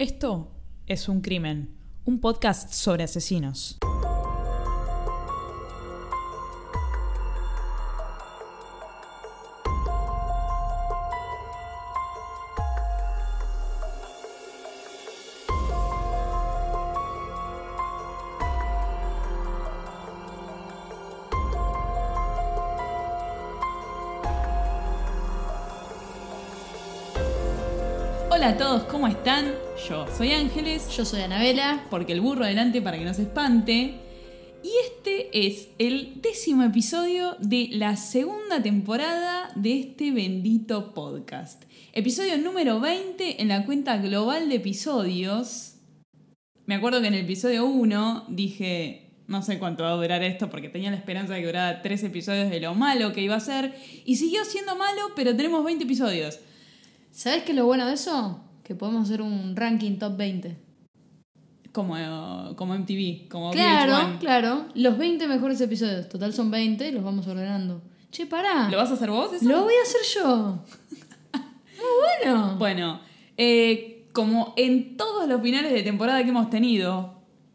Esto es Un Crimen, un podcast sobre asesinos. Hola a todos, ¿cómo están? Yo soy Ángeles. Yo soy Anabela. Porque el burro adelante para que no se espante. Y este es el 10º episodio de la segunda temporada de este bendito podcast. Episodio número 20 en la cuenta global de episodios. Me acuerdo que en el episodio 1 dije, no sé cuánto va a durar esto porque tenía la esperanza de que durara 3 episodios de lo malo que iba a ser. Y siguió siendo malo, pero tenemos 20 episodios. ¿Sabés qué es lo bueno de eso? Que podemos hacer un ranking top 20. Como MTV, como Claro, VH1. claro. Los 20 mejores episodios. Total son 20 y los vamos ordenando. Che, pará. ¿Lo vas a hacer vos eso? Lo voy a hacer yo. Muy bueno. Bueno, como en todos los finales de temporada que hemos tenido,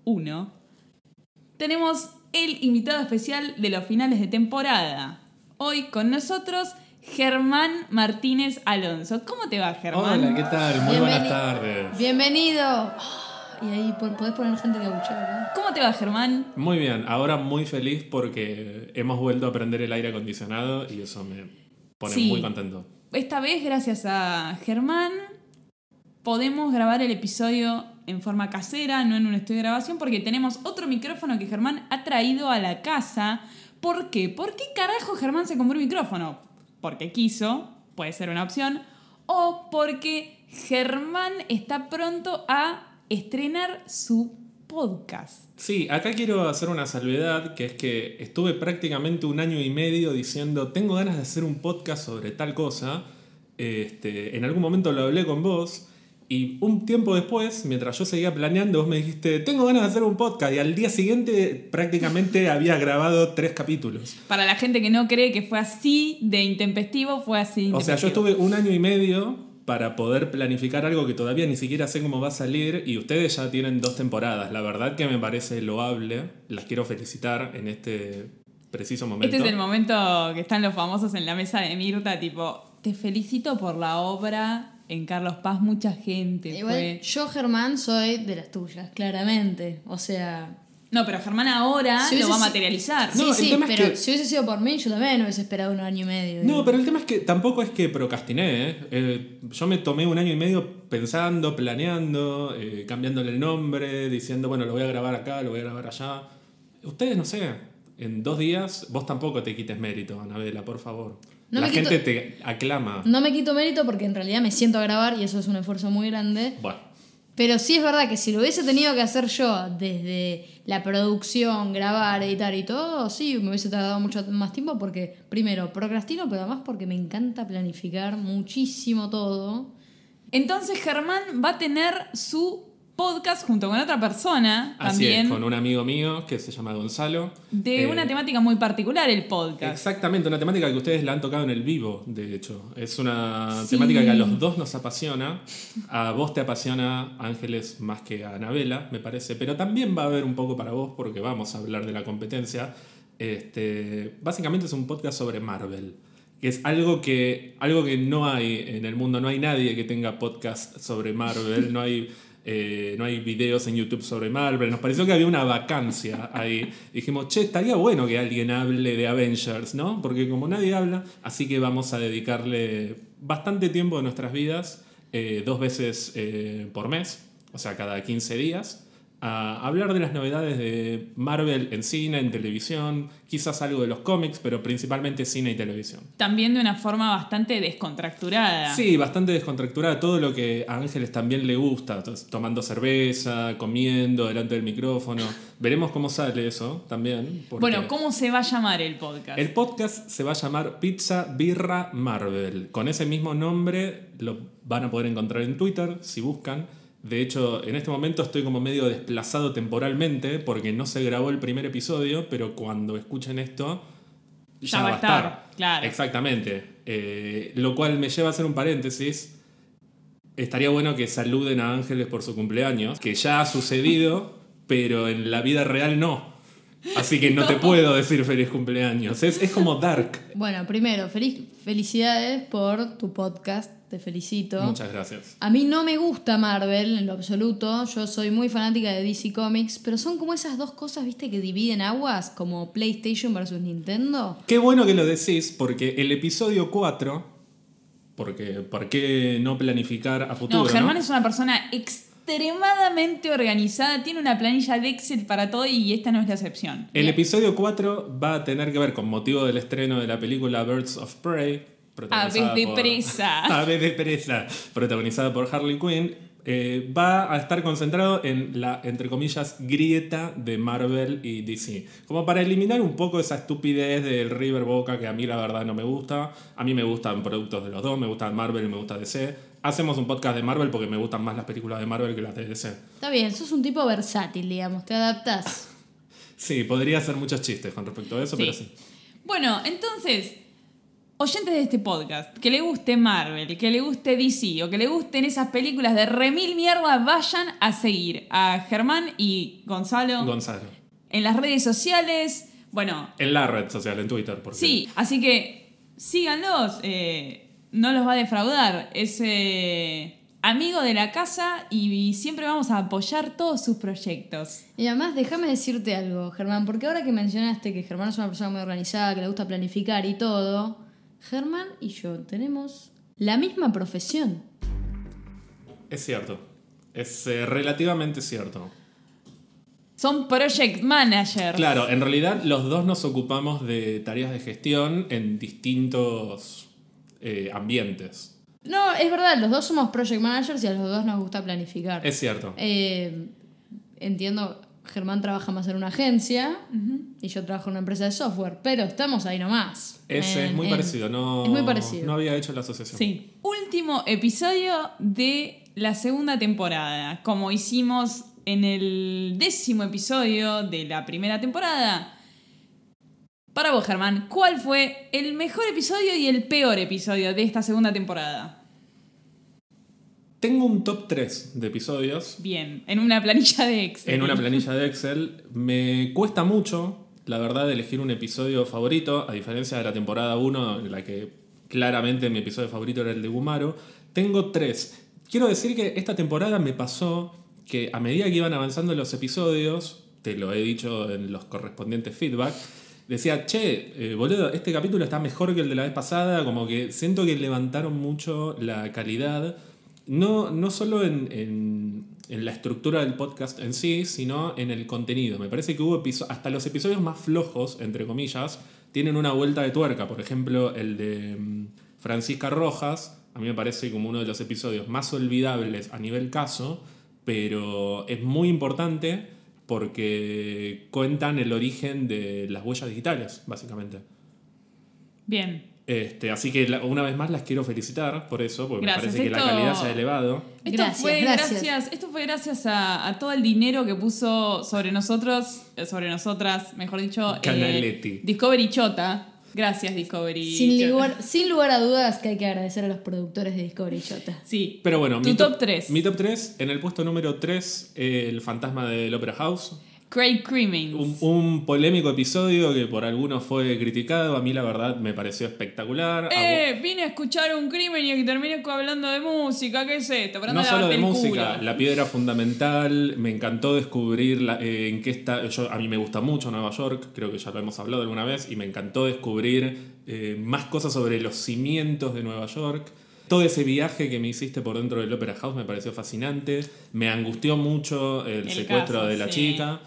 tenemos el invitado especial de los finales de temporada. Hoy con nosotros, Germán Martínez Alonso. ¿Cómo te va, Germán? Hola, ¿qué tal? Muy buenas tardes. Bienvenido. Y ahí podés poner gente que abuchea, ¿verdad? ¿Cómo te va, Germán? Muy bien, ahora muy feliz porque hemos vuelto a prender el aire acondicionado y eso me pone muy contento. Esta vez, gracias a Germán, podemos grabar el episodio en forma casera, no en un estudio de grabación, porque tenemos otro micrófono que Germán ha traído a la casa. ¿Por qué? ¿Por qué carajo Germán se compró un micrófono? Porque quiso, puede ser una opción, o porque Germán está pronto a estrenar su podcast. Sí, acá quiero hacer una salvedad, que es que estuve prácticamente 1 año y medio diciendo tengo ganas de hacer un podcast sobre tal cosa. En algún momento lo hablé con vos y un tiempo después, mientras yo seguía planeando, vos me dijiste tengo ganas de hacer un podcast y al día siguiente prácticamente había grabado 3 capítulos. Para la gente que no cree que fue así de intempestivo, fue así de intempestivo. O sea, yo estuve 1 año y medio para poder planificar algo que todavía ni siquiera sé cómo va a salir y ustedes ya tienen 2 temporadas. La verdad que me parece loable. Las quiero felicitar en este preciso momento. Este es el momento que están los famosos en la mesa de Mirta, tipo, te felicito por la obra en Carlos Paz, mucha gente Igual, fue. yo, Germán, soy de las tuyas, claramente. O sea... No, pero Germán ahora lo va a materializar. No, Sí, el tema pero es que si hubiese sido por mí, yo también hubiese esperado 1 año y medio. No, pero el tema es que tampoco es que procrastiné. Yo me tomé 1 año y medio pensando, planeando, cambiándole el nombre, diciendo, bueno, lo voy a grabar acá, lo voy a grabar allá. Ustedes, no sé, en 2 días, vos tampoco te quites mérito, Anabela, por favor. No La me gente quito- te aclama. No me quito mérito porque en realidad me siento a grabar y eso es un esfuerzo muy grande. Bueno, Pero sí es verdad que si lo hubiese tenido que hacer yo desde la producción, grabar, editar y todo, sí, me hubiese tardado mucho más tiempo porque, primero, procrastino, pero además porque me encanta planificar muchísimo todo. Entonces Germán va a tener su podcast junto con otra persona así también. es, con un amigo mío que se llama Gonzalo. De una temática muy particular, el podcast. Exactamente, una temática que ustedes la han tocado en el vivo, de hecho. Es una Sí. temática que a los dos nos apasiona. A vos te apasiona, Ángeles, más que a Anabela, me parece. Pero también va a haber un poco para vos porque vamos a hablar de la competencia. Básicamente es un podcast sobre Marvel. Que es algo que no hay en el mundo. No hay nadie que tenga podcast sobre Marvel. No hay videos en YouTube sobre Marvel. Nos pareció que había una vacancia ahí. Dijimos, che, estaría bueno que alguien hable de Avengers, ¿no? Porque como nadie habla, así que vamos a dedicarle bastante tiempo de nuestras vidas, 2 veces por mes, o sea, cada 15 días, a hablar de las novedades de Marvel en cine, en televisión, quizás algo de los cómics, pero principalmente cine y televisión. También de una forma bastante descontracturada. Sí, bastante descontracturada, todo lo que a Ángeles también le gusta, tomando cerveza, comiendo delante del micrófono. Veremos cómo sale eso también. Bueno, ¿cómo se va a llamar el podcast? El podcast se va a llamar Pizza Birra Marvel. Con ese mismo nombre lo van a poder encontrar en Twitter si buscan. De hecho, en este momento estoy como medio desplazado temporalmente porque no se grabó el primer episodio, pero cuando escuchen esto ya va a estar. Claro. Exactamente. Lo cual me lleva a hacer un paréntesis. estaría bueno que saluden a Ángeles por su cumpleaños, que ya ha sucedido, pero en la vida real no. Así que no te puedo decir feliz cumpleaños. Es como Dark. Bueno, primero, felicidades por tu podcast. Te felicito. Muchas gracias. A mí no me gusta Marvel en lo absoluto. Yo soy muy fanática de DC Comics, pero son como esas dos cosas, ¿viste? Que dividen aguas, como PlayStation versus Nintendo. Qué bueno que lo decís, porque el episodio 4, porque ¿por qué no planificar a futuro? No, Germán ¿no? es una persona extremadamente organizada, tiene una planilla de Excel para todo y esta no es la excepción. El episodio 4 va a tener que ver con motivo del estreno de la película Birds of Prey. Aves de presa. Aves de presa, protagonizada por Harley Quinn. Va a estar concentrado en la, entre comillas, grieta de Marvel y DC. Como para eliminar un poco esa estupidez del River Boca que a mí la verdad no me gusta. A mí me gustan productos de los dos, me gustan Marvel y me gusta DC. Hacemos un podcast de Marvel porque me gustan más las películas de Marvel que las de DC. Está bien, sos un tipo versátil, digamos, te adaptás. Sí, podría hacer muchos chistes con respecto a eso, pero sí. Bueno, entonces, oyentes de este podcast, que le guste Marvel, que le guste DC o que le gusten esas películas de remil mierda, vayan a seguir a Germán y Gonzalo en las redes sociales. Bueno, en la red social, en Twitter. Porque... Sí, así que síganlos, no los va a defraudar. Es amigo de la casa y siempre vamos a apoyar todos sus proyectos. Y además, déjame decirte algo, Germán, porque ahora que mencionaste que Germán es una persona muy organizada, que le gusta planificar y todo, Germán y yo tenemos la misma profesión. Es cierto. Es relativamente cierto. Son project managers. Claro, en realidad los dos nos ocupamos de tareas de gestión en distintos ambientes. No, es verdad, los dos somos project managers y a los dos nos gusta planificar. Es cierto. Entiendo, Germán trabaja más en una agencia y yo trabajo en una empresa de software, pero estamos ahí nomás. Es muy parecido, no, es muy parecido. No había hecho la asociación. Sí. Último episodio de la segunda temporada. Como hicimos en el 10º episodio de la primera temporada. Para vos, Germán, ¿cuál fue el mejor episodio y el peor episodio de esta segunda temporada? Tengo un top 3 de episodios. Bien, en una planilla de Excel. En una planilla de Excel. Me cuesta mucho, la verdad, elegir un episodio favorito, a diferencia de la temporada 1, en la que claramente mi episodio favorito era el de Gumaro. Tengo 3. Quiero decir que esta temporada me pasó que a medida que iban avanzando los episodios, te lo he dicho en los correspondientes feedback, decía, boludo, este capítulo está mejor que el de la vez pasada, como que siento que levantaron mucho la calidad, no solo en la estructura del podcast en sí, sino en el contenido. Me parece que hubo hasta los episodios más flojos, entre comillas, tienen una vuelta de tuerca. Por ejemplo, el de Francisca Rojas, a mí me parece como uno de los episodios más olvidables a nivel caso, pero es muy importante porque cuentan el origen de las huellas digitales, básicamente. Bien. Así que una vez más las quiero felicitar por eso, porque Gracias. me parece que la calidad se ha elevado. Esto fue gracias a todo el dinero que puso sobre nosotras, mejor dicho, Canaletti. Discovery Chota. Gracias, Discovery. Sin lugar a dudas que hay que agradecer a los productores de Discovery Chota. Sí. Pero bueno, tu top 3. Mi top 3, en el puesto número 3, El fantasma del Opera House. Craig Crimmins. Un polémico episodio que por algunos fue criticado. A mí la verdad me pareció espectacular. Vine a escuchar un crimen y terminé hablando de música. ¿Qué es esto? No solo de música, la piedra fundamental. Me encantó descubrir en qué está. A mí me gusta mucho Nueva York, creo que ya lo hemos hablado alguna vez, y me encantó descubrir más cosas sobre los cimientos de Nueva York. Todo ese viaje que me hiciste por dentro del Opera House me pareció fascinante. Me angustió mucho el secuestro de la chica.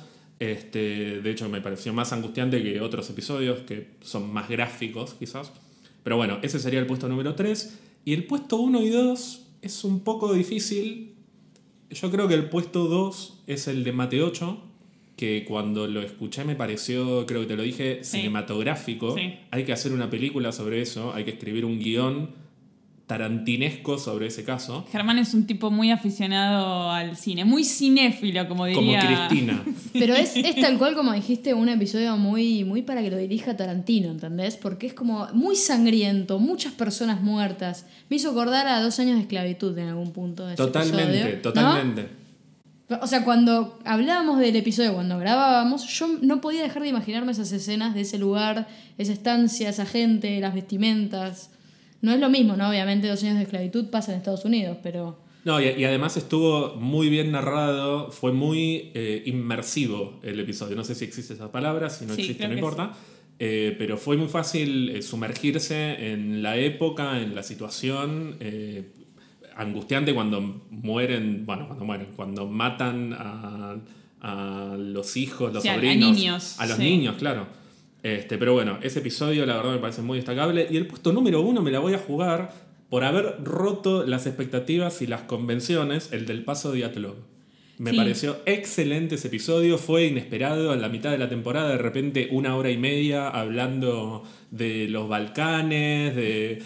De hecho, me pareció más angustiante que otros episodios que son más gráficos, quizás. Pero bueno, ese sería el puesto número 3. Y el puesto 1 y 2 es un poco difícil. Yo creo que el puesto 2 es el de Mate 8, que cuando lo escuché me pareció, creo que te lo dije, cinematográfico. Sí. Hay que hacer una película sobre eso, hay que escribir un guión tarantinesco sobre ese caso. Germán es un tipo muy aficionado al cine, muy cinéfilo, como diría. Como Cristina. Pero es tal cual como dijiste, un episodio muy, muy para que lo dirija Tarantino, ¿entendés? Porque es como muy sangriento, muchas personas muertas. Me hizo acordar a 2 años de esclavitud en algún punto de ese Totalmente, episodio, ¿no? totalmente. O sea, cuando hablábamos del episodio, cuando grabábamos, yo no podía dejar de imaginarme esas escenas de ese lugar, esa estancia, esa gente, las vestimentas. No es lo mismo, ¿no? Obviamente 2 años de esclavitud pasa en Estados Unidos, pero... No, y además estuvo muy bien narrado, fue muy inmersivo el episodio. No sé si existe esa palabra, si no Sí, existe creo no que importa. Pero fue muy fácil sumergirse en la época, en la situación. Angustiante cuando mueren, cuando matan a los hijos, los Sí, a sobrinos. niños, A los sí. niños, claro. Pero bueno, ese episodio la verdad me parece muy destacable. Y el puesto número 1 me la voy a jugar por haber roto las expectativas y las convenciones, el del paso de Dyatlov. Me Sí. pareció excelente ese episodio, fue inesperado. A la mitad de la temporada, de repente, 1 hora y media hablando de los Balcanes, de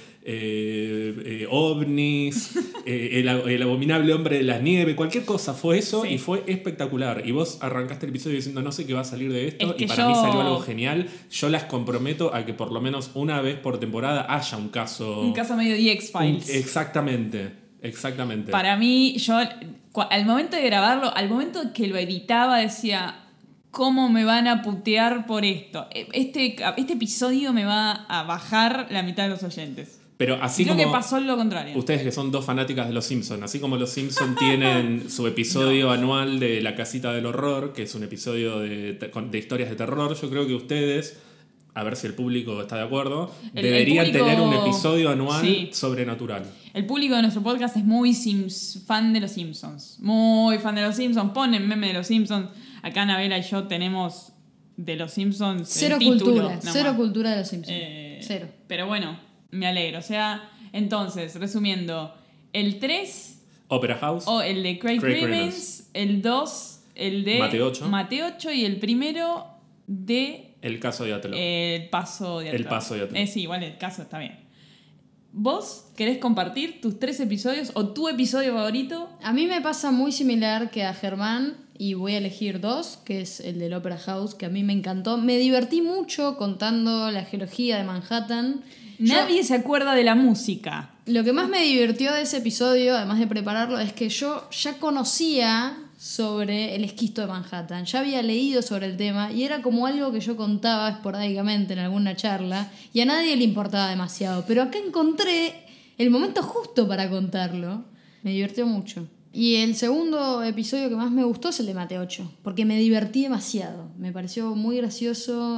ovnis, el abominable hombre de la nieve, cualquier cosa fue eso. Sí. Y fue espectacular. Y vos arrancaste el episodio diciendo no sé qué va a salir de esto, Es que y para yo- mí salió algo genial. Yo las comprometo a que por lo menos una vez por temporada haya un caso. Un caso medio The X-Files. Exactamente. Para mí, yo al momento de grabarlo, al momento que lo editaba, decía, ¿cómo me van a putear por esto? Este episodio me va a bajar la mitad de los oyentes. Pero así Creo como que pasó lo contrario. ustedes que son 2 fanáticas de Los Simpsons, así como Los Simpsons tienen su episodio anual de La Casita del Horror, que es un episodio de historias de terror, yo creo que ustedes, a ver si el público está de acuerdo, El deberían público- tener un episodio anual sí. sobrenatural. El público de nuestro podcast es muy fan de los Simpsons. Muy fan de los Simpsons. Ponen meme de los Simpsons. Acá Anabela y yo tenemos de los Simpsons Cero el título, cultura, nomás. cero cultura de los Simpsons. Cero. Pero bueno, me alegro. O sea, entonces, resumiendo, el 3 Opera House, o el de Craig Craig Rivens, el 2 el de Mate 8 y el primero de el caso de Dyatlov. el paso de El atrás. paso de atrás. Sí, igual el caso está bien. ¿Vos querés compartir tus 3 episodios o tu episodio favorito? A mí me pasa muy similar que a Germán y voy a elegir 2, que es el del Opera House, que a mí me encantó. Me divertí mucho contando la geología de Manhattan. Nadie se acuerda de la música. Lo que más me divirtió de ese episodio, además de prepararlo, es que yo ya conocía sobre el esquisto de Manhattan. Ya había leído sobre el tema y era como algo que yo contaba esporádicamente en alguna charla y a nadie le importaba demasiado. Pero acá encontré el momento justo para contarlo. Me divirtió mucho. Y el segundo episodio que más me gustó es el de Mate 8, porque me divertí demasiado. Me pareció muy gracioso.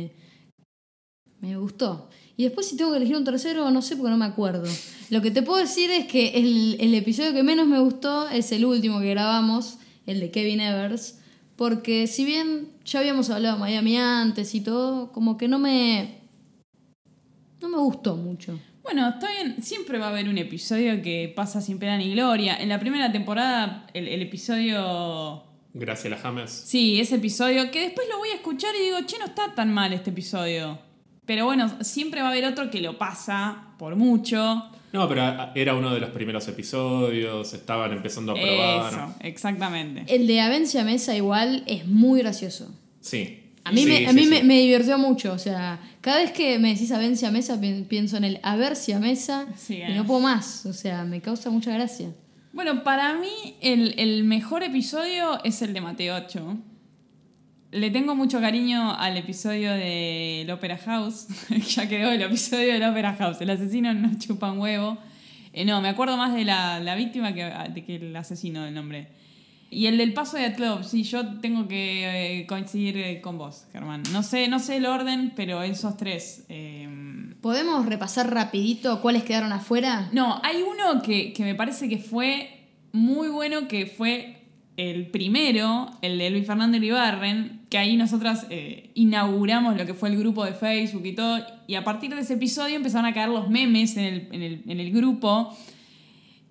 Me gustó. Y después si tengo que elegir un tercero, no sé porque no me acuerdo. Lo que te puedo decir es que el episodio que menos me gustó es el último que grabamos, el de Kevin Evers, porque si bien ya habíamos hablado de Miami antes y todo, como que no me gustó mucho. Bueno, está bien, siempre va a haber un episodio que pasa sin pena ni gloria. En la primera temporada, el episodio... Graciela James. Sí, ese episodio, que después lo voy a escuchar y digo, che, no está tan mal este episodio. Pero bueno, siempre va a haber otro que lo pasa por mucho. No, pero era uno de los primeros episodios, estaban empezando a probar. Eso, exactamente. El de Avencia Mesa igual es muy gracioso. Sí. A mí, Sí, me, sí. me divirtió mucho, o sea, cada vez que me decís Avencia Mesa pienso en el Aversia Mesa Sí, y no puedo más, o sea, me causa mucha gracia. Bueno, para mí el mejor episodio es el de Mateo 8. Le tengo mucho cariño al episodio del Opera House. Ya quedó el episodio del Opera House. El asesino no chupa un huevo. No, me acuerdo más de la víctima de que el asesino del nombre. Y el del paso de Dyatlov, sí, yo tengo que coincidir con vos, Germán. No sé el orden, pero esos 3. ¿Podemos repasar rapidito cuáles quedaron afuera? No, hay uno que me parece que fue muy bueno, que fue el primero, el de Luis Fernando Iribarren, que ahí nosotras inauguramos lo que fue el grupo de Facebook y todo, y a partir de ese episodio empezaron a caer los memes en el grupo.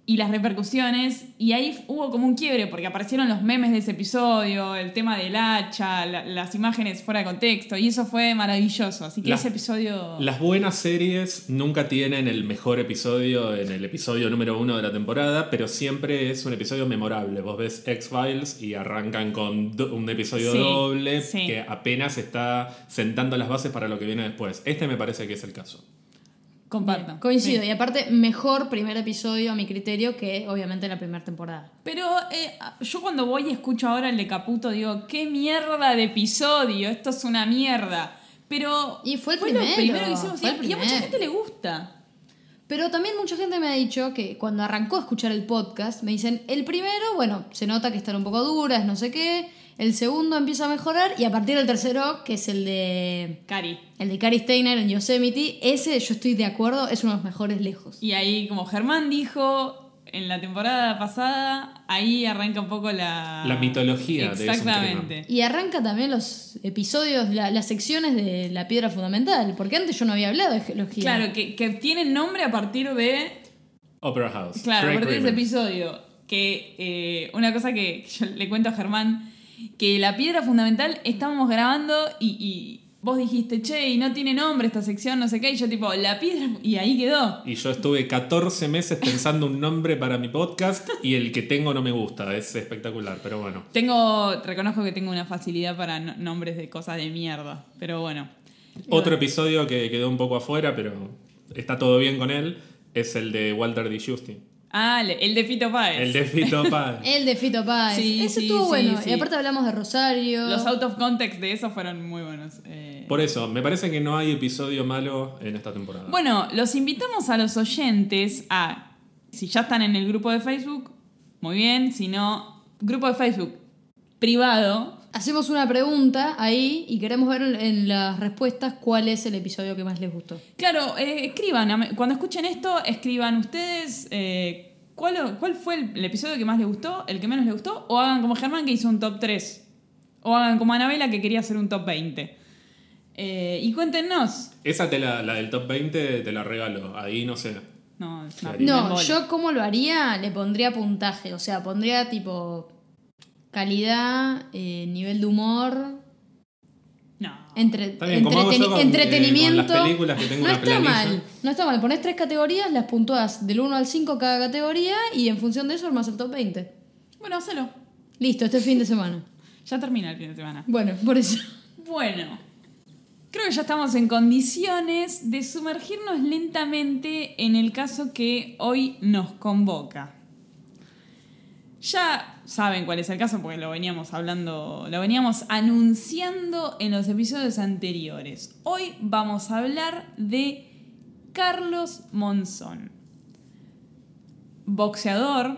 y las repercusiones, y ahí hubo como un quiebre porque aparecieron los memes de ese episodio, el tema del hacha, las imágenes fuera de contexto, y eso fue maravilloso, así que ese episodio... Las buenas series nunca tienen el mejor episodio en el episodio número 1 de la temporada, pero siempre es un episodio memorable. Vos ves X-Files y arrancan con un episodio doble que apenas está sentando las bases para lo que viene después. Este me parece que es el caso. Comparto. Bien, coincido. Sí. Y aparte, mejor primer episodio a mi criterio que obviamente la primera temporada. Pero yo cuando voy y escucho ahora el de Caputo digo, ¡qué mierda de episodio! Esto es una mierda. Pero Y fue el lo primero, primero que hicimos fue el y a mucha primero. gente le gusta. Pero también mucha gente me ha dicho que cuando arrancó a escuchar el podcast, me dicen, el primero, bueno, se nota que están un poco duras, no sé qué. El segundo empieza a mejorar y a partir del tercero, que es el de Cari. Cary Steiner en Yosemite, ese yo estoy de acuerdo, es uno de los mejores lejos. Y ahí, como Germán dijo en la temporada pasada, ahí arranca un poco la mitología de exactamente. Y arranca también los episodios, las secciones de la piedra fundamental, porque antes yo no había hablado de geología. Claro, que tienen nombre a partir de... Opera House. Claro, a Craig partir de ese Raymond. episodio. Que una cosa que yo le cuento a Germán, que la piedra fundamental estábamos grabando y vos dijiste, che, y no tiene nombre esta sección, no sé qué, y yo tipo, la piedra, y ahí quedó. Y yo estuve 14 meses pensando un nombre para mi podcast y el que tengo no me gusta, es espectacular, pero bueno. Reconozco que tengo una facilidad para nombres de cosas de mierda, pero bueno. Otro episodio que quedó un poco afuera, pero está todo bien con él, es el de Walter D. Justin. Ah, el de Fito Páez. El de Fito Páez. El de Fito Páez. Sí, Ese sí, estuvo sí, bueno. sí. Y aparte hablamos de Rosario. Los out of context de eso fueron muy buenos. Por eso, me parece que no hay episodio malo en esta temporada. Bueno, los invitamos a los oyentes a, si ya están en el grupo de Facebook, muy bien, si no, grupo de Facebook privado. Hacemos una pregunta ahí y queremos ver en las respuestas cuál es el episodio que más les gustó. Claro, escriban, cuando escuchen esto, escriban ustedes cuál fue el episodio que más les gustó, el que menos les gustó, o hagan como Germán que hizo un top 3, o hagan como Anabela que quería hacer un top 20. Y cuéntenos. Esa la del top 20 te la regalo, ahí no sé. No, es una No, embole. yo como lo haría, le pondría puntaje. O sea, pondría tipo calidad, nivel de humor, No. Está bien, como hago yo con entretenimiento. las películas que tengo no una está planilla. mal, no está mal. Ponés 3 categorías, las puntuás del 1 al 5 cada categoría y en función de eso armás el top 20. Bueno, hacelo. Listo, este fin de semana. Ya termina el fin de semana. Bueno, por eso. Bueno, creo que ya estamos en condiciones de sumergirnos lentamente en el caso que hoy nos convoca. Ya saben cuál es el caso porque lo veníamos anunciando en los episodios anteriores. Hoy vamos a hablar de Carlos Monzón, boxeador,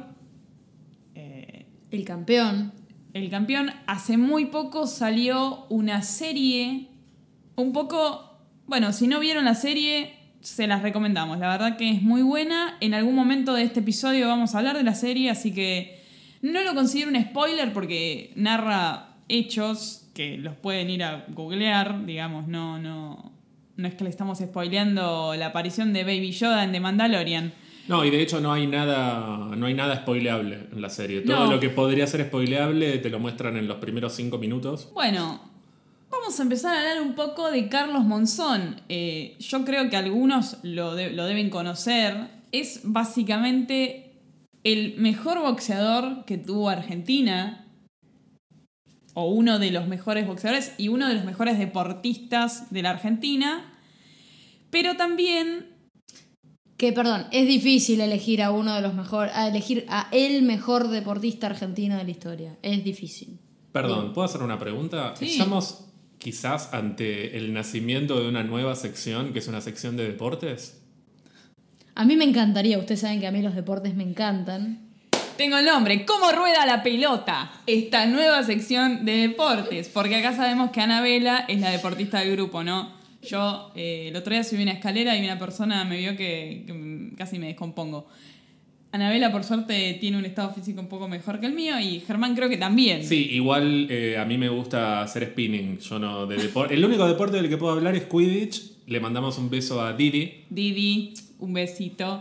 El campeón. el campeón. Hace muy poco salió una serie, un poco, bueno, si no vieron la serie, se las recomendamos. La verdad que es muy buena. En algún momento de este episodio vamos a hablar de la serie, así que no lo considero un spoiler porque narra hechos que los pueden ir a googlear, digamos, no es que le estamos spoileando la aparición de Baby Yoda en The Mandalorian. No, y de hecho no hay nada spoileable en la serie. Todo No. lo que podría ser spoileable te lo muestran en los primeros 5 minutos. Bueno, vamos a empezar a hablar un poco de Carlos Monzón. Yo creo que algunos lo deben conocer. Es básicamente el mejor boxeador que tuvo Argentina, o uno de los mejores boxeadores y uno de los mejores deportistas de la Argentina, pero también... Que, perdón, es difícil elegir a uno de los mejores, elegir a el mejor deportista argentino de la historia. Es difícil. Perdón, ¿puedo hacer una pregunta? Sí. ¿Estamos quizás ante el nacimiento de una nueva sección, que es una sección de deportes? A mí me encantaría, ustedes saben que a mí los deportes me encantan. Tengo el nombre, ¿Cómo rueda la pelota? Esta nueva sección de deportes, porque acá sabemos que Anabela es la deportista del grupo, ¿no? Yo el otro día subí una escalera y una persona me vio que casi me descompongo. Anabela, por suerte, tiene un estado físico un poco mejor que el mío y Germán creo que también. Sí, igual a mí me gusta hacer spinning. Yo no de deporte. El único deporte del que puedo hablar es Quidditch. Le mandamos un beso a Didi. Didi, un besito.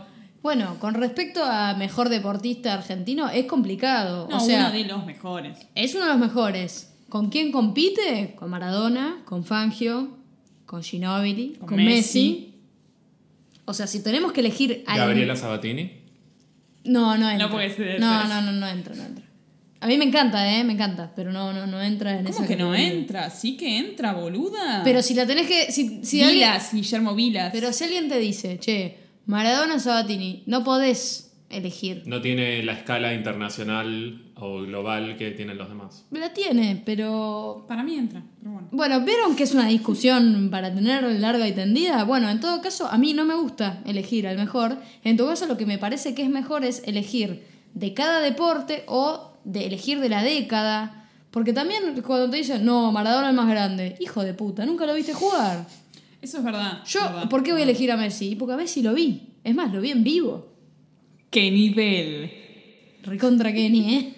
Bueno, con respecto a mejor deportista argentino, es complicado. No, o sea, uno de los mejores. es uno de los mejores. ¿Con quién compite? Con Maradona, con Fangio, con Ginóbili, con Messi. O sea, si tenemos que elegir a Gabriela Sabatini. No entra. No puede ser. No entra. A mí me encanta, me encanta, pero no entra en esa ¿Cómo que no categoría. entra? Sí que entra, boluda. Pero si la tenés que... Si alguien, Vilas, Guillermo Vilas. pero si alguien te dice, che, Maradona, Sabatini, no podés elegir. No tiene la escala internacional o global que tienen los demás. La tiene, pero... Para mí entra, pero bueno. Bueno, ¿vieron que es una discusión para tener larga y tendida? Bueno, en todo caso, a mí no me gusta elegir al mejor. En todo caso, lo que me parece que es mejor es elegir de cada deporte o de elegir de la década. Porque también cuando te dicen, no, Maradona es el más grande. Hijo de puta, nunca lo viste jugar. Eso es verdad. Yo, verdad. ¿por qué voy a elegir a Messi? Porque a Messi lo vi. Es más, lo vi en vivo. ¡Qué nivel! Recontra Kenny,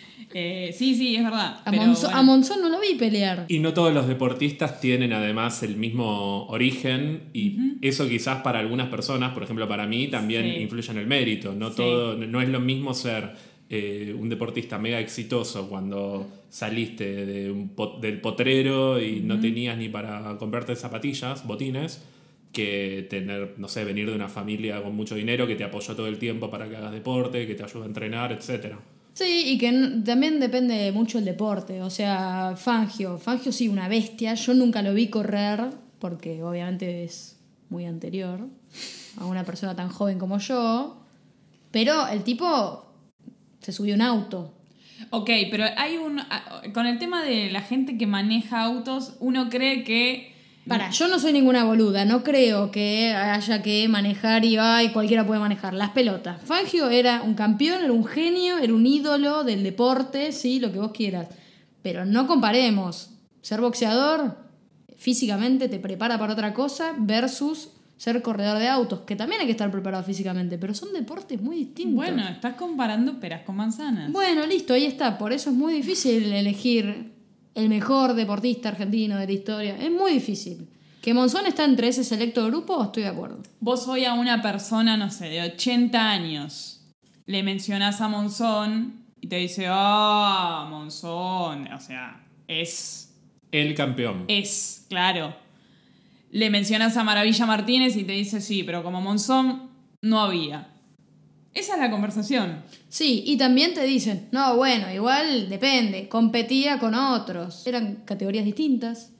Sí, es verdad. A, pero Monzón, bueno. a Monzón no lo vi pelear. Y no todos los deportistas tienen además el mismo origen y eso quizás para algunas personas, por ejemplo para mí, también Sí. influye en el mérito. No, Sí. no es lo mismo ser un deportista mega exitoso cuando saliste del potrero y no tenías ni para comprarte zapatillas, botines, que tener, no sé, venir de una familia con mucho dinero que te apoyó todo el tiempo para que hagas deporte, que te ayude a entrenar, etcétera. Sí, y que también depende mucho el deporte. O sea, Fangio sí, una bestia. Yo nunca lo vi correr, porque obviamente es muy anterior a una persona tan joven como yo. Pero el tipo se subió a un auto. Ok, pero hay con el tema de la gente que maneja autos, uno cree que... Yo no soy ninguna boluda, no creo que haya que manejar y cualquiera puede manejar. Las pelotas. Fangio era un campeón, era un genio, era un ídolo del deporte, sí, lo que vos quieras. Pero no comparemos. Ser boxeador físicamente te prepara para otra cosa versus ser corredor de autos, que también hay que estar preparado físicamente, pero son deportes muy distintos. Bueno, estás comparando peras con manzanas. Bueno, listo, ahí está. Por eso es muy difícil elegir el mejor deportista argentino de la historia. Es muy difícil. ¿Que Monzón está entre ese selecto grupo? Estoy de acuerdo. Vos hoy a una persona, no sé, de 80 años, le mencionás a Monzón y te dice, Monzón, o sea, es, El campeón. claro. Le mencionás a Maravilla Martínez y te dice, sí, pero como Monzón no había. Esa es la conversación. Sí, y también te dicen, no, bueno, igual depende, competía con otros. Eran categorías distintas,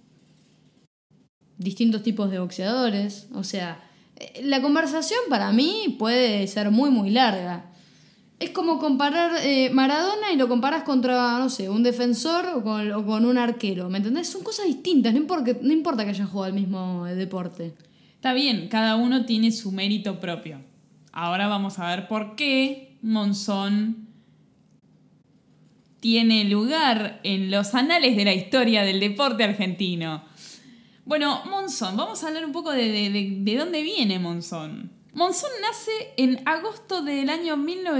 distintos tipos de boxeadores. O sea, la conversación para mí puede ser muy, muy larga. Es como comparar Maradona y lo comparas contra, no sé, un defensor o con un arquero, ¿me entendés? Son cosas distintas, no importa que hayan jugado el mismo deporte. Está bien, cada uno tiene su mérito propio. Ahora vamos a ver por qué Monzón tiene lugar en los anales de la historia del deporte argentino. Bueno, Monzón, vamos a hablar un poco de dónde viene Monzón. Monzón nace en agosto del año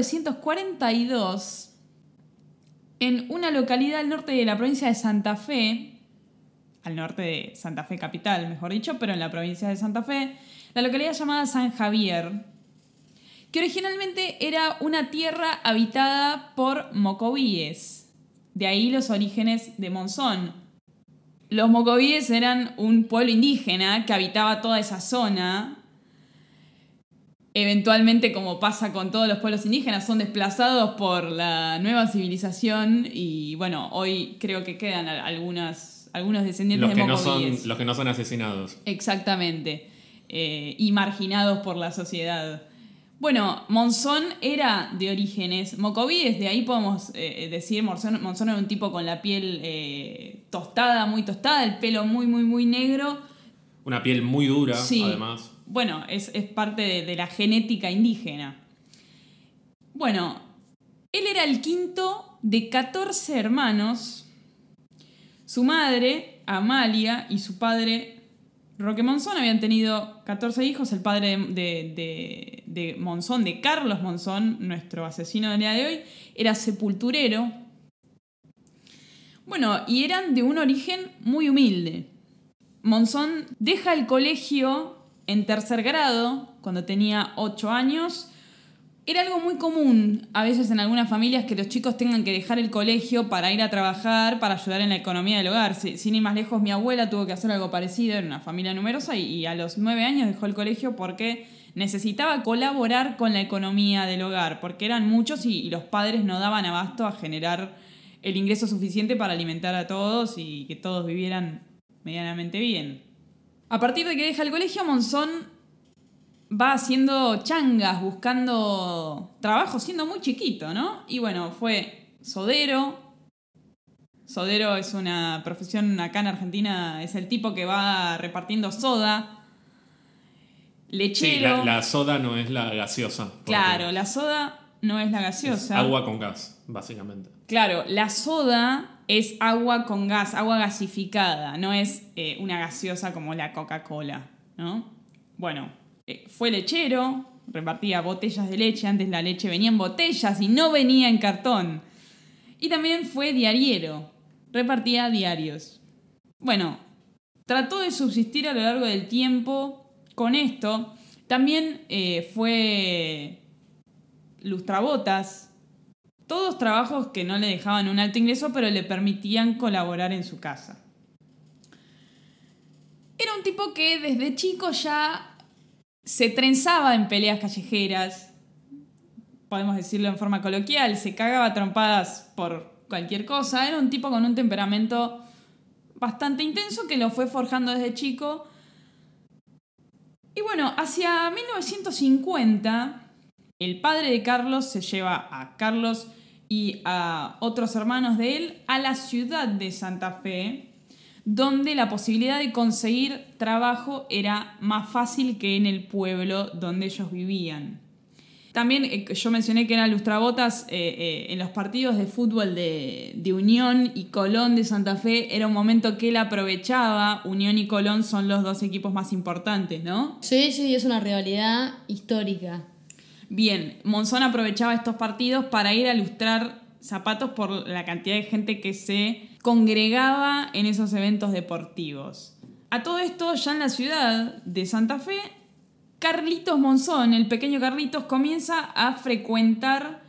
1942 en una localidad al norte de la provincia de Santa Fe, al norte de Santa Fe capital, mejor dicho, pero en la provincia de Santa Fe, la localidad llamada San Javier, que originalmente era una tierra habitada por mocovíes. De ahí los orígenes de Monzón. Los mocovíes eran un pueblo indígena que habitaba toda esa zona. Eventualmente, como pasa con todos los pueblos indígenas, son desplazados por la nueva civilización y bueno, hoy creo que quedan algunos descendientes de mocovíes. Los que no son asesinados. Exactamente. Y marginados por la sociedad. Bueno, Monzón era de orígenes mocovíes, de ahí podemos decir, Monzón era un tipo con la piel tostada, muy tostada, el pelo muy, muy, muy negro. Una piel muy dura, Sí. además. Bueno, es parte de la genética indígena. Bueno, él era el quinto de 14 hermanos. Su madre, Amalia, y su padre, Roque Monzón, habían tenido 14 hijos. El padre de Monzón, de Carlos Monzón, nuestro asesino del día de hoy, era sepulturero. Bueno, y eran de un origen muy humilde. Monzón deja el colegio en tercer grado, cuando tenía 8 años, Era algo muy común a veces en algunas familias que los chicos tengan que dejar el colegio para ir a trabajar, para ayudar en la economía del hogar. Sin ir más lejos, mi abuela tuvo que hacer algo parecido en una familia numerosa y a los 9 años dejó el colegio porque necesitaba colaborar con la economía del hogar, porque eran muchos y los padres no daban abasto a generar el ingreso suficiente para alimentar a todos y que todos vivieran medianamente bien. A partir de que deja el colegio, Monzón va haciendo changas, buscando trabajo, siendo muy chiquito, ¿no? Y bueno, fue sodero. Sodero es una profesión acá en Argentina, es el tipo que va repartiendo soda. Lechero. Sí, la soda no es la gaseosa. Claro, la soda no es la gaseosa. Es agua con gas, básicamente. Claro, la soda es agua con gas, agua gasificada, no es una gaseosa como la Coca-Cola, ¿no? Bueno, fue lechero, repartía botellas de leche, antes la leche venía en botellas y no venía en cartón. Y también fue diariero, repartía diarios. Bueno, trató de subsistir a lo largo del tiempo con esto. También fue lustrabotas. Todos trabajos que no le dejaban un alto ingreso, pero le permitían colaborar en su casa. Era un tipo que desde chico ya se trenzaba en peleas callejeras, podemos decirlo en forma coloquial, se cagaba a trompadas por cualquier cosa. Era un tipo con un temperamento bastante intenso que lo fue forjando desde chico. Y bueno, hacia 1950, el padre de Carlos se lleva a Carlos y a otros hermanos de él a la ciudad de Santa Fe, donde la posibilidad de conseguir trabajo era más fácil que en el pueblo donde ellos vivían. También yo mencioné que eran lustrabotas en los partidos de fútbol de Unión y Colón de Santa Fe. Era un momento que él aprovechaba. Unión y Colón son los dos equipos más importantes, ¿no? Sí, es una rivalidad histórica. Bien, Monzón aprovechaba estos partidos para ir a lustrar zapatos por la cantidad de gente que se congregaba en esos eventos deportivos. A todo esto, ya en la ciudad de Santa Fe, Carlitos Monzón, el pequeño Carlitos, comienza a frecuentar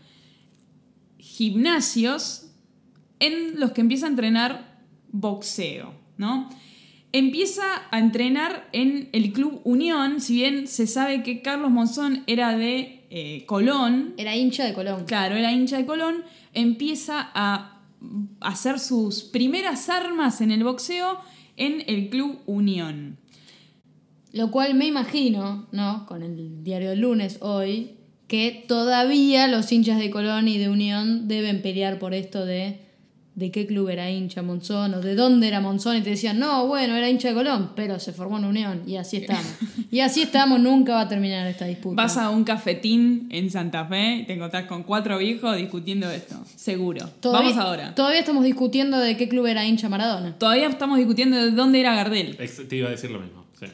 gimnasios en los que empieza a entrenar boxeo, ¿no? Empieza a entrenar en el Club Unión, si bien se sabe que Carlos Monzón era de Colón. Era hincha de Colón. Claro, era hincha de Colón. Empieza a hacer sus primeras armas en el boxeo en el Club Unión. Lo cual me imagino, ¿no? Con el diario del lunes hoy, que todavía los hinchas de Colón y de Unión deben pelear por esto de qué club era hincha Monzón o de dónde era Monzón, y te decían, no, bueno, era hincha de Colón, pero se formó en Unión y así estamos. Y así estamos, nunca va a terminar esta disputa. Vas a un cafetín en Santa Fe y te encontrás con 4 viejos discutiendo esto, seguro. Vamos ahora. Todavía estamos discutiendo de qué club era hincha Maradona. Todavía estamos discutiendo de dónde era Gardel. Te iba a decir lo mismo, sí.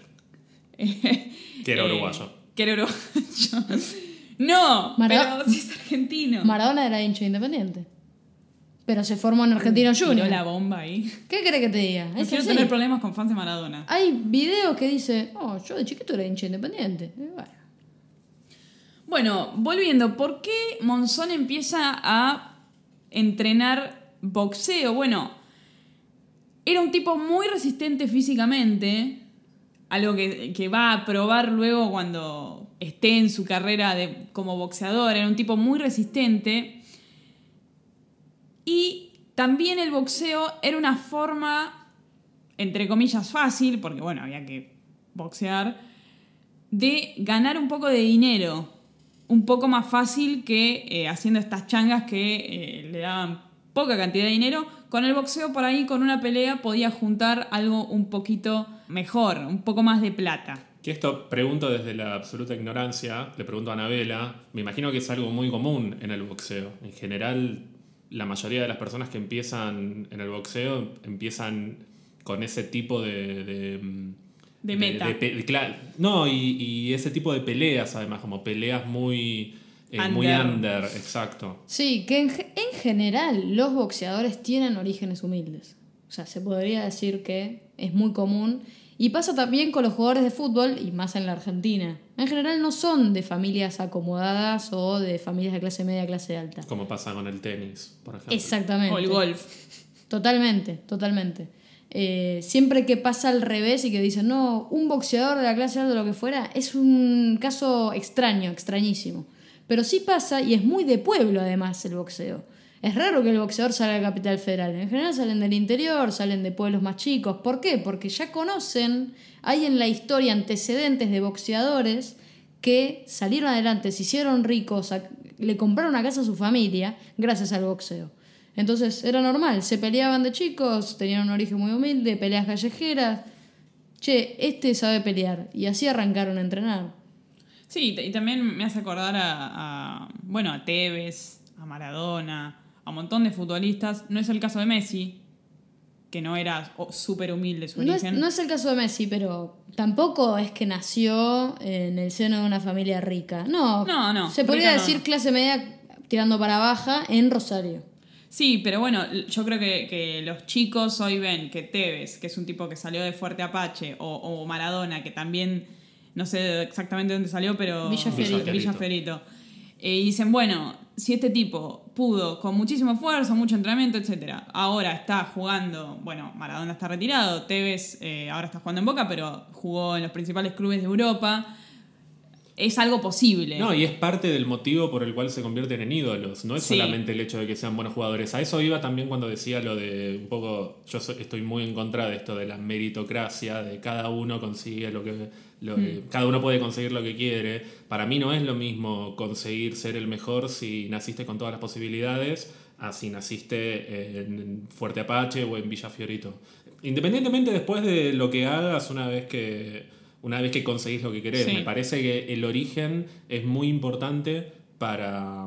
Que era uruguayo. Que era uruguayo. No, pero si es argentino. Maradona era hincha Independiente. Pero se formó en Argentino Junior. Tiró la bomba ahí. ¿Qué querés que te diga? No quiero tener problemas con fans de Maradona. Hay videos que dice, yo de chiquito era hincha Independiente. Bueno, volviendo, ¿por qué Monzón empieza a entrenar boxeo? Bueno, era un tipo muy resistente físicamente, algo que va a probar luego cuando esté en su carrera como boxeador. Era un tipo muy resistente. Y también el boxeo era una forma, entre comillas, fácil, porque bueno, había que boxear, de ganar un poco de dinero. Un poco más fácil que haciendo estas changas que le daban poca cantidad de dinero. Con el boxeo por ahí, con una pelea, podía juntar algo un poquito mejor, un poco más de plata. Que esto pregunto desde la absoluta ignorancia, le pregunto a Anabela, me imagino que es algo muy común en el boxeo. En general, la mayoría de las personas que empiezan en el boxeo empiezan con ese tipo de meta. Claro, no, y ese tipo de peleas, además, como peleas muy under, exacto. Sí, que en general los boxeadores tienen orígenes humildes. O sea, se podría decir que es muy común. Y pasa también con los jugadores de fútbol, y más en la Argentina. En general no son de familias acomodadas o de familias de clase media, clase alta. Como pasa con el tenis, por ejemplo. Exactamente. O el golf. Totalmente. Siempre que pasa al revés y que dicen, no, un boxeador de la clase alta o lo que fuera, es un caso extraño, extrañísimo. Pero sí pasa, y es muy de pueblo además el boxeo. Es raro que el boxeador salga de la capital federal. En general salen del interior, salen de pueblos más chicos. ¿Por qué? Porque ya conocen, hay en la historia antecedentes de boxeadores que salieron adelante, se hicieron ricos, le compraron una casa a su familia gracias al boxeo. Entonces era normal, se peleaban de chicos, tenían un origen muy humilde, peleas callejeras. Che, este sabe pelear. Y así arrancaron a entrenar. Sí, y también me hace acordar a Tevez, a Maradona, a un montón de futbolistas. No es el caso de Messi, que no era súper humilde su origen. No es el caso de Messi, pero tampoco es que nació en el seno de una familia rica. No. Se podría decir clase media tirando para baja en Rosario. Sí, pero bueno, yo creo que los chicos hoy ven que Tevez, que es un tipo que salió de Fuerte Apache, o Maradona, que también, no sé exactamente dónde salió, pero Villa Fiorito. Y dicen, bueno, si este tipo pudo con muchísimo esfuerzo, mucho entrenamiento, etcétera, ahora está jugando, bueno, Maradona está retirado, Tevez ahora está jugando en Boca, pero jugó en los principales clubes de Europa. Es algo posible. No, y es parte del motivo por el cual se convierten en ídolos. No es solamente el hecho de que sean buenos jugadores. A eso iba también cuando decía lo de un poco... estoy muy en contra de esto de la meritocracia, de cada uno consigue cada uno puede conseguir lo que quiere. Para mí no es lo mismo conseguir ser el mejor si naciste con todas las posibilidades a si naciste en Fuerte Apache o en Villa Fiorito. Independientemente después de lo que hagas una vez que conseguís lo que querés. Sí. Me parece que el origen es muy importante para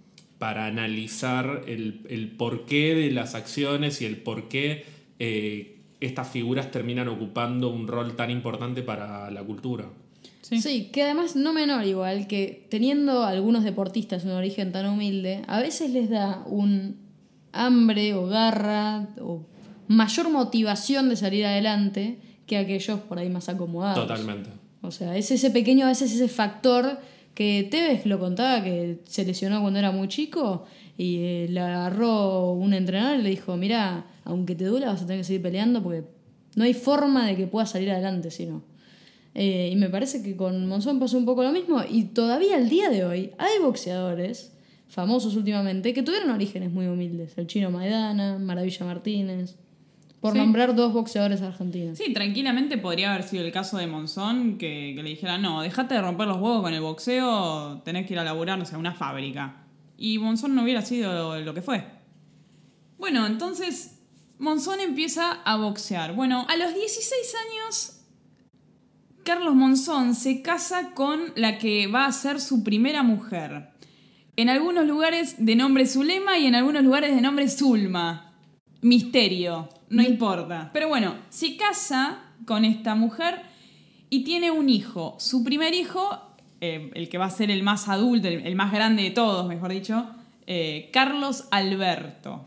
analizar el porqué de las acciones y el porqué estas figuras terminan ocupando un rol tan importante para la cultura. Sí, que además no menor igual, que teniendo algunos deportistas un origen tan humilde, a veces les da un hambre o garra o mayor motivación de salir adelante que aquellos por ahí más acomodados. Totalmente. O sea, es ese pequeño, a veces ese factor que Tevez lo contaba, que se lesionó cuando era muy chico y le agarró un entrenador y le dijo, mirá, aunque te duela vas a tener que seguir peleando porque no hay forma de que puedas salir adelante si no. Y me parece que con Monzón pasó un poco lo mismo y todavía al día de hoy hay boxeadores famosos últimamente que tuvieron orígenes muy humildes. El Chino Maidana, Maravilla Martínez... Por nombrar dos boxeadores argentinos. Sí, tranquilamente podría haber sido el caso de Monzón, que le dijera, no, dejate de romper los huevos con el boxeo, tenés que ir a laburar, no sé, a una fábrica. Y Monzón no hubiera sido lo que fue. Bueno, entonces Monzón empieza a boxear. Bueno, a los 16 años, Carlos Monzón se casa con la que va a ser su primera mujer. En algunos lugares de nombre Zulema y en algunos lugares de nombre Zulma. Misterio, no importa. Pero bueno, se casa con esta mujer y tiene un hijo. Su primer hijo, el que va a ser el más adulto, el más grande de todos, mejor dicho, Carlos Alberto.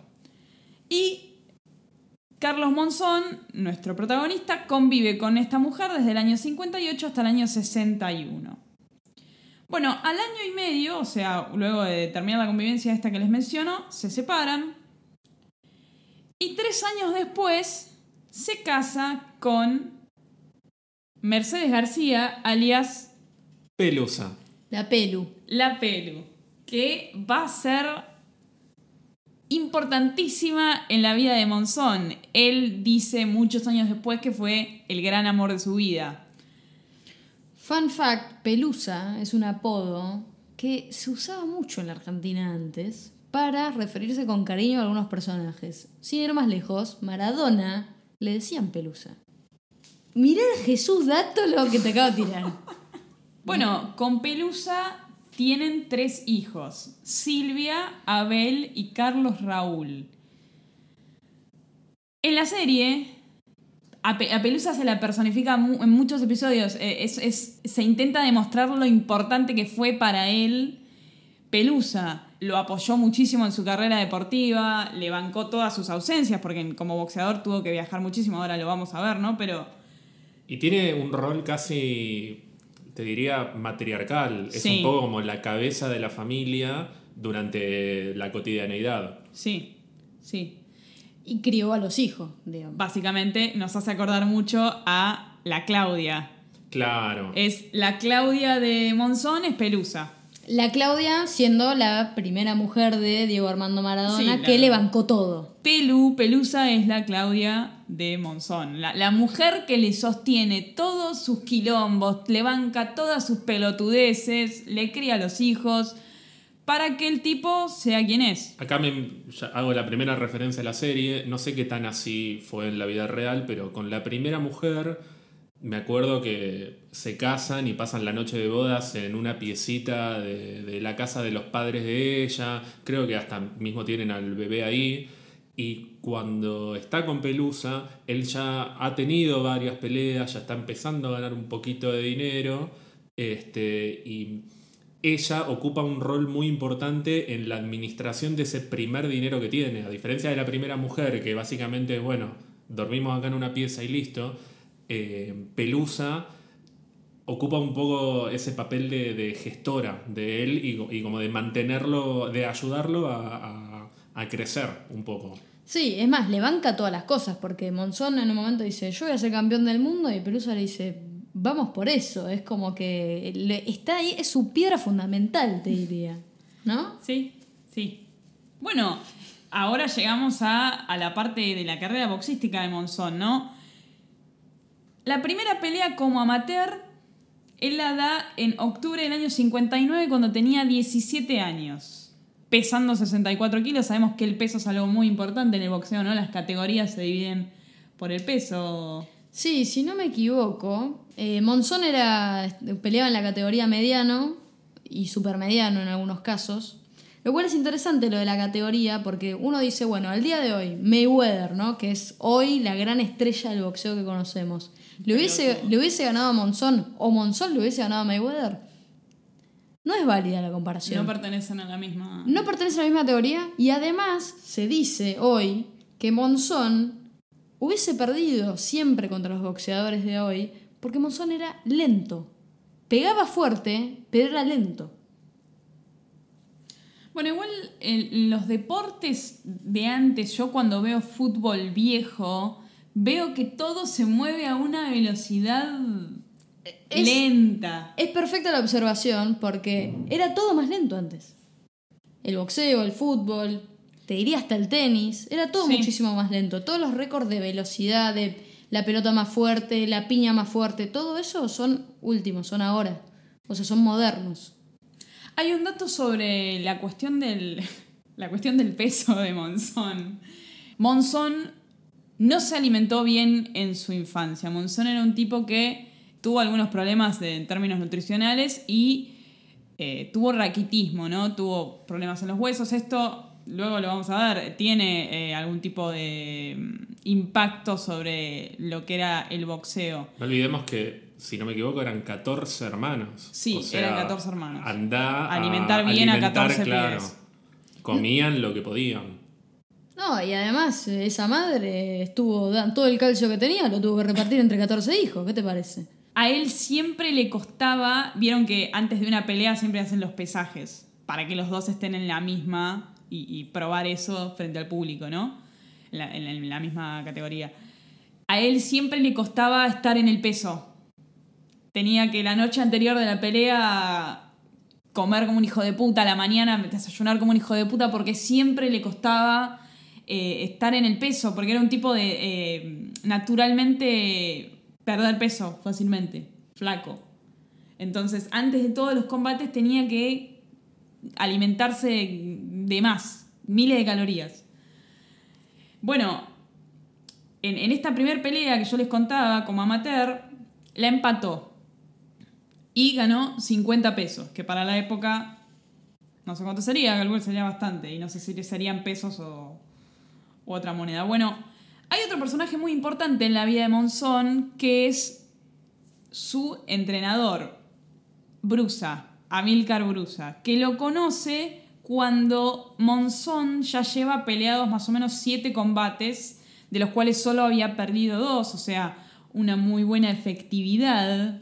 Y Carlos Monzón, nuestro protagonista, convive con esta mujer desde el año 58 hasta el año 61. Bueno, al año y medio, o sea, luego de terminar la convivencia esta que les menciono, se separan. Y 3 años después se casa con Mercedes García, alias Pelusa. La Pelu, que va a ser importantísima en la vida de Monzón. Él dice muchos años después que fue el gran amor de su vida. Fun fact, Pelusa es un apodo que se usaba mucho en la Argentina antes para referirse con cariño a algunos personajes. Sin ir más lejos, Maradona le decían Pelusa. Mirá, Jesús, dato lo que te acabo de tirar. Bueno, con Pelusa tienen 3 hijos: Silvia, Abel y Carlos Raúl. En la serie, a Pelusa se la personifica en muchos episodios. Se intenta demostrar lo importante que fue para él. Pelusa lo apoyó muchísimo en su carrera deportiva, le bancó todas sus ausencias, porque como boxeador tuvo que viajar muchísimo, ahora lo vamos a ver, ¿no? Pero Y tiene un rol casi, te diría, matriarcal. Es Sí. un poco como la cabeza de la familia durante la cotidianeidad. Sí, sí. Y crió a los hijos, digamos. Básicamente nos hace acordar mucho a la Claudia. Claro. Es la Claudia de Monzón, es Pelusa. La Claudia siendo la primera mujer de Diego Armando Maradona Sí, que le bancó todo. Pelusa es la Claudia de Monzón. La mujer que le sostiene todos sus quilombos, le banca todas sus pelotudeces, le cría a los hijos, para que el tipo sea quien es. Acá ya hago la primera referencia a la serie. No sé qué tan así fue en la vida real, pero con la primera mujer me acuerdo que se casan y pasan la noche de bodas en una piecita de la casa de los padres de ella. Creo que hasta mismo tienen al bebé ahí. Y cuando está con Pelusa, él ya ha tenido varias peleas, ya está empezando a ganar un poquito de dinero. Y ella ocupa un rol muy importante en la administración de ese primer dinero que tiene. A diferencia de la primera mujer, que básicamente, bueno, dormimos acá en una pieza y listo. Pelusa ocupa un poco ese papel de gestora de él y como de mantenerlo, de ayudarlo a crecer un poco. Sí, es más, le banca todas las cosas, porque Monzón en un momento dice, yo voy a ser campeón del mundo, y Pelusa le dice, vamos por eso. Es como que está ahí, es su piedra fundamental, te diría. ¿No? Sí, sí. Bueno, ahora llegamos a la parte de la carrera boxística de Monzón, ¿no? La primera pelea como amateur, él la da en octubre del año 59 cuando tenía 17 años. Pesando 64 kilos, sabemos que el peso es algo muy importante en el boxeo, ¿no? Las categorías se dividen por el peso. Sí, si no me equivoco, Monzón peleaba en la categoría mediano y supermediano en algunos casos. Lo cual es interesante lo de la categoría, porque uno dice, bueno, al día de hoy, Mayweather, ¿no? Que es hoy la gran estrella del boxeo que conocemos. ¿Le hubiese ganado a Monzón o Monzón le hubiese ganado a Mayweather? No es válida la comparación. No pertenecen a la misma... No pertenece a la misma teoría, y además se dice hoy que Monzón hubiese perdido siempre contra los boxeadores de hoy porque Monzón era lento. Pegaba fuerte, pero era lento. Bueno, igual en los deportes de antes, yo cuando veo fútbol viejo, veo que todo se mueve a una velocidad lenta. Es perfecta la observación porque era todo más lento antes. El boxeo, el fútbol, te diría hasta el tenis, era todo Sí. muchísimo más lento. Todos los récords de velocidad, de la pelota más fuerte, la piña más fuerte, todo eso son últimos, son ahora. O sea, son modernos. Hay un dato sobre la cuestión del peso de Monzón. Monzón no se alimentó bien en su infancia. Monzón era un tipo que tuvo algunos problemas en términos nutricionales y tuvo raquitismo, ¿no? Tuvo problemas en los huesos. Esto, luego lo vamos a ver, tiene algún tipo de impacto sobre lo que era el boxeo. No olvidemos que, si no me equivoco, eran 14 hermanos. Sí, O sea, eran 14 hermanos. Andá Alimentar bien a 14 claro. pibes. Comían lo que podían. No, y además esa madre estuvo dando todo el calcio que tenía, lo tuvo que repartir entre 14 hijos. ¿Qué te parece? A él siempre le costaba, vieron que antes de una pelea siempre hacen los pesajes, para que los dos estén en la misma y probar eso frente al público, ¿no? En la misma categoría. A él siempre le costaba estar en el peso. Tenía que la noche anterior de la pelea comer como un hijo de puta, a la mañana desayunar como un hijo de puta, porque siempre le costaba estar en el peso, porque era un tipo de naturalmente perder peso fácilmente, flaco. Entonces, antes de todos los combates tenía que alimentarse de más, miles de calorías. Bueno, en esta primera pelea que yo les contaba como amateur, la empató y ganó 50 pesos, que para la época no sé cuánto sería, calculo que sería bastante, y no sé si serían pesos u otra moneda. Bueno, hay otro personaje muy importante en la vida de Monzón, que es su entrenador, Brusa, Amílcar Brusa, que lo conoce cuando Monzón ya lleva peleados más o menos 7 combates, de los cuales solo había perdido 2, o sea, una muy buena efectividad.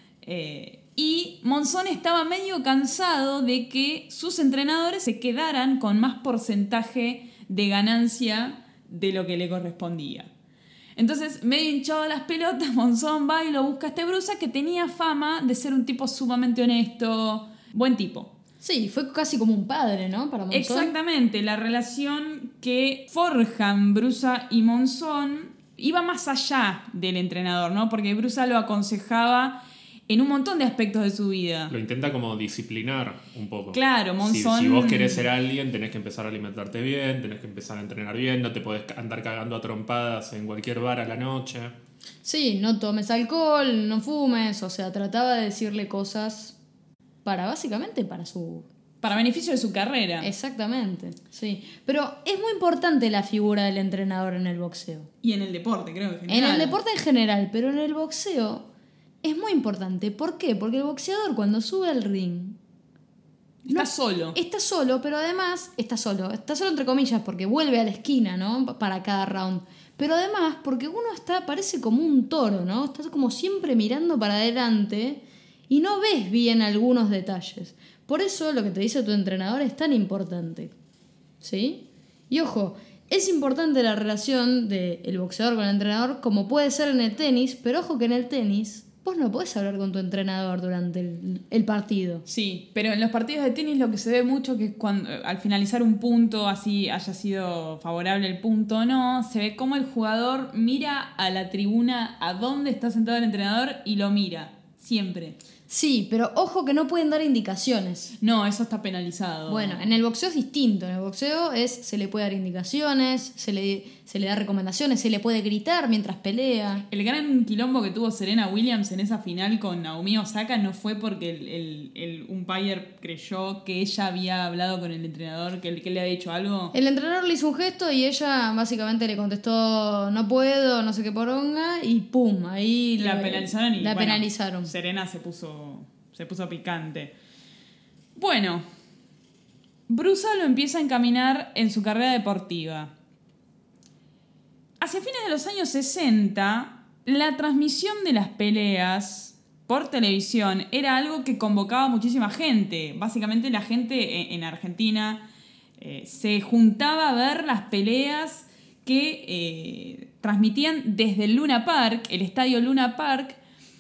Y Monzón estaba medio cansado de que sus entrenadores se quedaran con más porcentaje de ganancia de lo que le correspondía. Entonces, medio hinchado las pelotas, Monzón va y lo busca a este Brusa, que tenía fama de ser un tipo sumamente honesto, buen tipo. Sí, fue casi como un padre, ¿no? Para Monzón. Exactamente, la relación que forjan Brusa y Monzón iba más allá del entrenador, ¿no? Porque Brusa lo aconsejaba en un montón de aspectos de su vida. Lo intenta como disciplinar un poco. Claro, Monzón... Si vos querés ser alguien, tenés que empezar a alimentarte bien, tenés que empezar a entrenar bien, no te podés andar cagando a trompadas en cualquier bar a la noche. Sí, no tomes alcohol, no fumes, o sea, trataba de decirle cosas básicamente para su... Para beneficio de su carrera. Exactamente, sí. Pero es muy importante la figura del entrenador en el boxeo. Y en el deporte, creo, en general. En el deporte en general, pero en el boxeo es muy importante. ¿Por qué? Porque el boxeador cuando sube al ring... Está solo. Está solo, pero además está solo entre comillas porque vuelve a la esquina, ¿no? Para cada round. Pero además porque uno parece como un toro, ¿no? Estás como siempre mirando para adelante y no ves bien algunos detalles. Por eso lo que te dice tu entrenador es tan importante, ¿sí? Y ojo, es importante la relación del boxeador con el entrenador como puede ser en el tenis, pero ojo que en el tenis vos no podés hablar con tu entrenador durante el partido. Sí, pero en los partidos de tenis lo que se ve mucho que es cuando al finalizar un punto, así haya sido favorable el punto o no, se ve cómo el jugador mira a la tribuna a dónde está sentado el entrenador y lo mira, siempre. Sí, pero ojo que no pueden dar indicaciones. No, eso está penalizado. Bueno, en el boxeo es distinto. En el boxeo se le puede dar indicaciones, se le da recomendaciones, se le puede gritar mientras pelea. El gran quilombo que tuvo Serena Williams en esa final con Naomi Osaka no fue porque el umpire creyó que ella había hablado con el entrenador, que le había dicho algo. El entrenador le hizo un gesto y ella básicamente le contestó no puedo, no sé qué poronga, y pum, ahí la penalizaron y la penalizaron. Serena se puso picante. Bueno, Brusa lo empieza a encaminar en su carrera deportiva. Hacia fines de los años 60, la transmisión de las peleas por televisión era algo que convocaba a muchísima gente. Básicamente la gente en Argentina se juntaba a ver las peleas que transmitían desde el Luna Park, el estadio Luna Park.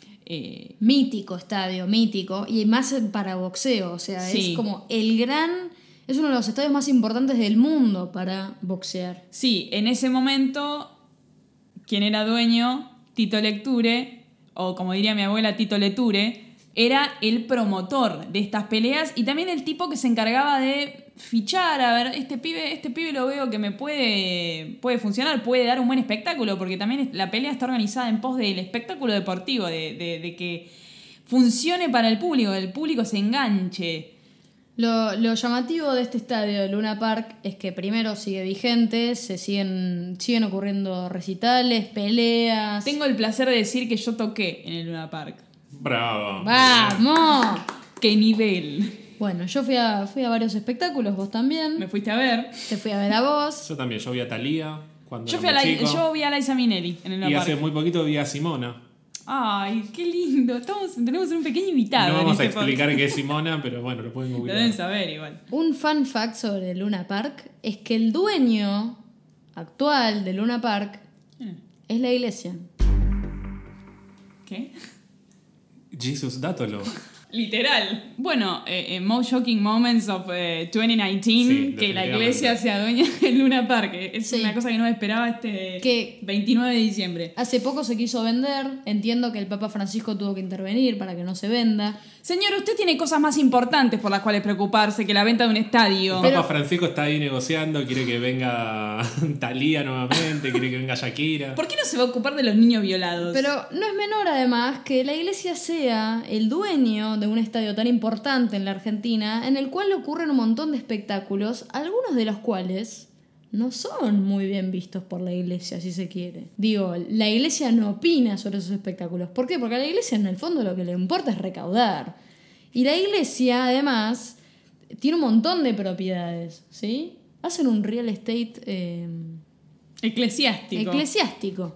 Mítico estadio, mítico, y más para boxeo, o sea, sí. Es como es uno de los estadios más importantes del mundo para boxear. Sí, en ese momento, quien era dueño, Tito Lecture, o como diría mi abuela, Tito Leture, era el promotor de estas peleas y también el tipo que se encargaba de fichar, a ver, este pibe lo veo que me puede funcionar, puede dar un buen espectáculo, porque también la pelea está organizada en pos del espectáculo deportivo, de que funcione para el público se enganche. Lo llamativo de este estadio de Luna Park es que primero sigue vigente, siguen ocurriendo recitales, peleas. Tengo el placer de decir que yo toqué en el Luna Park. ¡Bravo! ¡Vamos! ¡Qué nivel! Bueno, yo fui a varios espectáculos, vos también. Me fuiste a ver. Te fui a ver a vos. Yo también, yo vi a Thalía cuando Yo vi a Liza Minnelli en el Luna y Park. hace muy poquito vi a Simona. Ay, qué lindo. Tenemos un pequeño invitado. No vamos a en este explicar podcast. qué es Simona, pero bueno, lo pueden Lo googlear. deben saber igual. Un fun fact sobre Luna Park es que el dueño actual de Luna Park es la iglesia. ¿Qué? Jesus, dátelo. Literal. Bueno, Most Shocking Moments of 2019, Sí, que la definitivamente. iglesia sea dueña del Luna Park. Es Sí. una cosa que no me esperaba Que- 29 de diciembre. Hace poco se quiso vender, entiendo que el Papa Francisco tuvo que intervenir para que no se venda. Señor, usted tiene cosas más importantes por las cuales preocuparse que la venta de un estadio. El Papa Francisco está ahí negociando, quiere que venga Thalía nuevamente, quiere que venga Shakira. ¿Por qué no se va a ocupar de los niños violados? Pero no es menor además que la iglesia sea el dueño de un estadio tan importante en la Argentina en el cual ocurren un montón de espectáculos, algunos de los cuales no son muy bien vistos por la iglesia, si se quiere. Digo, la iglesia no opina sobre esos espectáculos. ¿Por qué? Porque a la iglesia en el fondo lo que le importa es recaudar. Y la iglesia además tiene un montón de propiedades, ¿sí? Hacen un real estate Eclesiástico. eclesiástico.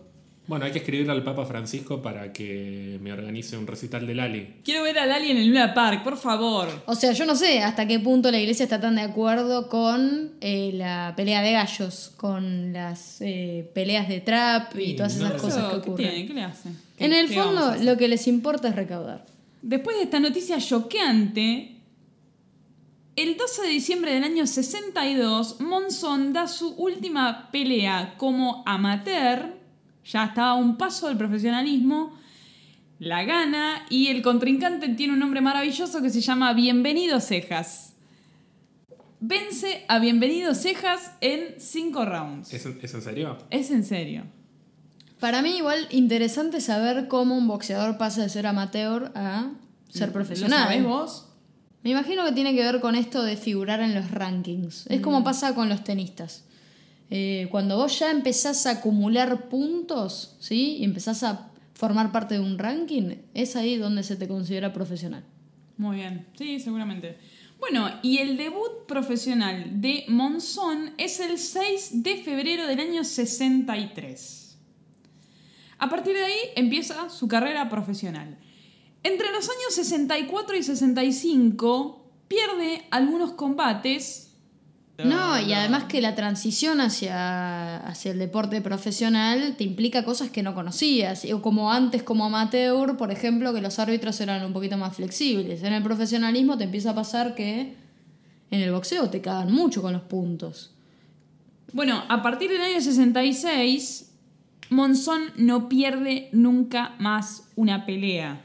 Bueno, hay que escribirle al Papa Francisco para que me organice un recital de Lali. Quiero ver a Lali en el Luna Park, por favor. O sea, yo no sé hasta qué punto la iglesia está tan de acuerdo con la pelea de gallos, con las peleas de trap y Sí, todas esas no, cosas que ¿Qué ocurren. tiene? ¿Qué le hace? En el ¿Qué vamos a fondo, hacer? lo que les importa es recaudar. Después de esta noticia choqueante, el 12 de diciembre del año 62, Monzón da su última pelea como amateur, ya estaba a un paso del profesionalismo, la gana y el contrincante tiene un nombre maravilloso que se llama Bienvenido Cejas. Vence a Bienvenido Cejas en 5 rounds. ¿Es en serio? Es en serio. Para mí igual interesante saber cómo un boxeador pasa de ser amateur a ser profesional. ¿Lo sabés vos? Me imagino que tiene que ver con esto de figurar en los rankings. Es como pasa con los tenistas. Cuando vos ya empezás a acumular puntos, ¿sí? Y empezás a formar parte de un ranking, es ahí donde se te considera profesional. Muy bien, sí, seguramente. Bueno, y el debut profesional de Monzón es el 6 de febrero del año 63. A partir de ahí empieza su carrera profesional. Entre los años 64 y 65 pierde algunos combates. No, y además que la transición hacia el deporte profesional te implica cosas que no conocías. O como antes, como amateur, por ejemplo, que los árbitros eran un poquito más flexibles. En el profesionalismo te empieza a pasar que en el boxeo te cagan mucho con los puntos. Bueno, a partir del año 66, Monzón no pierde nunca más una pelea.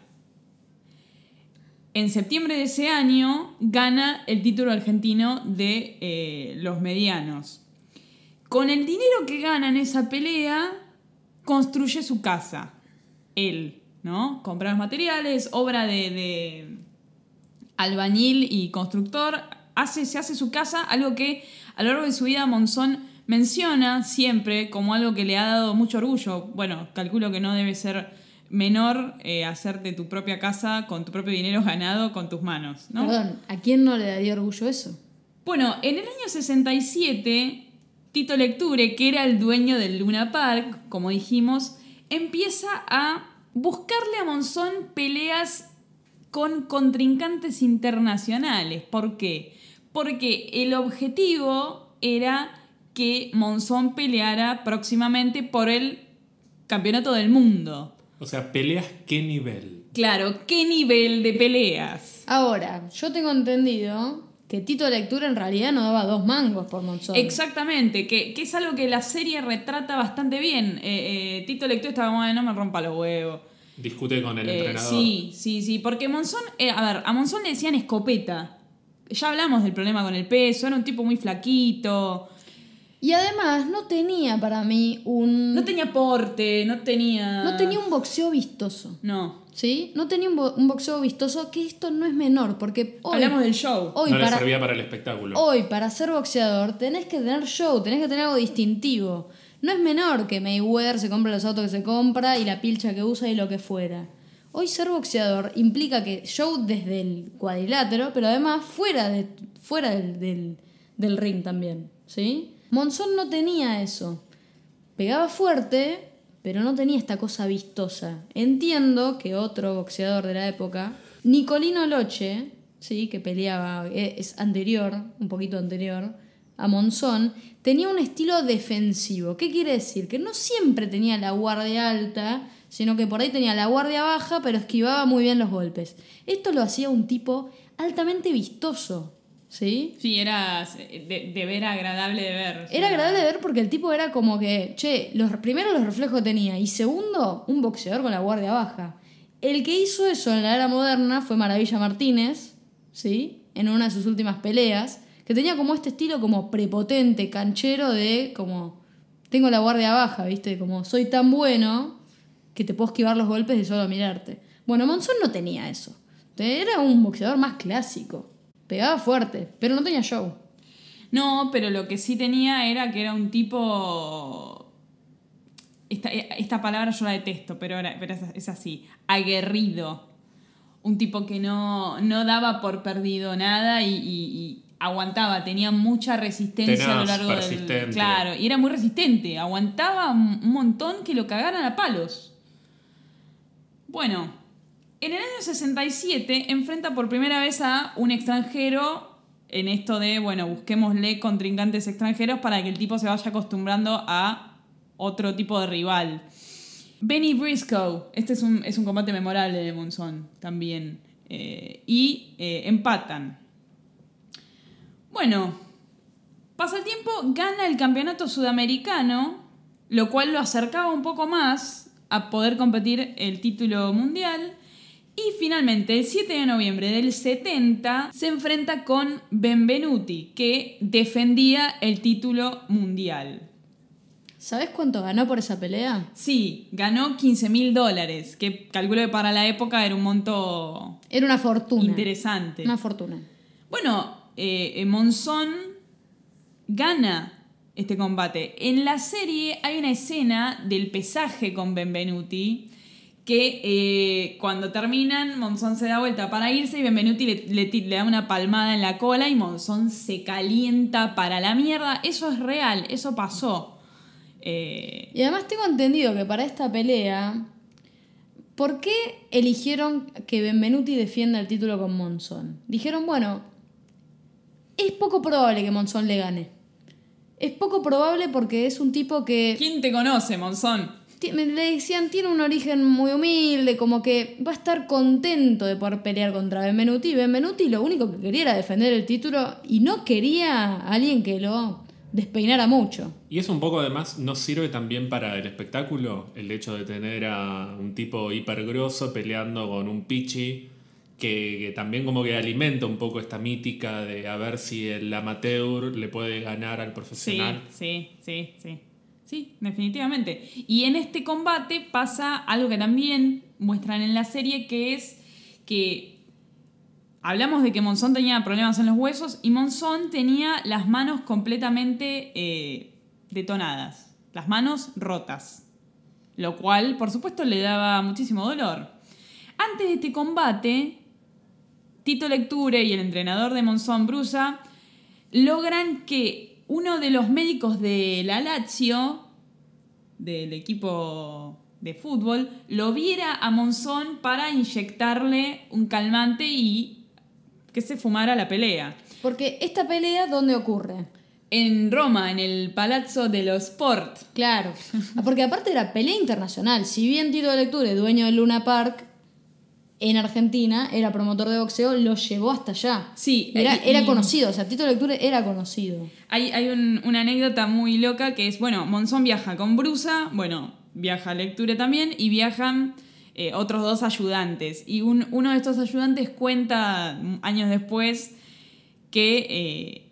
En septiembre de ese año gana el título argentino de los medianos. Con el dinero que gana en esa pelea, construye su casa. Él, ¿no? Compra los materiales, obra de albañil y constructor, se hace su casa, algo que a lo largo de su vida Monzón menciona siempre como algo que le ha dado mucho orgullo. Bueno, calculo que no debe ser menor hacerte tu propia casa con tu propio dinero ganado con tus manos, ¿no? Perdón, ¿a quién no le daría orgullo eso? Bueno, en el año 67, Tito Lecture, que era el dueño del Luna Park, como dijimos, empieza a buscarle a Monzón peleas con contrincantes internacionales. ¿Por qué? Porque el objetivo era que Monzón peleara próximamente por el campeonato del mundo. O sea, ¿peleas qué nivel? Claro, ¿qué nivel de peleas? Ahora, yo tengo entendido que Tito Lectura en realidad no daba 2 mangos por Monzón. Exactamente, que es algo que la serie retrata bastante bien. Tito Lectura estaba como, no me rompa los huevos. Discute con el entrenador. Sí, porque Monzón, a Monzón le decían escopeta. Ya hablamos del problema con el peso, era un tipo muy flaquito. Y además no tenía para mí No tenía porte, no tenía un boxeo vistoso. No. ¿Sí? No tenía un boxeo vistoso, que esto no es menor, porque hoy... Hablamos del show. Hoy no le servía para el espectáculo. Hoy, para ser boxeador, tenés que tener show, tenés que tener algo distintivo. No es menor que Mayweather se compra los autos que se compra y la pilcha que usa y lo que fuera. Hoy ser boxeador implica que show desde el cuadrilátero, pero además fuera del ring también, ¿sí? Monzón no tenía eso. Pegaba fuerte, pero no tenía esta cosa vistosa. Entiendo que otro boxeador de la época, Nicolino Loche, ¿sí? Que peleaba, es anterior, un poquito anterior a Monzón, tenía un estilo defensivo. ¿Qué quiere decir? Que no siempre tenía la guardia alta, sino que por ahí tenía la guardia baja, pero esquivaba muy bien los golpes. Esto lo hacía un tipo altamente vistoso, ¿sí? Sí, era de ver agradable de ver. O sea, Era agradable de ver porque el tipo era como que, primero los reflejos que tenía y segundo, un boxeador con la guardia baja. El que hizo eso en la era moderna fue Maravilla Martínez, ¿sí? En una de sus últimas peleas, que tenía como este estilo como prepotente, canchero de como, tengo la guardia baja, ¿viste? Como soy tan bueno que te puedo esquivar los golpes de solo mirarte. Bueno, Monzón no tenía eso. Era un boxeador más clásico. Pegaba fuerte, pero no tenía show. No, pero lo que sí tenía era que era un tipo... Esta palabra yo la detesto, pero es así. Aguerrido. Un tipo que no daba por perdido nada y aguantaba, tenía mucha resistencia a lo largo persistente. del... Claro, y era muy resistente, aguantaba un montón que lo cagaran a palos. Bueno, en el año 67 enfrenta por primera vez a un extranjero en esto de, bueno, busquémosle contrincantes extranjeros para que el tipo se vaya acostumbrando a otro tipo de rival. Benny Briscoe, este es un combate memorable de Monzón también, empatan. Bueno, pasa el tiempo, gana el campeonato sudamericano, lo cual lo acercaba un poco más a poder competir el título mundial. Y finalmente, el 7 de noviembre del 70, se enfrenta con Benvenuti, que defendía el título mundial. ¿Sabés cuánto ganó por esa pelea? Sí, ganó $15.000, que calculo que para la época era un monto... Era una fortuna. Interesante. Una fortuna. Bueno, Monzón gana este combate. En la serie hay una escena del pesaje con Benvenuti que cuando terminan, Monzón se da vuelta para irse y Benvenuti le da una palmada en la cola y Monzón se calienta para la mierda. Eso es real, eso pasó. Y además tengo entendido que para esta pelea, ¿por qué eligieron que Benvenuti defienda el título con Monzón? Dijeron, bueno, es poco probable que Monzón le gane. Es poco probable porque es un tipo que... ¿Quién te conoce, Monzón? Le decían, tiene un origen muy humilde, como que va a estar contento de poder pelear contra Benvenuti. Y Benvenuti lo único que quería era defender el título y no quería a alguien que lo despeinara mucho. Y eso un poco además nos sirve también para el espectáculo, el hecho de tener a un tipo hipergroso peleando con un pichi que también como que alimenta un poco esta mítica de a ver si el amateur le puede ganar al profesional. Sí, definitivamente. Y en este combate pasa algo que también muestran en la serie, que es que hablamos de que Monzón tenía problemas en los huesos y Monzón tenía las manos completamente detonadas, las manos rotas, lo cual por supuesto le daba muchísimo dolor. Antes de este combate, Tito Lecture y el entrenador de Monzón, Brusa, logran que uno de los médicos de la Lazio, del equipo de fútbol, lo viera a Monzón para inyectarle un calmante y que se fumara la pelea. Porque esta pelea, ¿dónde ocurre? En Roma, en el Palazzo dello Sport. Claro, porque aparte era pelea internacional. Si bien Tito Lecture, dueño del Luna Park en Argentina, era promotor de boxeo, lo llevó hasta allá. Sí, era conocido, o sea, Tito Lecture era conocido. Hay una anécdota muy loca que es, bueno, Monzón viaja con Brusa, bueno, viaja Lecture también y viajan otros dos ayudantes. Y uno de estos ayudantes cuenta años después que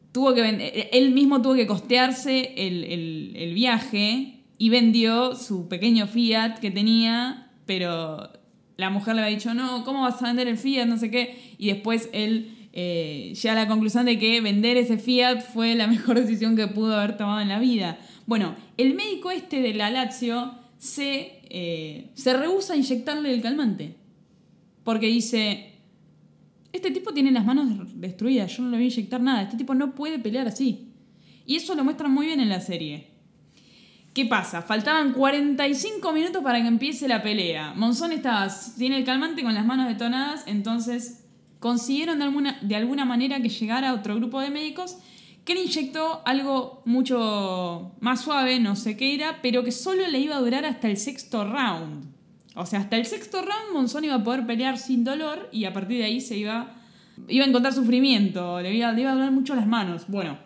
él mismo tuvo que costearse el viaje y vendió su pequeño Fiat que tenía, pero la mujer le había dicho, no, ¿cómo vas a vender el Fiat? No sé qué. Y después él llega a la conclusión de que vender ese Fiat fue la mejor decisión que pudo haber tomado en la vida. Bueno, el médico este de la Lazio se rehúsa a inyectarle el calmante. Porque dice, este tipo tiene las manos destruidas, yo no le voy a inyectar nada, este tipo no puede pelear así. Y eso lo muestran muy bien en la serie. ¿Qué pasa? Faltaban 45 minutos para que empiece la pelea. Monzón tiene el calmante con las manos detonadas, entonces consiguieron de alguna manera que llegara otro grupo de médicos que le inyectó algo mucho más suave, no sé qué era, pero que solo le iba a durar hasta el sexto round. O sea, hasta el sexto round Monzón iba a poder pelear sin dolor y a partir de ahí se iba a encontrar sufrimiento, le iba a doler mucho las manos. Bueno,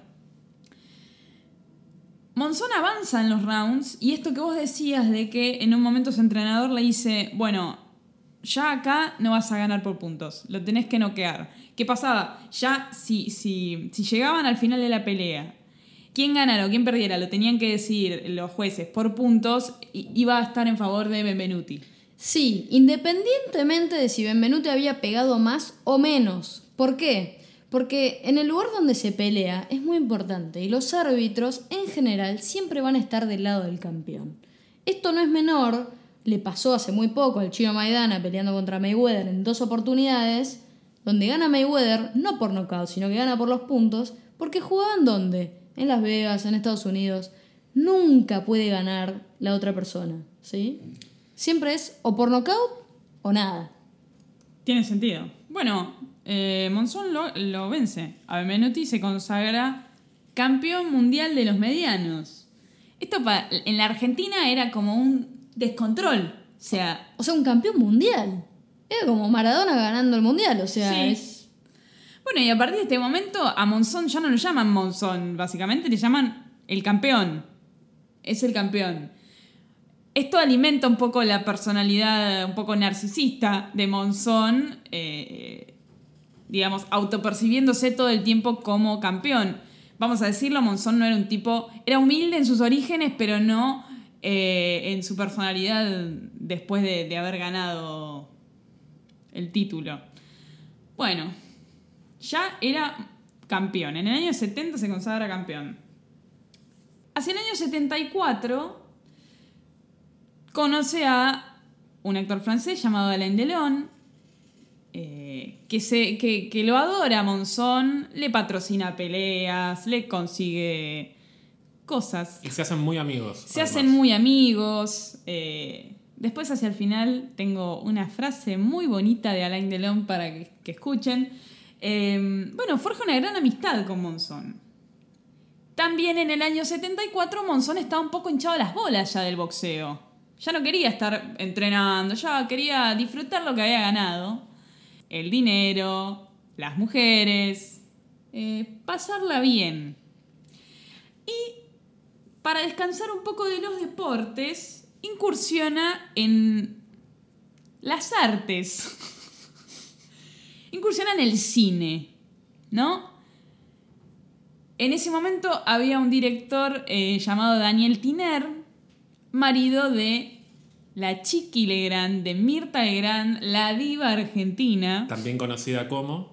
Monzón avanza en los rounds y esto que vos decías de que en un momento su entrenador le dice, bueno, ya acá no vas a ganar por puntos, lo tenés que noquear. ¿Qué pasaba? Ya si llegaban al final de la pelea, quién ganara o quién perdiera lo tenían que decidir los jueces por puntos, iba a estar en favor de Benvenuti. Sí, independientemente de si Benvenuti había pegado más o menos. ¿Por qué? Porque en el lugar donde se pelea es muy importante y los árbitros en general siempre van a estar del lado del campeón. Esto no es menor, le pasó hace muy poco al Chino Maidana peleando contra Mayweather en 2 oportunidades donde gana Mayweather no por nocaut, sino que gana por los puntos, porque jugaban ¿dónde? En Las Vegas, en Estados Unidos. Nunca puede ganar la otra persona, ¿sí? Siempre es o por nocaut o nada. Tiene sentido. Bueno, Monzón lo vence. A Benvenuti se consagra campeón mundial de los medianos. Esto en la Argentina era como un descontrol. O sea, un campeón mundial. Era como Maradona ganando el mundial, o sea, sí. es... Bueno, y a partir de este momento a Monzón ya no lo llaman Monzón, básicamente le llaman el campeón. Es el campeón. Esto alimenta un poco la personalidad un poco narcisista de Monzón, digamos, autopercibiéndose todo el tiempo como campeón. Vamos a decirlo, Monzón no era un tipo... Era humilde en sus orígenes, pero no en su personalidad después de haber ganado el título. Bueno, ya era campeón. En el año 70 se consagra campeón. Hacia el año 74 conoce a un actor francés llamado Alain Delon, que lo adora a Monzón, le patrocina peleas, le consigue cosas. Y se hacen muy amigos. Se hacen muy amigos. Después, hacia el final, tengo una frase muy bonita de Alain Delon para que escuchen. Bueno, forja una gran amistad con Monzón. También en el año 74 Monzón estaba un poco hinchado las bolas ya del boxeo. Ya no quería estar entrenando, ya quería disfrutar lo que había ganado. El dinero, las mujeres, pasarla bien. Y para descansar un poco de los deportes, incursiona en las artes. Incursiona en el cine, ¿no? En ese momento había un director llamado Daniel Tiner, marido de la Chiqui Legrand, de Mirta Legrand, la diva argentina. También conocida como...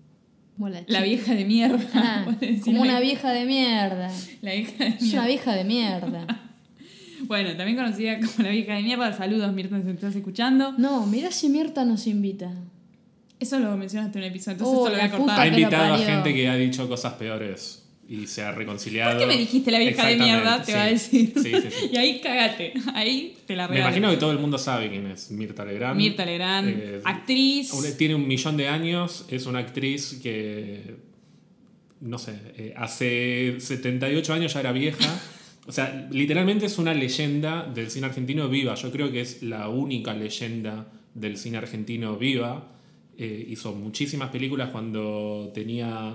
La vieja de mierda. Ah, como una vieja de mierda. La vieja de mierda. Es una vieja de mierda. Bueno, también conocida como la vieja de mierda. Saludos, Mirta, si me estás escuchando. No, mirá si Mirta nos invita. Eso lo mencionaste en un episodio, entonces esto lo voy a la cortar. puta Ha que lo invitado a parió. gente que ha dicho cosas peores y se ha reconciliado. ¿Por qué me dijiste la vieja de mierda? Te va a decir. Sí. Y ahí cagate. Ahí te la Me regalo. imagino que todo el mundo sabe quién es Mirta Legrand. Mirta Legrand, actriz. Tiene 1 millón de años, es una actriz que, no sé, hace 78 años ya era vieja. O sea, literalmente es una leyenda del cine argentino viva. Yo creo que es la única leyenda del cine argentino viva. Hizo muchísimas películas cuando tenía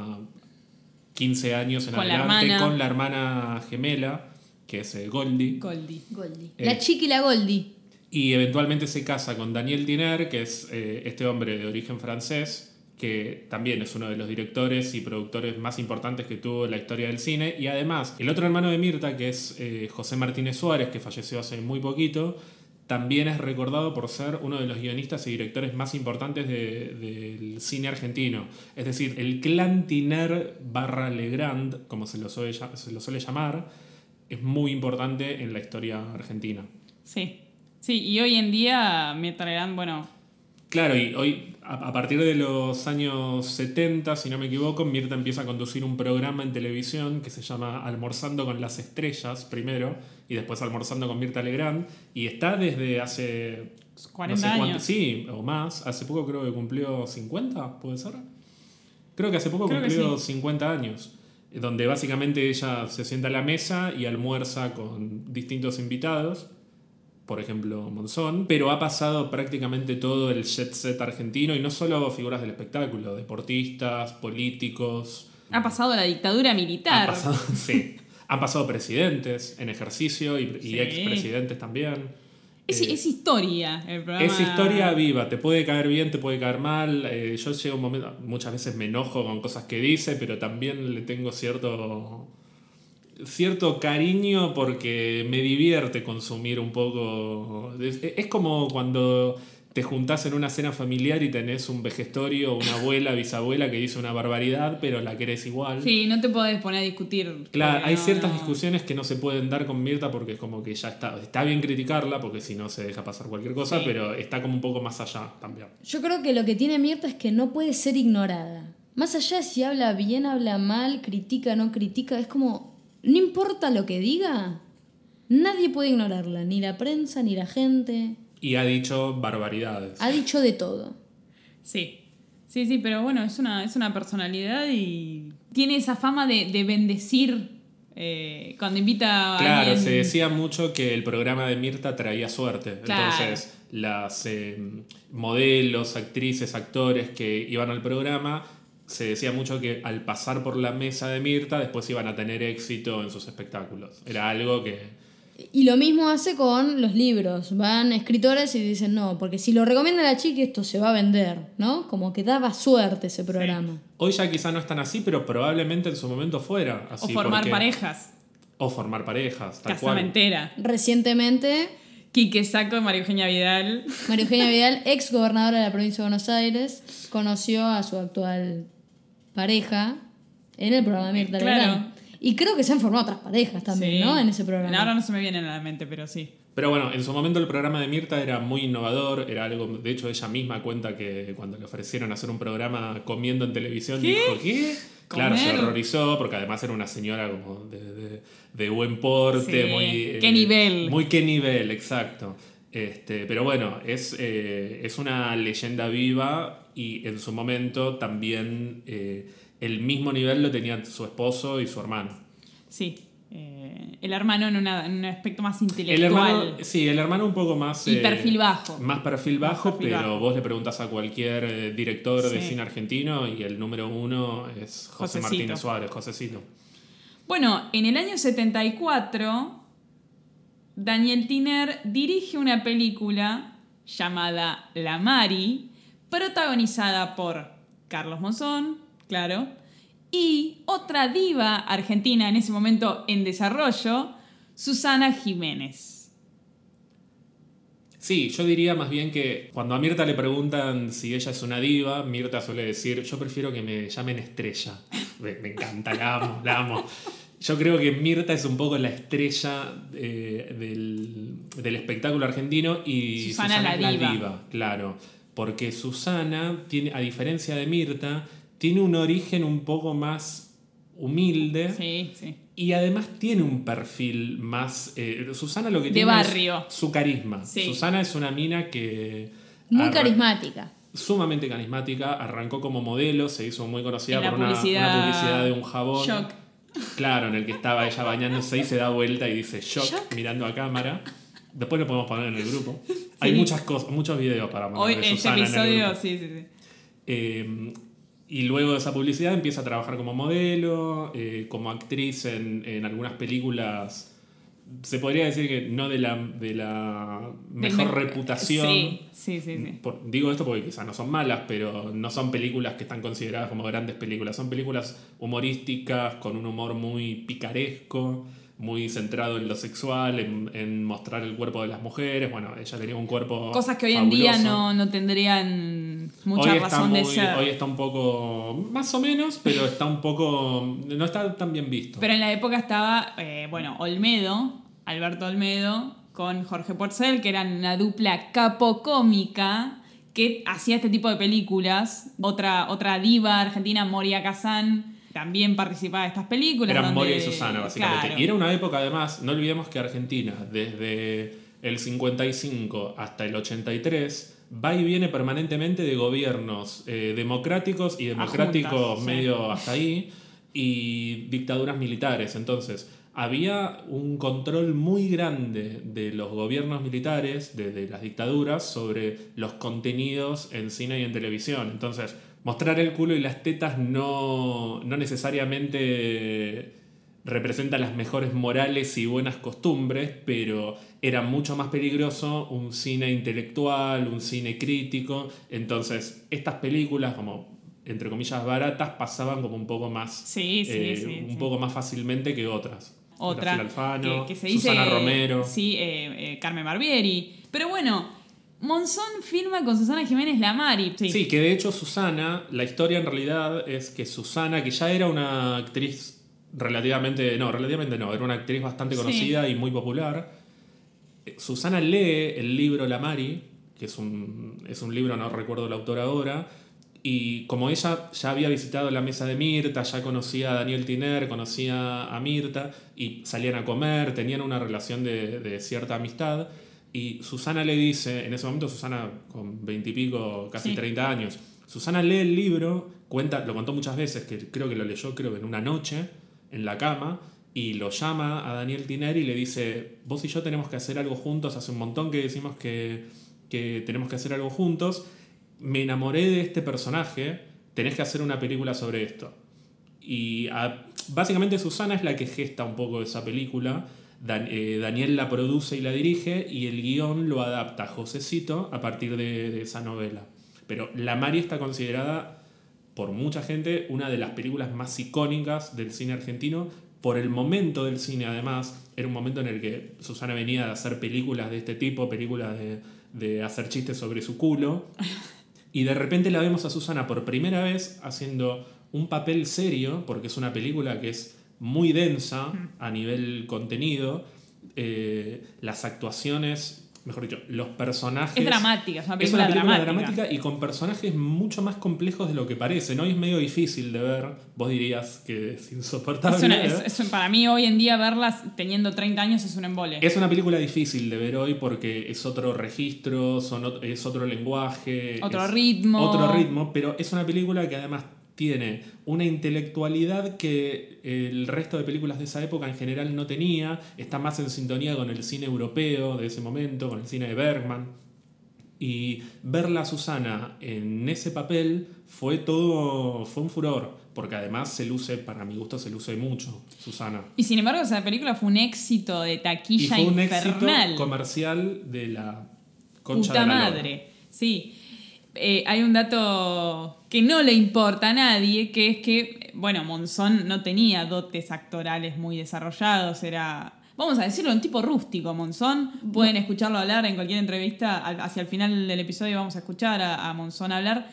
15 años en Con la adelante, hermana. con la hermana gemela, que es Goldie. Goldie. Goldie. La Chiqui y la Goldie. Y eventualmente se casa con Daniel Tiner, que es este hombre de origen francés, que también es uno de los directores y productores más importantes que tuvo en la historia del cine. Y además, el otro hermano de Mirta, que es José Martínez Suárez, que falleció hace muy poquito, también es recordado por ser uno de los guionistas y directores más importantes del cine argentino. Es decir, el clan Tiner / Legrand, como se lo suele llamar, es muy importante en la historia argentina. Sí. Sí, y hoy en día Mirta Legrand, bueno... Claro, y hoy, a partir de los años 70, si no me equivoco, Mirta empieza a conducir un programa en televisión que se llama Almorzando con las Estrellas, primero, y después Almorzando con Mirta Legrand, y está desde hace... 40 años. Sí, o más. Hace poco creo que cumplió 50, ¿puede ser? Creo que hace poco Creo que cumplió sí. 50 años, donde básicamente ella se sienta a la mesa y almuerza con distintos invitados. Por ejemplo, Monzón, pero ha pasado prácticamente todo el jet set argentino y no solo figuras del espectáculo, deportistas, políticos. Ha pasado la dictadura militar. Sí, han pasado presidentes en ejercicio y Sí. expresidentes también. Es historia el programa. Es historia viva, te puede caer bien, te puede caer mal. Yo llego a un momento, muchas veces me enojo con cosas que dice, pero también le tengo cierto cariño porque me divierte consumir un poco. Es como cuando te juntás en una cena familiar y tenés un vejestorio, una abuela, bisabuela que dice una barbaridad, pero la querés igual. Sí, no te podés poner a discutir. Claro, hay ciertas no. discusiones que no se pueden dar con Mirta porque es como que ya está bien criticarla porque si no se deja pasar cualquier cosa, Sí. pero está como un poco más allá también. Yo creo que lo que tiene Mirta es que no puede ser ignorada. Más allá de si habla bien, habla mal, critica, no critica, es como, no importa lo que diga, nadie puede ignorarla, ni la prensa, ni la gente. Y ha dicho barbaridades. Ha dicho de todo. Sí, pero bueno, es una personalidad y tiene esa fama de bendecir cuando invita a Claro, alguien. se decía mucho que el programa de Mirta traía suerte. Claro. Entonces, las modelos, actrices, actores que iban al programa, se decía mucho que al pasar por la mesa de Mirta, después iban a tener éxito en sus espectáculos. Era algo que... Y lo mismo hace con los libros. Van escritores y dicen, no, porque si lo recomienda la chica esto se va a vender, ¿no? Como que daba suerte ese programa. Hoy ya quizá no es tan así, pero probablemente en su momento fuera así. O formar porque- parejas. O formar parejas, tal cual. Casamentera. Recientemente, Quique Saco y María Eugenia Vidal. María Eugenia Vidal, ex gobernadora de la provincia de Buenos Aires, conoció a su actual pareja en el programa de Mirta Claro. Legrand. Y creo que se han formado otras parejas también, Sí. ¿no? En ese programa. Ahora no se me viene a la mente, pero sí. Pero bueno, en su momento el programa de Mirta era muy innovador, era algo, de hecho ella misma cuenta que cuando le ofrecieron hacer un programa comiendo en televisión, ¿Qué? dijo, ¿qué? Claro, se ¿Comer? horrorizó porque además era una señora como de buen porte, Sí. muy... ¿Qué nivel? Muy qué nivel, exacto. Pero bueno, es una leyenda viva y en su momento también el mismo nivel lo tenían su esposo y su hermano. Sí. El hermano en un aspecto más intelectual. El hermano un poco más... Y perfil bajo. Más perfil bajo, perfil pero bajo. vos le preguntas a cualquier director de Sí. cine argentino y el número uno es José Josecito. Martínez Suárez, Josecito. Bueno, en el año 74, Daniel Tiner dirige una película llamada La Mari, protagonizada por Carlos Monzón, claro, y otra diva argentina en ese momento en desarrollo, Susana Jiménez. Sí, yo diría más bien que cuando a Mirta le preguntan si ella es una diva, Mirta suele decir, yo prefiero que me llamen estrella. Me encanta, la amo, la amo. Yo creo que Mirta es un poco la estrella del espectáculo argentino y Susana Susana la es diva. la diva, claro. Porque Susana, tiene, a diferencia de Mirta, tiene un origen un poco más humilde. Sí. Y además tiene un perfil más... Susana lo que De tiene barrio. es su carisma. Sí. Susana es una mina que... Muy carismática. Sumamente carismática. Arrancó como modelo, se hizo muy conocida En la por una publicidad de un jabón. Shock. Claro, en el que estaba ella bañándose y se da vuelta y dice shock, Shock. mirando a cámara. Después lo podemos poner en el grupo. Hay muchas cosas, muchos videos para poner Hoy de este Susana en el episodio, grupo. sí. Y luego de esa publicidad empieza a trabajar como modelo, como actriz en algunas películas. Se podría decir que no de la mejor reputación. Sí. Digo esto porque quizás no son malas, pero no son películas que están consideradas como grandes películas. Son películas humorísticas, con un humor muy picaresco, muy centrado en lo sexual, en mostrar el cuerpo de las mujeres. Bueno, ella tenía un cuerpo Cosas que hoy en día fabuloso. no tendrían mucha Hoy razón de ser. Hoy está un poco, más o menos, pero está un poco, no está tan bien visto. Pero en la época estaba, Alberto Olmedo, con Jorge Porcel, que eran una dupla capocómica que hacía este tipo de películas. Otra diva argentina, Moria Kazan, también participaba de estas películas. Eran donde- Moria y Susana, básicamente. Claro. Y era una época, además, no olvidemos que Argentina, desde el 55 hasta el 83, va y viene permanentemente de gobiernos democráticos y democráticos juntas, sí. medio hasta ahí, y dictaduras militares. Entonces, había un control muy grande de los gobiernos militares, de las dictaduras, sobre los contenidos en cine y en televisión. Entonces, mostrar el culo y las tetas no necesariamente representa las mejores morales y buenas costumbres, pero era mucho más peligroso un cine intelectual, un cine crítico. Entonces, estas películas, como entre comillas baratas, pasaban como un poco más Sí, poco más fácilmente que otras. Otra Graciela Alfano, que se dice, Susana Romero. Sí, Carmen Barbieri. Pero bueno, Monzón firma con Susana Jiménez la Mari. Sí, que de hecho Susana, la historia en realidad es que Susana, que ya era una actriz relativamente no, era una actriz bastante conocida y muy popular. Susana lee el libro La Mari, que es un libro, no recuerdo el autor ahora, y como ella ya había visitado la mesa de Mirta, ya conocía a Daniel Tiner, conocía a Mirta, y salían a comer, tenían una relación de cierta amistad, y Susana le dice, en ese momento Susana con 20 y pico, casi 30 años, Susana lee el libro, lo contó muchas veces, que creo que lo leyó en una noche, en la cama, y lo llama a Daniel Tiner y le dice, vos y yo tenemos que hacer algo juntos, hace un montón que decimos que tenemos que hacer algo juntos, me enamoré de este personaje, tenés que hacer una película sobre esto. Y básicamente Susana es la que gesta un poco esa película, Daniel la produce y la dirige, y el guión lo adapta Josecito a partir de esa novela. Pero La Mari está considerada por mucha gente una de las películas más icónicas del cine argentino, por el momento del cine además. Era un momento en el que Susana venía de hacer películas de este tipo, películas de hacer chistes sobre su culo, y de repente la vemos a Susana por primera vez haciendo un papel serio, porque es una película que es muy densa a nivel contenido, las actuaciones, mejor dicho, los personajes... Es dramática, es una película, dramática y con personajes mucho más complejos de lo que parece, ¿no? Y es medio difícil de ver, vos dirías que es insoportable. Para mí hoy en día verlas teniendo 30 años es un embole. Es una película difícil de ver hoy porque es otro registro, es otro lenguaje, otro ritmo, pero es una película que además tiene una intelectualidad que el resto de películas de esa época en general no tenía, está más en sintonía con el cine europeo de ese momento, con el cine de Bergman. Y verla a Susana en ese papel fue un furor, porque además para mi gusto se luce mucho Susana. Y sin embargo esa película fue un éxito de taquilla y fue infernal. Un éxito comercial de la concha puta de la madre. lora. Sí. Hay un dato que no le importa a nadie, que es que, Monzón no tenía dotes actorales muy desarrollados, era, vamos a decirlo, un tipo rústico. Monzón, pueden escucharlo hablar en cualquier entrevista, hacia el final del episodio vamos a escuchar a Monzón hablar.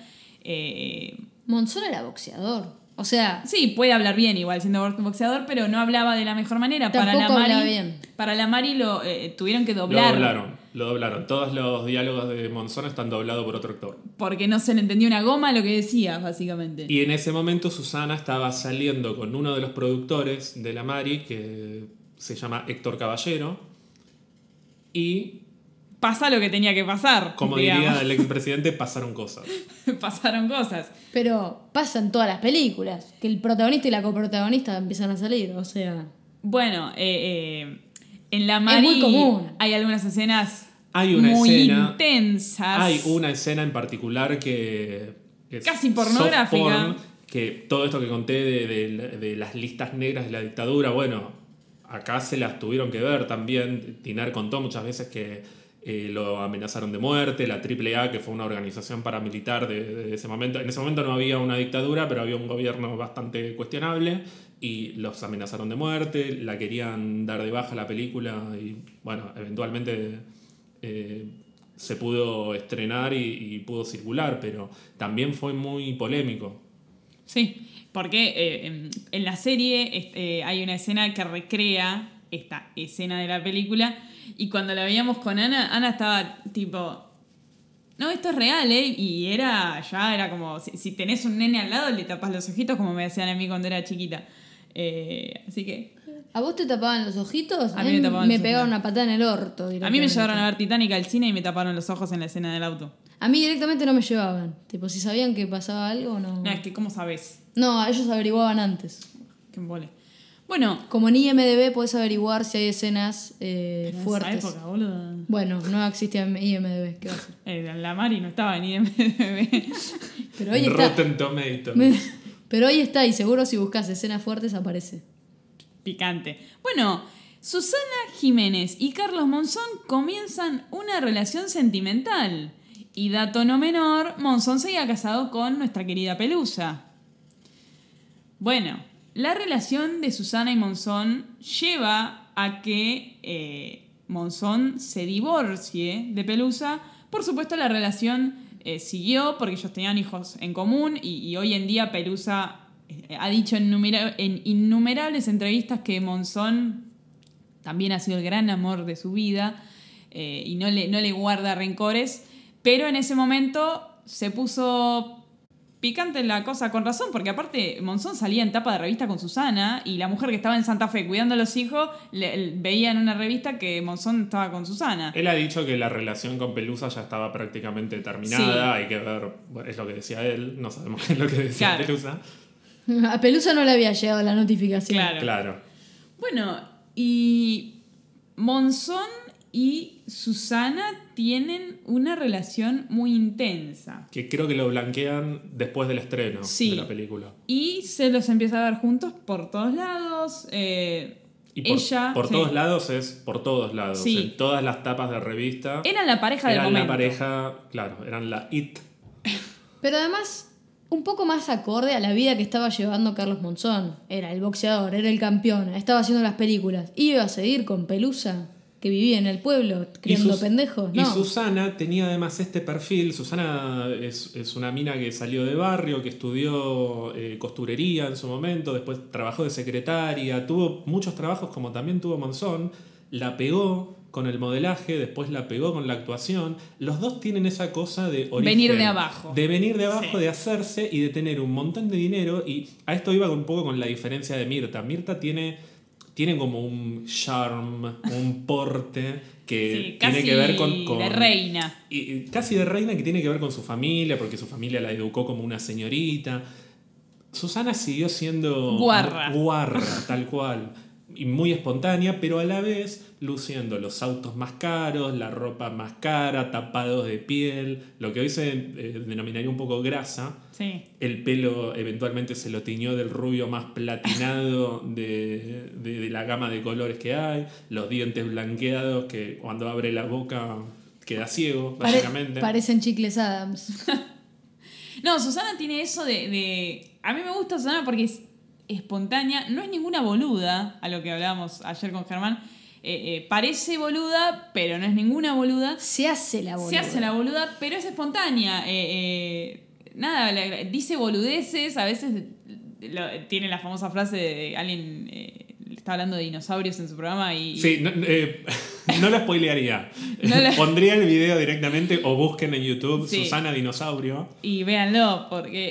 Monzón era boxeador, o sea... Sí, puede hablar bien igual siendo boxeador, pero no hablaba de la mejor manera. Tampoco hablaba bien. Para la Mari lo tuvieron que doblar. Lo doblaron. Todos los diálogos de Monzón están doblados por otro actor. Porque no se le entendía una goma lo que decía, básicamente. Y en ese momento Susana estaba saliendo con uno de los productores de La Mari, que se llama Héctor Caballero. Y... pasa lo que tenía que pasar. Como diría el expresidente, pasaron cosas. Pasaron cosas. Pero pasan todas las películas. Que el protagonista y la coprotagonista empiezan a salir, o sea... Bueno, en La Mari es muy común. Hay algunas escenas muy intensas. Hay una escena en particular que es casi pornográfica. Porn, que todo esto que conté de las listas negras de la dictadura, acá se las tuvieron que ver también. Tiner contó muchas veces que lo amenazaron de muerte, la AAA, que fue una organización paramilitar de ese momento. En ese momento no había una dictadura, pero había un gobierno bastante cuestionable, y los amenazaron de muerte, la querían dar de baja la película, y eventualmente se pudo estrenar y pudo circular, pero también fue muy polémico. Sí, porque en la serie hay una escena que recrea esta escena de la película, y cuando la veíamos con Ana estaba tipo, no, esto es real, y era como, si tenés un nene al lado le tapás los ojitos como me decían a mí cuando era chiquita. Así que... ¿A vos te tapaban los ojitos? A mí me pegaron una patada en el orto. A mí me llevaron a ver Titanic al cine y me taparon los ojos en la escena del auto. A mí directamente no me llevaban. Tipo, si sabían que pasaba algo, no. No, es que ¿cómo sabés? No, ellos averiguaban antes. Qué embole. Bueno. Como en IMDb podés averiguar si hay escenas fuertes. En esa época, boludo. Bueno, no existía IMDb. ¿Qué va a ser? La Mari no estaba en IMDb. Pero hoy está. Rotten Tomatoes. Pero hoy está, y seguro si buscas escenas fuertes aparece. Picante. Bueno, Susana Jiménez y Carlos Monzón comienzan una relación sentimental. Y dato no menor, Monzón seguía casado con nuestra querida Pelusa. Bueno, la relación de Susana y Monzón lleva a que Monzón se divorcie de Pelusa Por supuesto, la relación siguió porque ellos tenían hijos en común y hoy en día Pelusa ha dicho en innumerables entrevistas que Monzón también ha sido el gran amor de su vida y no le guarda rencores, pero en ese momento se puso picante la cosa con razón, porque aparte Monzón salía en tapa de revista con Susana y la mujer que estaba en Santa Fe cuidando a los hijos veía en una revista que Monzón estaba con Susana. Él ha dicho que la relación con Pelusa ya estaba prácticamente terminada, hay que ver, bueno, es lo que decía él, no sabemos qué es lo que decía Pelusa. A Pelusa no le había llegado la notificación. Claro. Bueno, y Monzón y Susana tienen una relación muy intensa. Que creo que lo blanquean después del estreno de la película. Y se los empieza a ver juntos por todos lados. Y por todos lados es por todos lados. Sí. En todas las tapas de revista. Eran la pareja del momento. Eran la pareja, claro, eran la IT. Pero además, un poco más acorde a la vida que estaba llevando Carlos Monzón. Era el boxeador, era el campeón, estaba haciendo las películas. Iba a seguir con Pelusa, que vivía en el pueblo criando pendejos. No. Y Susana tenía además este perfil. Susana es una mina que salió de barrio, que estudió costurería en su momento, después trabajó de secretaria, tuvo muchos trabajos como también tuvo Monzón, la pegó con el modelaje, después la pegó con la actuación. Los dos tienen esa cosa de origen, venir de abajo. De venir de abajo, de hacerse y de tener un montón de dinero. Y a esto iba un poco con la diferencia de Mirta. Mirta tiene como un charm, un porte que tiene que ver con de reina. Y casi de reina, que tiene que ver con su familia, porque su familia la educó como una señorita. Susana siguió siendo guarra, tal cual. Y muy espontánea, pero a la vez luciendo los autos más caros, la ropa más cara, tapados de piel, lo que hoy se denominaría un poco grasa. Sí. El pelo eventualmente se lo tiñó del rubio más platinado de la gama de colores que hay, los dientes blanqueados que cuando abre la boca queda ciego, básicamente. Parecen chicles Adams. No, Susana tiene eso de... A mí me gusta Susana porque es espontánea, no es ninguna boluda, a lo que hablábamos ayer con Germán. Parece boluda, pero no es ninguna boluda. Se hace la boluda, pero es espontánea. Nada, dice boludeces, a veces tiene la famosa frase de alguien está hablando de dinosaurios en su programa y... Sí, no lo spoilearía. Pondría el video directamente o busquen en YouTube Susana Dinosaurio. Y véanlo,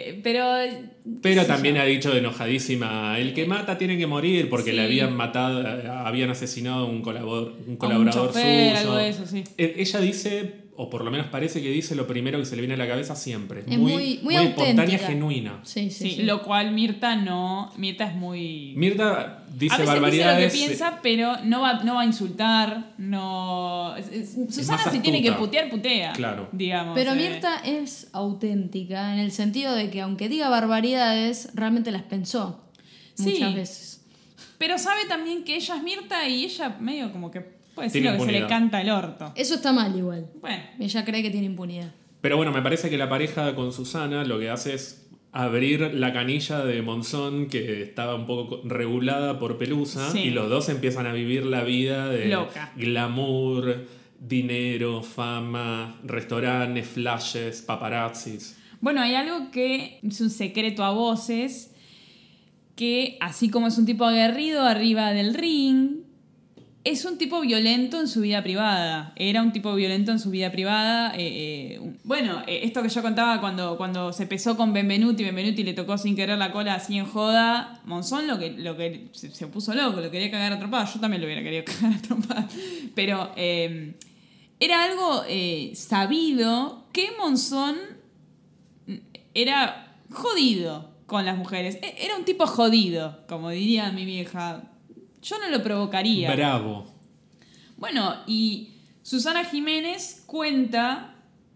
Pero también ha dicho enojadísima, el que mata tiene que morir, porque le habían matado, habían asesinado a un colaborador suyo. Algo de eso, sí. Ella dice, o por lo menos parece que dice lo primero que se le viene a la cabeza siempre. Es muy espontánea, genuina. Sí. Lo cual Mirta no. Mirta es muy... Mirta dice a veces barbaridades. Dice lo que piensa, pero no va a insultar. No. Susana, si tiene que putear, putea. Claro. Digamos. Pero Mirta es auténtica en el sentido de que aunque diga barbaridades, realmente las pensó muchas veces. Pero sabe también que ella es Mirta y ella medio como que puede decir lo que se le canta el orto. Eso está mal igual. Bueno. Ella cree que tiene impunidad. Pero bueno, me parece que la pareja con Susana lo que hace es abrir la canilla de Monzón, que estaba un poco regulada por Pelusa, y los dos empiezan a vivir la vida de loca. Glamour, dinero, fama, restaurantes, flashes, paparazzis. Bueno, hay algo que es un secreto a voces, que así como es un tipo aguerrido arriba del ring, es un tipo violento en su vida privada. Era un tipo violento en su vida privada. Esto que yo contaba cuando se pesó con Benvenuti le tocó sin querer la cola así en joda. Monzón lo que se puso loco, lo quería cagar a trompadas. Yo también lo hubiera querido cagar a trompadas. Pero era algo sabido que Monzón era jodido con las mujeres. Era un tipo jodido, como diría mi vieja. Yo no lo provocaría. Bravo. Bueno, y Susana Jiménez cuenta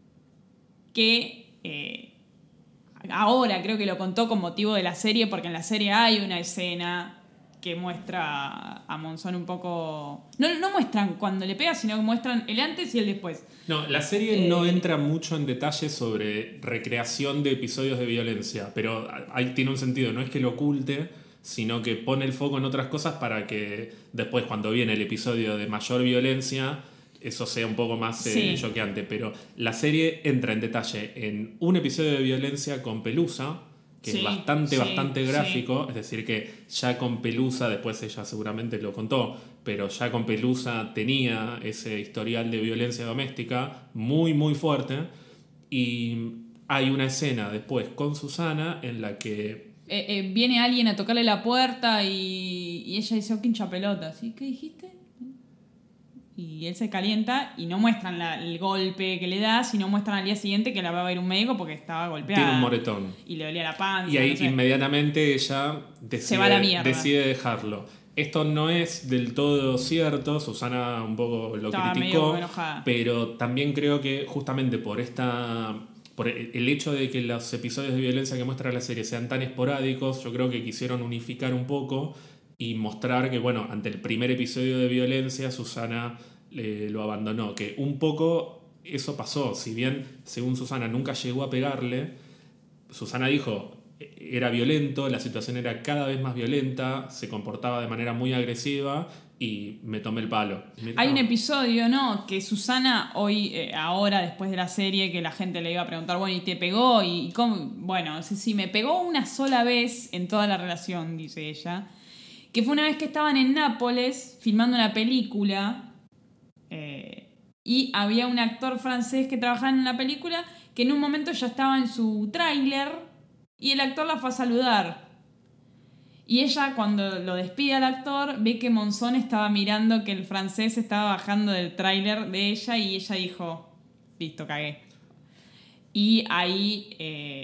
que ahora creo que lo contó con motivo de la serie, porque en la serie hay una escena que muestra a Monzón un poco... No muestran cuando le pega, sino que muestran el antes y el después. No, la serie no entra mucho en detalle sobre recreación de episodios de violencia, pero ahí tiene un sentido, no es que lo oculte, sino que pone el foco en otras cosas para que después, cuando viene el episodio de mayor violencia, eso sea un poco más Sí. choqueante. Pero la serie entra en detalle en un episodio de violencia con Pelusa, que Sí, es bastante sí. gráfico. Es decir, que ya con Pelusa, después ella seguramente lo contó, pero ya con Pelusa tenía ese historial de violencia doméstica muy fuerte. Y hay una escena después con Susana en la que Viene alguien a tocarle la puerta y ella dice, oh, qué hincha pelota. ¿Sí? ¿Qué dijiste? Y él se calienta y no muestran el golpe que le da, sino muestran al día siguiente que la va a ir un médico porque estaba golpeada. tiene un moretón. Y le dolía la panza. Y ahí no sé. inmediatamente ella Se va a la mierda. decide dejarlo. Esto no es del todo cierto, Susana un poco lo Estaba criticó, medio enojada. pero también creo que justamente por el hecho de que los episodios de violencia que muestra la serie sean tan esporádicos, yo creo que quisieron unificar un poco y mostrar que, bueno, ante el primer episodio de violencia, Susana lo abandonó. Que un poco eso pasó. Si bien, según Susana, nunca llegó a pegarle, Susana dijo, era violento, la situación era cada vez más violenta, se comportaba de manera muy agresiva y me tomé el palo. Hay un episodio, ¿no? Que Susana ahora después de la serie, que la gente le iba a preguntar, bueno, ¿y te pegó? ¿Y cómo? Bueno, sí, me pegó una sola vez en toda la relación, dice ella. Que fue una vez que estaban en Nápoles filmando una película y había un actor francés que trabajaba en la película que en un momento ya estaba en su tráiler y el actor la fue a saludar. Y ella, cuando lo despide al actor, ve que Monzón estaba mirando que el francés estaba bajando del tráiler de ella y ella dijo, listo, cagué. Y ahí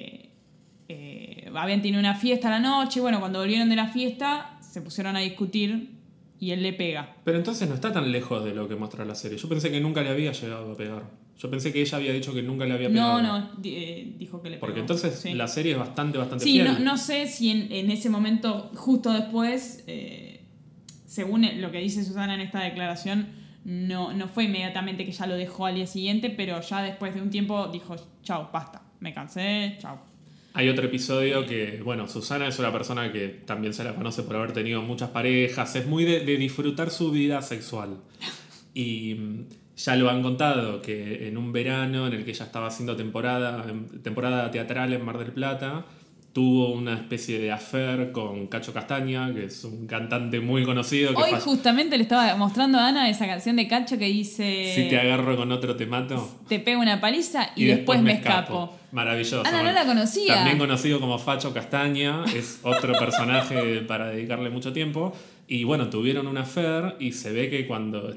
habían tenido una fiesta a la noche y bueno, cuando volvieron de la fiesta se pusieron a discutir y él le pega. Pero entonces no está tan lejos de lo que muestra la serie. Yo pensé que nunca le había llegado a pegar. Yo pensé que ella había dicho que nunca le había pegado. No, dijo que le pegó. Porque entonces sí. la serie es bastante Sí, fiel. no sé si en ese momento, justo después, según lo que dice Susana en esta declaración, no fue inmediatamente que ya lo dejó al día siguiente, pero ya después de un tiempo dijo, chau, basta, me cansé, chau. Hay otro episodio que, bueno, Susana es una persona que también se la conoce por haber tenido muchas parejas, es muy de disfrutar su vida sexual. Y ya lo han contado, que en un verano en el que ella estaba haciendo temporada teatral en Mar del Plata, tuvo una especie de affair con Cacho Castaña, que es un cantante muy conocido. Que Hoy justamente le estaba mostrando a Ana esa canción de Cacho que dice... Si te agarro con otro te mato. Te pego una paliza y después me escapo. Maravilloso. Ana no la conocía. También conocido como Facho Castaña, es otro personaje para dedicarle mucho tiempo. Y bueno, tuvieron una affair y se ve que cuando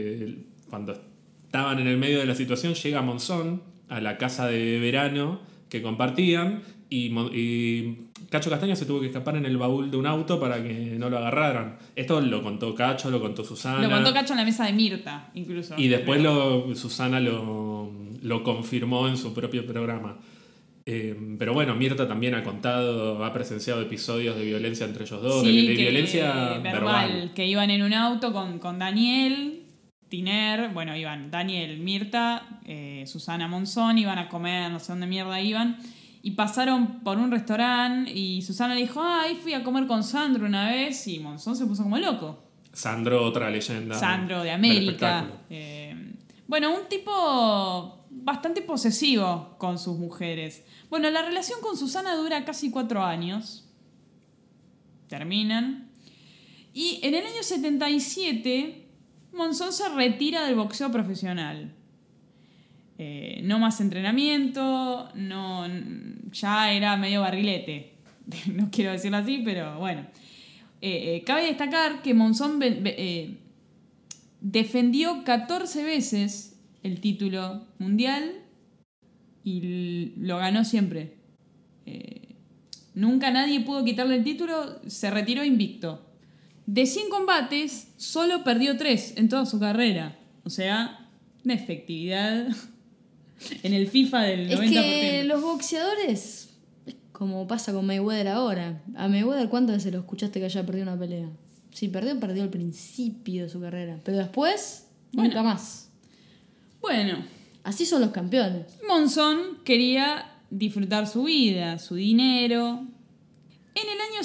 estaban en el medio de la situación llega Monzón a la casa de verano que compartían y Cacho Castaña se tuvo que escapar en el baúl de un auto para que no lo agarraran. Esto lo contó Cacho, lo contó Susana. Lo contó Cacho en la mesa de Mirta, incluso. Y después Susana lo confirmó en su propio programa. Pero bueno, Mirta también ha contado, ha presenciado episodios de violencia entre ellos dos, sí, de violencia verbal. Que iban en un auto con Daniel, Tiner, bueno, iban Daniel, Mirta, Susana Monzón, iban a comer, no sé dónde mierda iban, y pasaron por un restaurante y Susana dijo, ahí fui a comer con Sandro una vez, y Monzón se puso como loco. Sandro, otra leyenda. Sandro de América. Bueno, un tipo bastante posesivo con sus mujeres. Bueno, la relación con Susana dura casi 4 años. Terminan. Y en el año 77, Monzón se retira del boxeo profesional. No más entrenamiento, ya era medio barrilete. No quiero decirlo así, pero bueno. Cabe destacar que Monzón defendió 14 veces el título mundial y lo ganó siempre. Nunca nadie pudo quitarle el título, se retiró invicto. De 100 combates, solo perdió 3 en toda su carrera. O sea, una efectividad en el FIFA del 90%. Es que los boxeadores, como pasa con Mayweather ahora. A Mayweather, ¿cuántas veces lo escuchaste que haya perdido una pelea? Sí, perdió al principio de su carrera. Pero después, nunca más. Bueno. Así son los campeones. Monzón quería disfrutar su vida, su dinero. En el año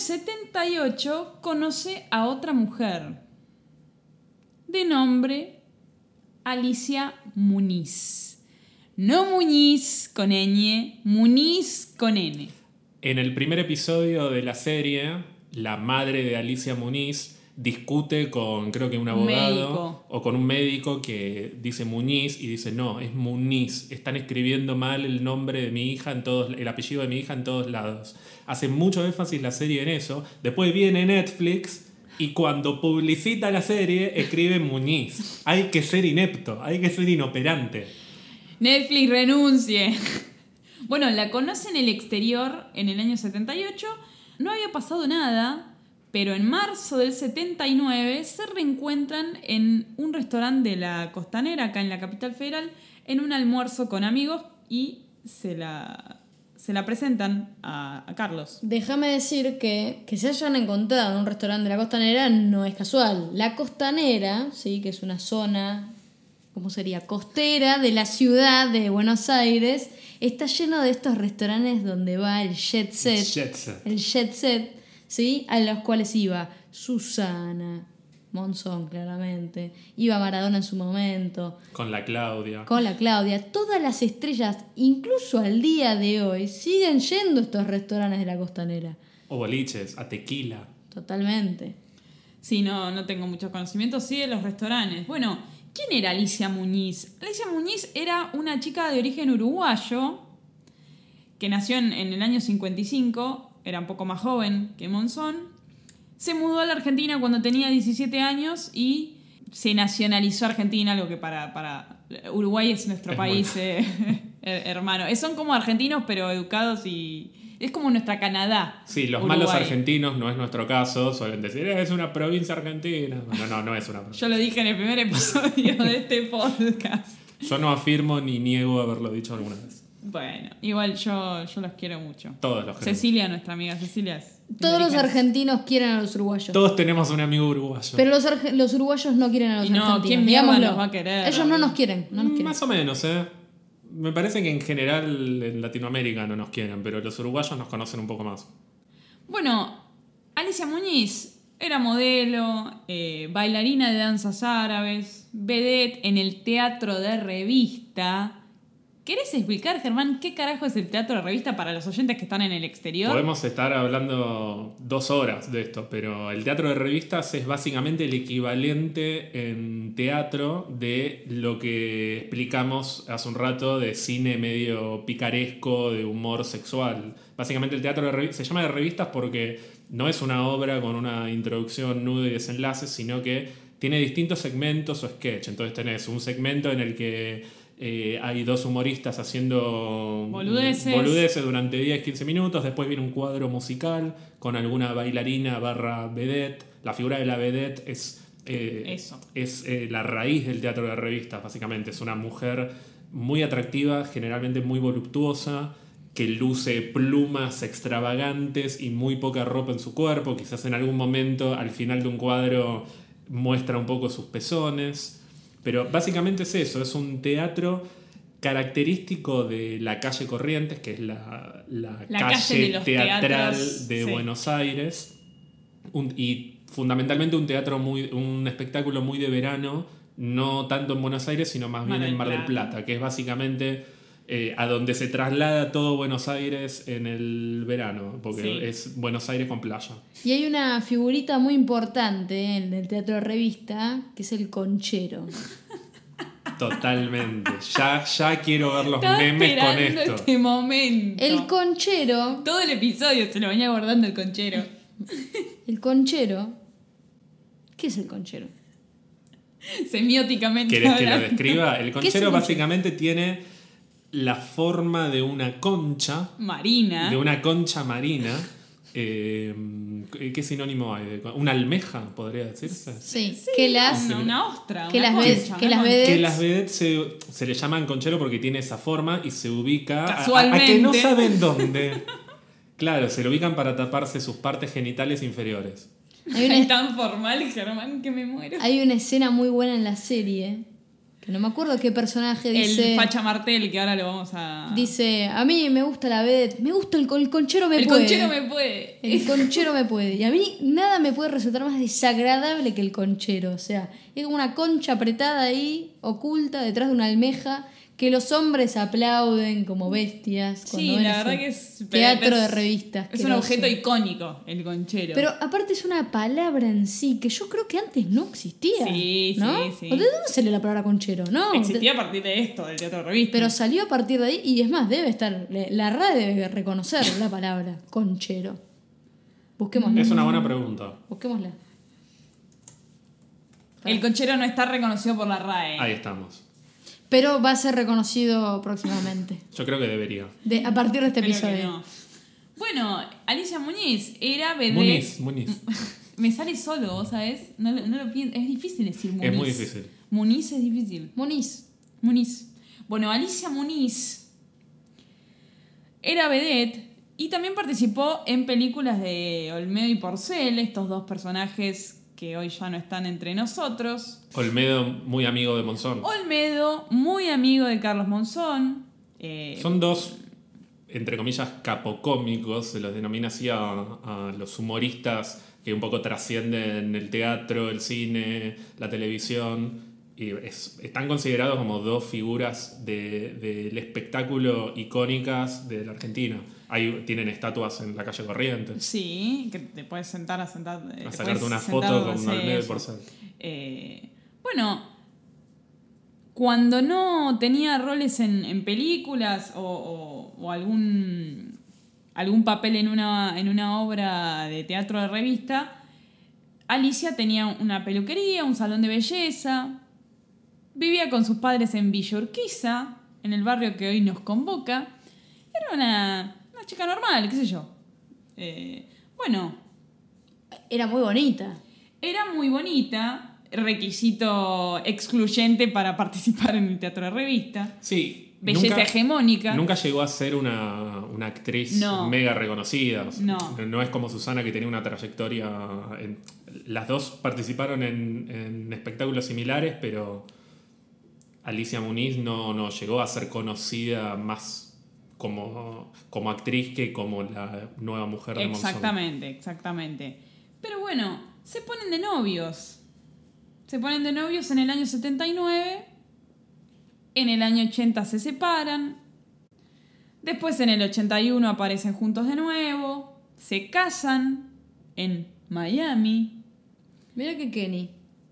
78 conoce a otra mujer de nombre Alicia Muniz. No Muñiz con ñ, Muniz con n. En el primer episodio de la serie, la madre de Alicia Muniz discute con, creo que un abogado Médico. o con un médico que dice Muñiz y dice no, es Muniz. Están escribiendo mal el nombre de mi hija el apellido de mi hija en todos lados. Hace mucho énfasis la serie en eso. Después viene Netflix y cuando publicita la serie escribe Muñiz. Hay que ser inepto, hay que ser inoperante. Netflix renuncie. Bueno, la conoce en el exterior en el año 78. No había pasado nada. Pero en marzo del 79 se reencuentran en un restaurante de la Costanera, acá en la capital federal, en un almuerzo con amigos y se la presentan a Carlos. Déjame decir que se hayan encontrado en un restaurante de la Costanera no es casual. La Costanera, ¿sí? Que es una zona, ¿cómo sería? Costera de la ciudad de Buenos Aires, está lleno de estos restaurantes donde va el jet set. El jet set. ¿Sí? A los cuales iba Susana, Monzón claramente, iba Maradona en su momento. Con la Claudia. Todas las estrellas, incluso al día de hoy, siguen yendo a estos restaurantes de la Costanera. O boliches, a tequila. Totalmente. Sí, no tengo muchos conocimientos, sí, de los restaurantes. Bueno, ¿quién era Alicia Muñiz? Alicia Muñiz era una chica de origen uruguayo que nació en el año 55. Era un poco más joven que Monzón. Se mudó a la Argentina cuando tenía 17 años y se nacionalizó argentina, algo que para Uruguay es nuestro país hermano. Son como argentinos pero educados y es como nuestra Canadá. Sí, los Uruguay. malos argentinos no es nuestro caso, suelen decir, es una provincia argentina. Bueno, no es una provincia. Yo lo dije en el primer episodio de este podcast. Yo no afirmo ni niego haberlo dicho alguna vez. Bueno, igual yo los quiero mucho. Todos los queremos. Cecilia, nuestra amiga Cecilia. Todos los argentinos quieren a los uruguayos. Todos tenemos un amigo uruguayo. Pero los uruguayos no quieren a los Y no, argentinos. ¿quién mierda digámoslo. los va a querer? Ellos no nos quieren. Más o menos, Me parece que en general en Latinoamérica no nos quieren, pero los uruguayos nos conocen un poco más. Bueno, Alicia Muñiz era modelo, bailarina de danzas árabes, vedette en el teatro de revista. ¿Querés explicar, Germán, qué carajo es el teatro de revista para los oyentes que están en el exterior? Podemos estar hablando 2 horas de esto, pero el teatro de revistas es básicamente el equivalente en teatro de lo que explicamos hace un rato de cine medio picaresco, de humor sexual. Básicamente el teatro de revistas se llama de revistas porque no es una obra con una introducción, nudo y desenlaces, sino que tiene distintos segmentos o sketch. Entonces tenés un segmento en el que hay 2 humoristas haciendo boludeces durante 10-15 minutos. Después viene un cuadro musical con alguna bailarina / vedette. La figura de la vedette es la raíz del teatro de revistas, básicamente. Es una mujer muy atractiva, generalmente muy voluptuosa, que luce plumas extravagantes y muy poca ropa en su cuerpo. Quizás en algún momento, al final de un cuadro, muestra un poco sus pezones. Pero básicamente es eso, es un teatro característico de la calle Corrientes, que es la calle de teatral teatros, de Buenos Aires. Y fundamentalmente un espectáculo muy de verano, no tanto en Buenos Aires, sino más bien en Mar del Plata, que es básicamente a donde se traslada todo Buenos Aires en el verano, porque es Buenos Aires con playa. Y hay una figurita muy importante en el teatro de revista, que es el conchero. Totalmente. Ya quiero ver los Estaba memes con esperando esto. este momento. El conchero. Todo el episodio se lo venía guardando el conchero. El conchero. ¿Qué es el conchero? Semióticamente. ¿Querés que lo hablando. describa? El ¿Qué es un conchero conchero? básicamente tiene la forma de una concha. Marina. De una concha marina. ¿Qué sinónimo hay? ¿Una almeja, podría decirse? Sí, que las... Una ostra. que una las concha, ves- una que las concha. ves- Que las vedettes se le llaman conchero porque tiene esa forma y se ubica a Casualmente. que no saben dónde. Claro, se lo ubican para taparse sus partes genitales inferiores. Hay Es una, tan formal, Germán, que me muero. hay una escena muy buena en la serie Que no me acuerdo qué personaje dice. El Facha Martel, que ahora lo vamos a... Dice, a mí me gusta la vedette, me gusta el conchero me el puede. conchero me puede. El conchero me puede. Y a mí nada me puede resultar más desagradable que el conchero. O sea, es como una concha apretada ahí, oculta, detrás de una almeja, que los hombres aplauden como bestias. Cuando Sí, ven la ese verdad que es... teatro de revistas. Es un objeto icónico, el conchero. Pero aparte es una palabra en sí que yo creo que antes no existía. Sí, ¿no? sí. ¿De dónde sale la palabra conchero? No. Existía a partir de esto, del teatro de revista. Pero salió a partir de ahí y es más, debe estar. La RAE debe reconocer la palabra conchero. Busquémosla. Es una buena pregunta. Busquémosla. El conchero no está reconocido por la RAE. Ahí estamos. Pero va a ser reconocido próximamente. Yo creo que debería. A partir de este Creo que episodio. no. Bueno, Alicia Muñiz era vedette. Muniz. Me sale solo, ¿vos sabés? No lo pienso. Es difícil decir Muniz. Es muy difícil. Muniz es difícil. Muniz. Bueno, Alicia Muniz era vedette y también participó en películas de Olmedo y Porcel, estos dos personajes que hoy ya no están entre nosotros. Olmedo, muy amigo de Monzón. Olmedo, muy amigo de Carlos Monzón. Son dos, entre comillas, capocómicos, se los denomina así a los humoristas que un poco trascienden el teatro, el cine, la televisión. Y están considerados como dos figuras del espectáculo icónicas de la Argentina. Ahí tienen estatuas en la calle Corrientes. Sí, que te puedes sentar a sacarte una foto con Olmedo y Porcel. Bueno, cuando no tenía roles en películas o algún papel en una obra de teatro de revista, Alicia tenía una peluquería, un salón de belleza, vivía con sus padres en Villa Urquiza, en el barrio que hoy nos convoca. Era una chica normal, qué sé yo. Bueno. Era muy bonita. Era muy bonita, requisito excluyente para participar en el teatro de revista. Sí. Belleza hegemónica. Nunca llegó a ser una actriz mega reconocida. No es como Susana, que tenía una trayectoria. Las dos participaron en espectáculos similares, pero Alicia Muniz no llegó a ser conocida más como actriz que como la nueva mujer de Monzón. Exactamente. Pero bueno, se ponen de novios. Se ponen de novios en el año 79. En el año 80 se separan. Después en el 81 aparecen juntos de nuevo. Se casan en Miami. Mira que Kenny.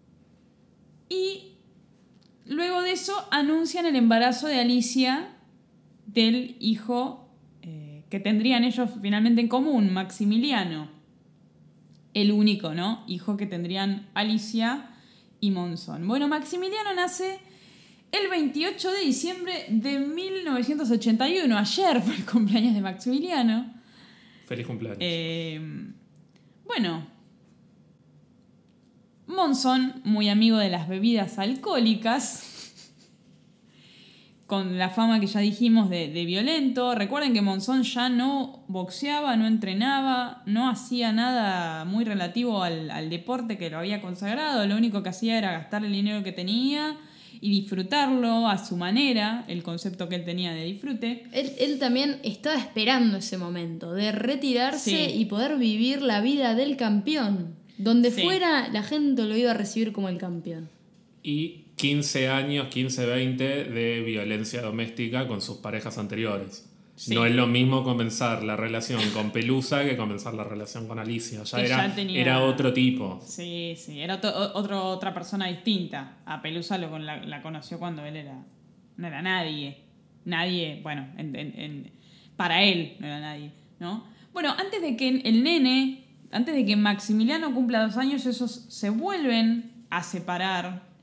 Y luego de eso anuncian el embarazo de Alicia del hijo que tendrían ellos finalmente en común, Maximiliano. El único, ¿no? Hijo que tendrían Alicia y Monzón. Bueno, Maximiliano nace el 28 de diciembre de 1981. Ayer fue el cumpleaños de Maximiliano. Feliz cumpleaños. Bueno, Monzón, muy amigo de las bebidas alcohólicas, con la fama que ya dijimos de violento. Recuerden que Monzón ya no boxeaba, no entrenaba, no hacía nada muy relativo al deporte que lo había consagrado. Lo único que hacía era gastar el dinero que tenía y disfrutarlo a su manera, el concepto que él tenía de disfrute. Él también estaba esperando ese momento de retirarse Sí. y poder vivir la vida del campeón. Donde Sí. fuera, la gente lo iba a recibir como el campeón. Y 15 años, 20 de violencia doméstica con sus parejas anteriores. Sí. No es lo mismo comenzar la relación con Pelusa que comenzar la relación con Alicia. Que ya tenía- era otro tipo. Sí, era otra persona distinta. A Pelusa la conoció cuando él no era nadie. Nadie, bueno, para él no era nadie, ¿no? Bueno, antes de que Maximiliano cumpla 2 años, esos se vuelven a separar.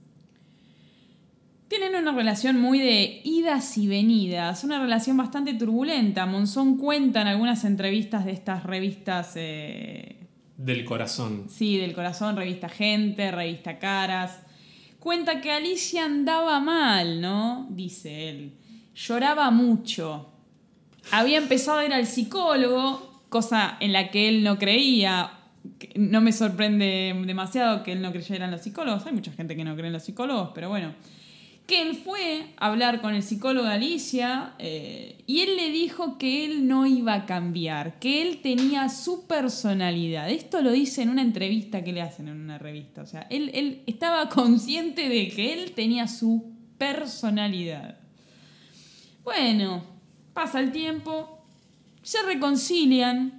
Tienen una relación muy de idas y venidas, una relación bastante turbulenta. Monzón cuenta en algunas entrevistas de estas revistas... Del corazón. Sí, del corazón, revista Gente, revista Caras. Cuenta que Alicia andaba mal, ¿no? Dice él. Lloraba mucho. Había empezado a ir al psicólogo, cosa en la que él no creía. No me sorprende demasiado que él no creyera en los psicólogos. Hay mucha gente que no cree en los psicólogos, pero bueno. que él fue a hablar con el psicólogo Alicia y él le dijo que él no iba a cambiar, que él tenía su personalidad. Esto lo dice en una entrevista que le hacen en una revista. O sea, él estaba consciente de que él tenía su personalidad. Bueno, pasa el tiempo, se reconcilian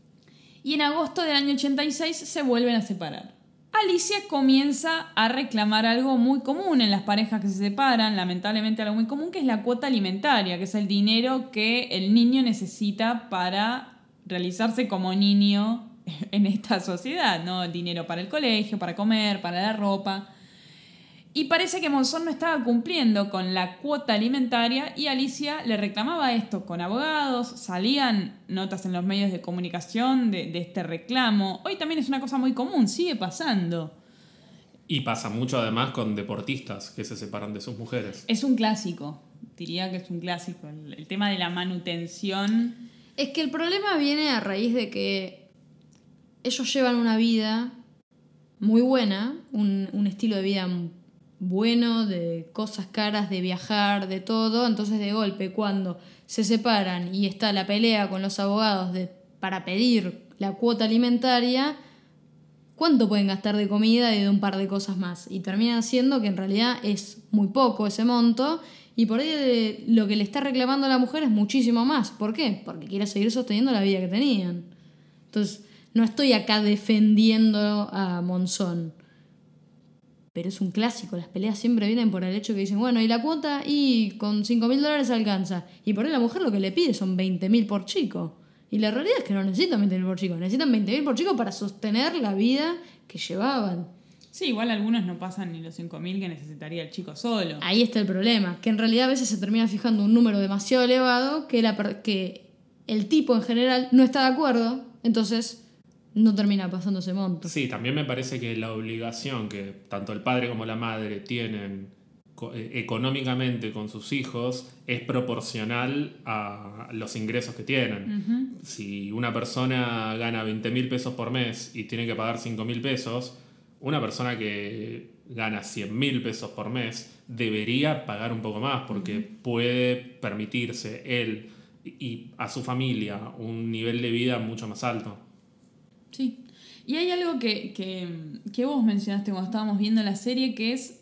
y en agosto del año 86 se vuelven a separar. Alicia comienza a reclamar algo muy común en las parejas que se separan, lamentablemente algo muy común, que es la cuota alimentaria, que es el dinero que el niño necesita para realizarse como niño en esta sociedad, ¿no? El dinero para el colegio, para comer, para la ropa. Y parece que Monzón no estaba cumpliendo con la cuota alimentaria y Alicia le reclamaba esto con abogados, salían notas en los medios de comunicación de este reclamo. Hoy también es una cosa muy común, sigue pasando. Y pasa mucho además con deportistas que se separan de sus mujeres. Es un clásico, diría que es un clásico, el tema de la manutención. Es que el problema viene a raíz de que ellos llevan una vida muy buena, un estilo de vida bueno, de cosas caras, de viajar, de todo. Entonces de golpe cuando se separan y está la pelea con los abogados para pedir la cuota alimentaria, ¿cuánto pueden gastar de comida y de un par de cosas más? Y terminan siendo que en realidad es muy poco ese monto y por ahí lo que le está reclamando a la mujer es muchísimo más. ¿Por qué? Porque quiere seguir sosteniendo la vida que tenían. Entonces no estoy acá defendiendo a Monzón, pero es un clásico, las peleas siempre vienen por el hecho que dicen, bueno, ¿y la cuota? Y con $5.000 alcanza. Y por ahí la mujer lo que le pide son 20.000 por chico. Y la realidad es que no necesitan 20.000 por chico, necesitan 20.000 por chico para sostener la vida que llevaban. Sí, igual algunos no pasan ni los 5.000 que necesitaría el chico solo. Ahí está el problema, que en realidad a veces se termina fijando un número demasiado elevado que el tipo en general no está de acuerdo, entonces no termina pasando ese monto. Sí, también me parece que la obligación que tanto el padre como la madre tienen económicamente con sus hijos es proporcional a los ingresos que tienen. Uh-huh. Si una persona gana 20.000 pesos por mes y tiene que pagar 5.000 pesos, una persona que gana 100.000 pesos por mes debería pagar un poco más porque puede permitirse él y a su familia un nivel de vida mucho más alto. Sí, y hay algo que vos mencionaste cuando estábamos viendo la serie, que es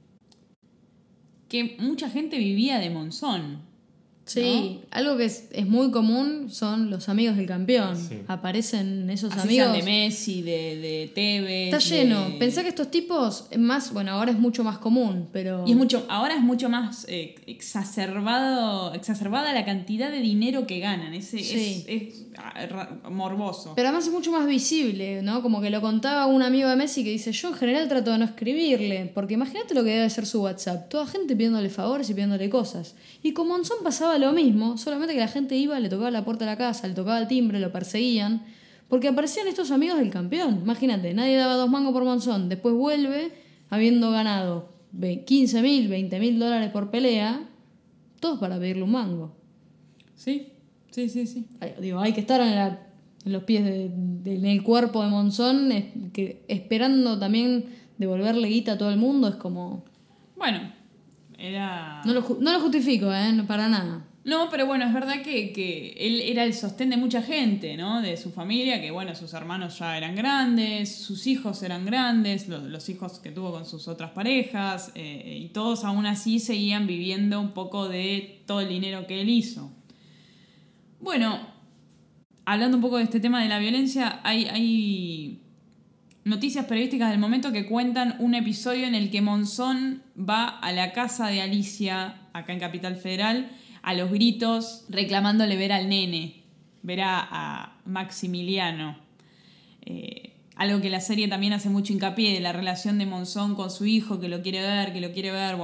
que mucha gente vivía de Monzón. Sí, ¿no? Algo que es muy común son los amigos del campeón. Sí. Aparecen esos Así amigos. sean de Messi, de Tevez. Está lleno. Pensá que estos tipos, bueno, ahora es mucho más común, pero... Y ahora es mucho más exacerbada la cantidad de dinero que ganan. Es morboso. Pero además es mucho más visible, ¿no? Como que lo contaba un amigo de Messi que dice, yo en general trato de no escribirle, porque imagínate lo que debe ser su WhatsApp. Toda gente pidiéndole favores y pidiéndole cosas. Y con Monzón pasaba lo mismo, solamente que la gente iba, le tocaba la puerta de la casa, le tocaba el timbre, lo perseguían, porque aparecían estos amigos del campeón. Imagínate, nadie daba 2 mangos por Monzón, después vuelve habiendo ganado 15.000, 20.000 dólares por pelea, todos para pedirle un mango. Sí. Hay que estar en los pies en el cuerpo de Monzón, esperando también devolverle guita a todo el mundo, es como... Bueno, era... No lo justifico, no para nada. No, pero bueno, es verdad que él era el sostén de mucha gente, ¿no? De su familia, que bueno, sus hermanos ya eran grandes, sus hijos eran grandes, los hijos que tuvo con sus otras parejas, y todos aún así seguían viviendo un poco de todo el dinero que él hizo. Bueno, hablando un poco de este tema de la violencia, hay noticias periodísticas del momento que cuentan un episodio en el que Monzón va a la casa de Alicia, acá en Capital Federal, a los gritos, reclamándole ver al nene, ver a Maximiliano. Algo que la serie también hace mucho hincapié de la relación de Monzón con su hijo, que lo quiere ver.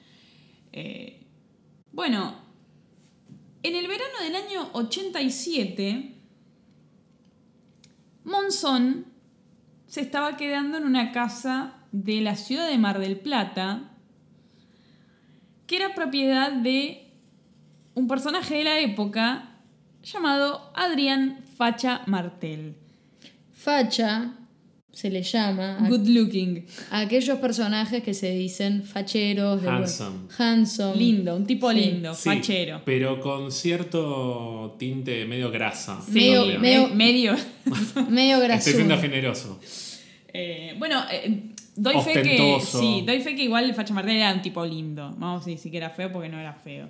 Bueno, en el verano del año 87, Monzón se estaba quedando en una casa de la ciudad de Mar del Plata, que era propiedad de un personaje de la época llamado Adrián Facha Martel. Facha se les llama Good looking. a aquellos personajes que se dicen facheros, Handsome. Lindo, un tipo Sí. lindo, Sí, fachero. pero con cierto tinte medio grasa. Sí, Medio- medio. medio Estoy siendo grasudo. generoso. Doy fe que. Ostentoso. Sí, doy fe que igual el Facha Martel era un tipo lindo. Vamos a decir que era feo porque no era feo.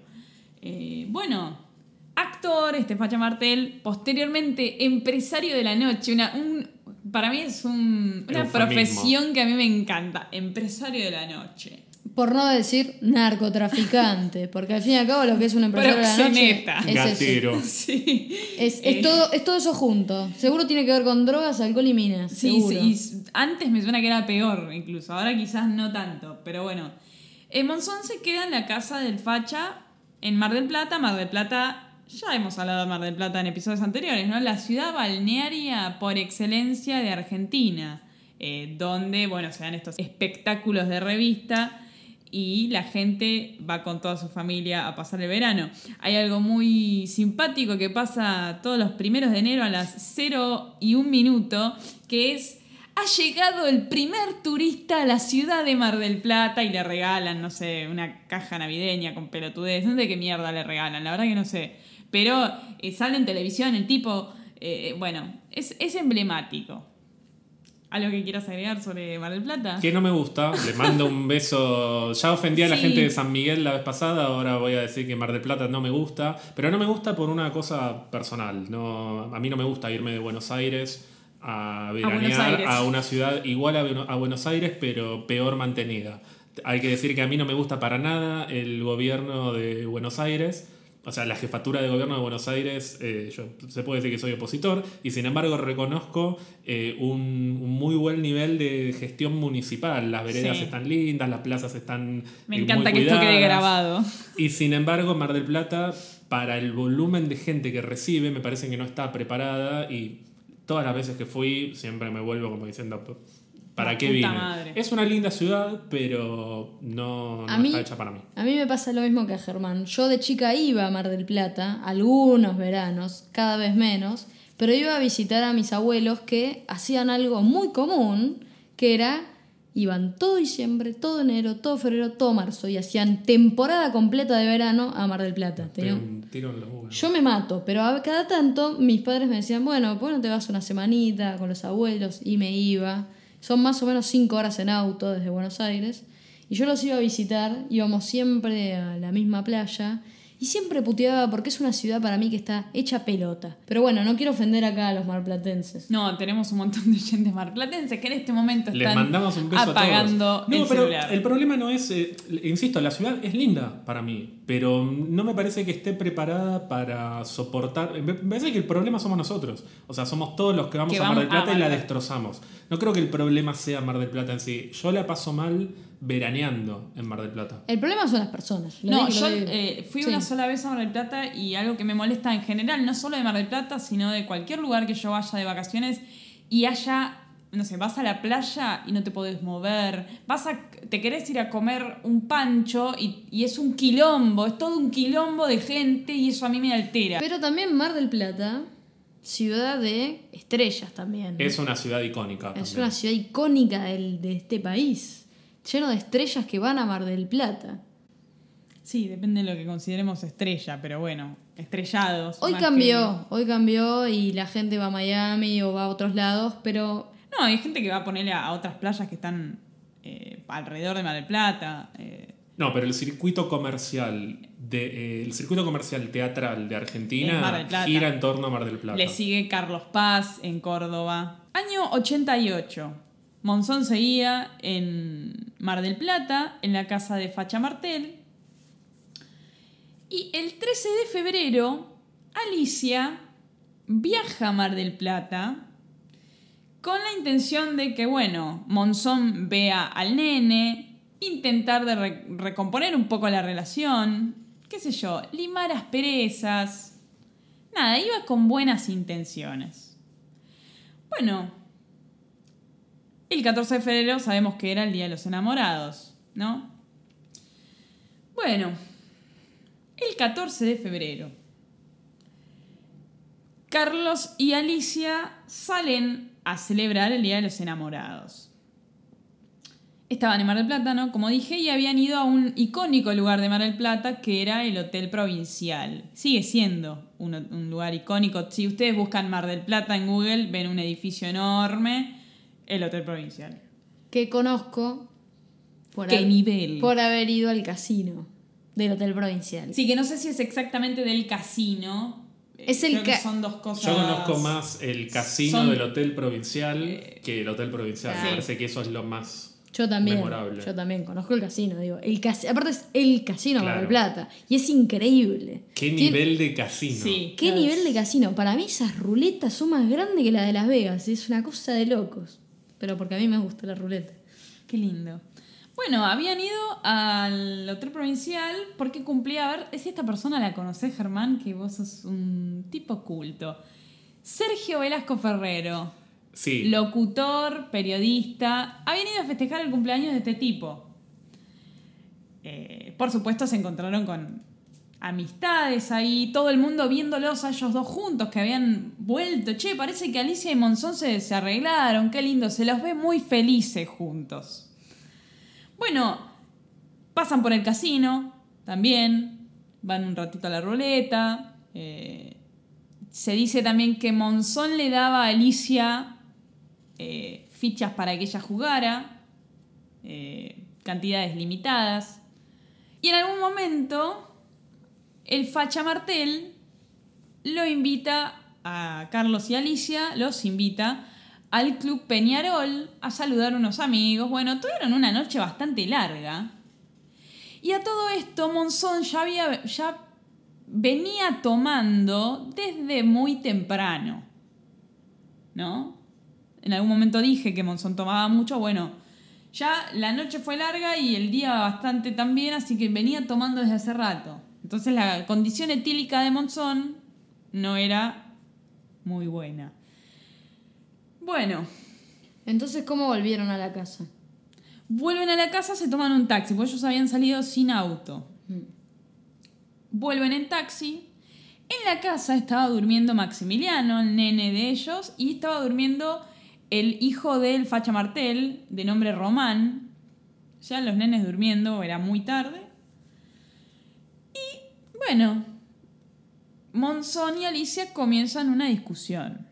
Actor, Facha Martel, posteriormente empresario de la noche. Para mí es una Eufemismo. profesión que a mí me encanta. Empresario de la noche. Por no decir narcotraficante, porque al fin y al cabo lo que es un empresario de la noche Proxeneta. es eso. Gatero. Sí. Es todo eso junto. Seguro tiene que ver con drogas, alcohol y minas. Sí, seguro. sí, antes me suena que era peor incluso, ahora quizás no tanto, pero bueno. Monzón se queda en la casa del Facha en Mar del Plata. Mar del Plata, ya hemos hablado de Mar del Plata en episodios anteriores, ¿no? La ciudad balnearia por excelencia de Argentina, donde, bueno, se dan estos espectáculos de revista y la gente va con toda su familia a pasar el verano. Hay algo muy simpático que pasa todos los 1 de enero a las 0:01, que es: ha llegado el primer turista a la ciudad de Mar del Plata, y le regalan, no sé, una caja navideña con pelotudez. No sé qué mierda le regalan, la verdad que no sé. Pero sale en televisión el tipo, es emblemático. ¿Algo que quieras agregar sobre Mar del Plata? Que no me gusta, le mando un beso. Ya ofendí a la Sí. gente de San Miguel la vez pasada, ahora voy a decir que Mar del Plata no me gusta, pero no me gusta por una cosa personal. No, a mí no me gusta irme de Buenos Aires a Buenos veranear Aires. a una ciudad igual a Buenos Aires, pero peor mantenida. Hay que decir que a mí no me gusta para nada el gobierno de Buenos Aires. O sea, la jefatura de gobierno de Buenos Aires, se puede decir que soy opositor, y sin embargo reconozco un muy buen nivel de gestión municipal. Las veredas Sí. están lindas, las plazas están Me muy encanta que esto quede cuidadas. grabado. Y sin embargo, Mar del Plata, para el volumen de gente que recibe, me parece que no está preparada, y todas las veces que fui siempre me vuelvo como diciendo, ¿para La qué puta vine? madre. Es una linda ciudad, pero no A mí- está hecha para mí. A mí me pasa lo mismo que a Germán. Yo de chica iba a Mar del Plata, algunos veranos, cada vez menos, pero iba a visitar a mis abuelos que hacían algo muy común, que era, iban todo diciembre, todo enero, todo febrero, todo marzo, y hacían temporada completa de verano a Mar del Plata. Tengo un tiro en los huevos. Yo me mato, pero cada tanto mis padres me decían, bueno, ¿por qué no te vas una semanita con los abuelos? Y me iba. Son más o menos 5 horas en auto desde Buenos Aires. Y yo los iba a visitar, íbamos siempre a la misma playa. Y siempre puteaba porque es una ciudad para mí que está hecha pelota. Pero bueno, no quiero ofender acá a los marplatenses. No, tenemos un montón de oyentes marplatenses que en este momento Les están mandamos un beso apagando a todos. No, el pero celular. el problema no es, insisto, la ciudad es linda para mí, pero no me parece que esté preparada para soportar. Me parece que el problema somos nosotros. O sea, somos todos los que vamos Que a Mar del vamos a Plata y la Mar del- destrozamos. No creo que el problema sea Mar del Plata en sí. Yo la paso mal veraneando en Mar del Plata. El problema son las personas. Lo No, digo, yo lo digo. fui Sí. una sola vez a Mar del Plata, y algo que me molesta en general, no solo de Mar del Plata, sino de cualquier lugar que yo vaya de vacaciones y haya, no sé, vas a la playa y no te podés mover, te querés ir a comer un pancho y es un quilombo, es todo un quilombo de gente, y eso a mí me altera. Pero también Mar del Plata, ciudad de estrellas también. Es una ciudad icónica. Es también. una ciudad icónica de este país, lleno de estrellas que van a Mar del Plata. Sí, depende de lo que consideremos estrella, pero bueno, estrellados. Hoy más cambió y la gente va a Miami o va a otros lados, pero No, hay gente que va a ponerle a otras playas que están alrededor de Mar del Plata. No, pero el circuito comercial teatral de Es Mar Argentina del Plata. gira en torno a Mar del Plata. Le sigue Carlos Paz en Córdoba. Año 88. Monzón seguía en Mar del Plata, en la casa de Facha Martel. Y el 13 de febrero, Alicia viaja a Mar del Plata con la intención de que, bueno, Monzón vea al nene, intentar de recomponer un poco la relación, qué sé yo, limar asperezas. Nada, iba con buenas intenciones. Bueno, el 14 de febrero sabemos que era el Día de los Enamorados, ¿no? Bueno, el 14 de febrero, Carlos y Alicia salen a celebrar el Día de los Enamorados. Estaban en Mar del Plata, ¿no? Como dije, y habían ido a un icónico lugar de Mar del Plata que era el Hotel Provincial. Sigue siendo un lugar icónico. Si ustedes buscan Mar del Plata en Google, ven un edificio enorme, el Hotel Provincial. Que conozco ¿Qué nivel? por haber ido al casino del Hotel Provincial. Sí, que no sé si es exactamente del casino. Creo que son dos cosas. Yo conozco más el casino del Hotel Provincial que el Hotel Provincial. Sí. Me parece que eso es lo más Yo también conozco el casino, digo. Aparte es el casino de Mar del Plata. Y es increíble. ¿Qué nivel de casino? Sí, ¿Qué nivel de casino? Para mí esas ruletas son más grandes que las de Las Vegas. Es una cosa de locos. Pero porque a mí me gusta la ruleta. Qué lindo. Bueno, habían ido al Hotel Provincial porque cumplía, a ver, si esta persona la conocés, Germán, que vos sos un tipo culto. Sergio Velasco Ferrero. Sí. Locutor, periodista. Habían ido a festejar el cumpleaños de este tipo. Por supuesto se encontraron con amistades ahí, todo el mundo viéndolos a ellos dos juntos que habían vuelto. Che, parece que Alicia y Monzón se arreglaron, qué lindo, se los ve muy felices juntos. Bueno, pasan por el casino también, van un ratito a la ruleta. Se dice también que Monzón le daba a Alicia fichas para que ella jugara, cantidades limitadas. Y en algún momento el facha Martel lo invita a Carlos y Alicia, los invita al Club Peñarol a saludar a unos amigos. Bueno, tuvieron una noche bastante larga. Y a todo esto Monzón ya venía tomando desde muy temprano, ¿no? En algún momento dije que Monzón tomaba mucho. Bueno, ya la noche fue larga y el día bastante también, así que venía tomando desde hace rato. Entonces la condición etílica de Monzón no era muy buena. Bueno. Entonces, ¿cómo volvieron a la casa? Vuelven a la casa, se toman un taxi, porque ellos habían salido sin auto. Vuelven en taxi. En la casa estaba durmiendo Maximiliano, el nene de ellos, y estaba durmiendo el hijo del facha Martel, de nombre Román. Ya los nenes durmiendo, era muy tarde. Y bueno, Monzón y Alicia comienzan una discusión.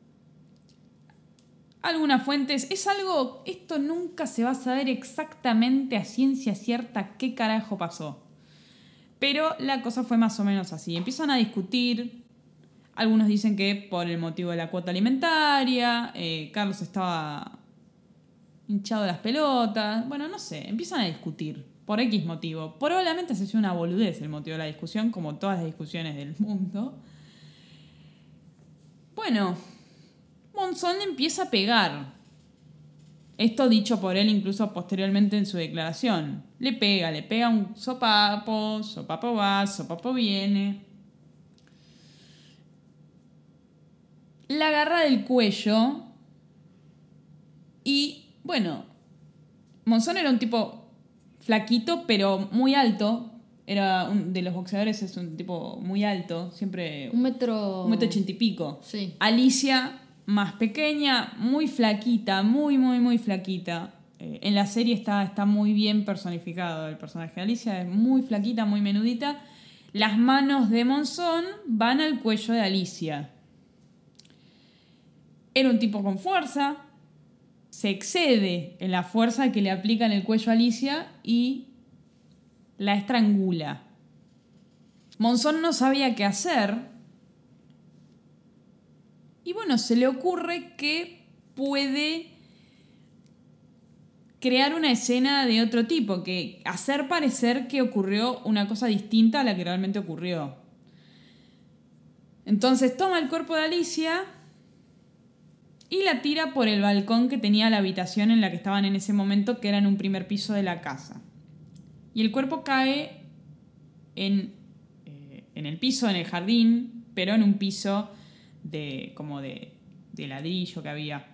Algunas fuentes, esto nunca se va a saber exactamente a ciencia cierta qué carajo pasó. Pero la cosa fue más o menos así. Empiezan a discutir. Algunos dicen que por el motivo de la cuota alimentaria. Carlos estaba hinchado de las pelotas. Bueno, no sé. Empiezan a discutir. Por X motivo. Probablemente se hizo una boludez el motivo de la discusión, como todas las discusiones del mundo. Bueno, Monzón le empieza a pegar. Esto dicho por él incluso posteriormente en su declaración. Le pega un sopapo va, sopapo viene. La agarra del cuello y, bueno, Monzón era un tipo flaquito pero muy alto. Era de los boxeadores, es un tipo muy alto, siempre 1,80 m y pico. Sí. Alicia, más pequeña, muy flaquita, muy flaquita. En la serie está muy bien personificado el personaje de Alicia, es muy flaquita, muy menudita. Las manos de Monzón van al cuello de Alicia. Era un tipo con fuerza, se excede en la fuerza que le aplica en el cuello a Alicia y la estrangula. Monzón no sabía qué hacer. Y bueno, se le ocurre que puede crear una escena de otro tipo, que hacer parecer que ocurrió una cosa distinta a la que realmente ocurrió. Entonces toma el cuerpo de Alicia y la tira por el balcón que tenía la habitación en la que estaban en ese momento, que era en un primer piso de la casa. Y el cuerpo cae en el piso, en el jardín, pero en un piso de ladrillo que había.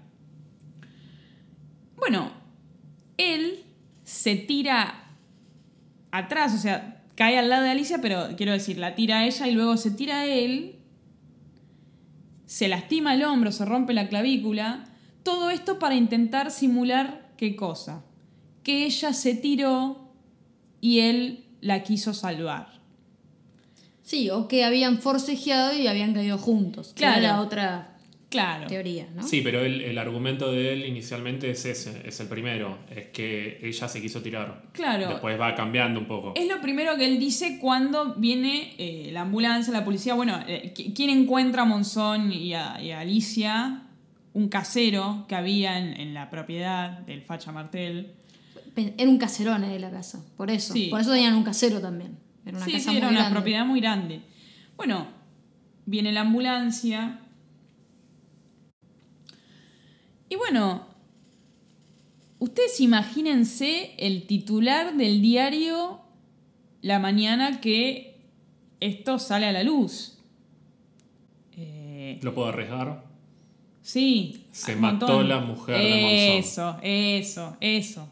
Bueno, él se tira atrás, o sea, cae al lado de Alicia, pero quiero decir, la tira a ella y luego se tira a él, se lastima el hombro, se rompe la clavícula, Todo esto para intentar simular ¿qué cosa? Que ella se tiró y él la quiso salvar. Sí, o que habían forcejeado y habían caído juntos. Claro. Era la otra Claro. teoría, ¿no? Sí, pero el argumento de él inicialmente es ese, es el primero, es que ella se quiso tirar. Claro. Después va cambiando un poco. Es lo primero que él dice cuando viene la ambulancia, la policía. Bueno, ¿quién encuentra a Monzón y a Alicia? Un casero que había en la propiedad del Facha Martel. Era un caserón de la casa, por eso. Sí. Por eso tenían un casero también. Era una Sí, casa sí, era muy una grande. propiedad muy grande. Bueno, viene la ambulancia. Y bueno, ustedes imagínense el titular del diario la mañana que esto sale a la luz. ¿Lo puedo arriesgar? Sí. Se un mató montón. la mujer de Monzón. Eso.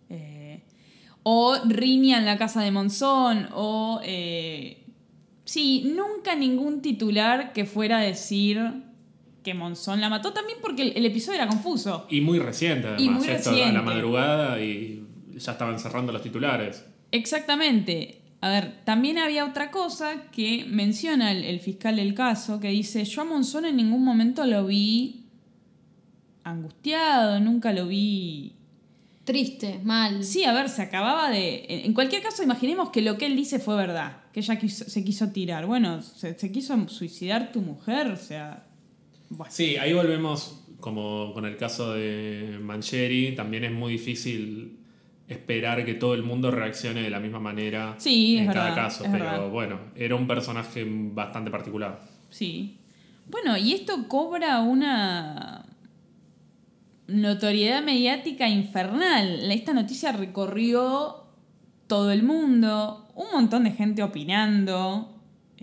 O riña en la casa de Monzón. O... sí, nunca ningún titular que fuera a decir que Monzón la mató. También porque el episodio era confuso. Y muy reciente, además. Y muy Esto a reciente. la madrugada y ya estaban cerrando los titulares. Exactamente. A ver, también había otra cosa que menciona el fiscal del caso, que dice, yo a Monzón en ningún momento lo vi angustiado, nunca lo vi... Triste, mal. Sí, a ver, se acababa de... En cualquier caso, imaginemos que lo que él dice fue verdad, que ella se quiso tirar. Bueno, se quiso suicidar tu mujer, o sea... Bueno. Sí, ahí volvemos como con el caso de Mancheri. También es muy difícil esperar que todo el mundo reaccione de la misma manera Sí, en es cada verdad, caso. es Pero verdad. bueno, era un personaje bastante particular. Sí. Bueno, y esto cobra una notoriedad mediática infernal. Esta noticia recorrió todo el mundo, un montón de gente opinando,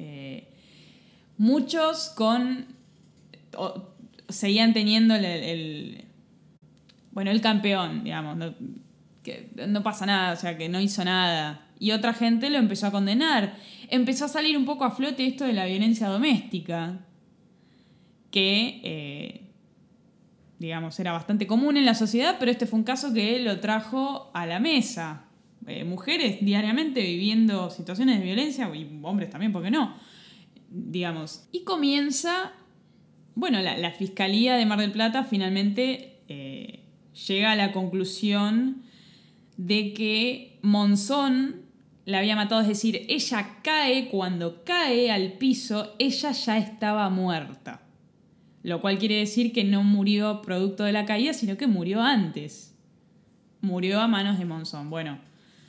muchos seguían teniendo el campeón, digamos, que no pasa nada, o sea, que no hizo nada. Y otra gente lo empezó a condenar. Empezó a salir un poco a flote esto de la violencia doméstica, que, digamos, era bastante común en la sociedad, pero este fue un caso que lo trajo a la mesa. Mujeres diariamente viviendo situaciones de violencia, y hombres también, ¿por qué no? Digamos. Y comienza, bueno, la Fiscalía de Mar del Plata finalmente llega a la conclusión de que Monzón la había matado, es decir, ella cuando cae al piso, ella ya estaba muerta. Lo cual quiere decir que no murió producto de la caída, sino que murió antes. Murió a manos de Monzón. Bueno,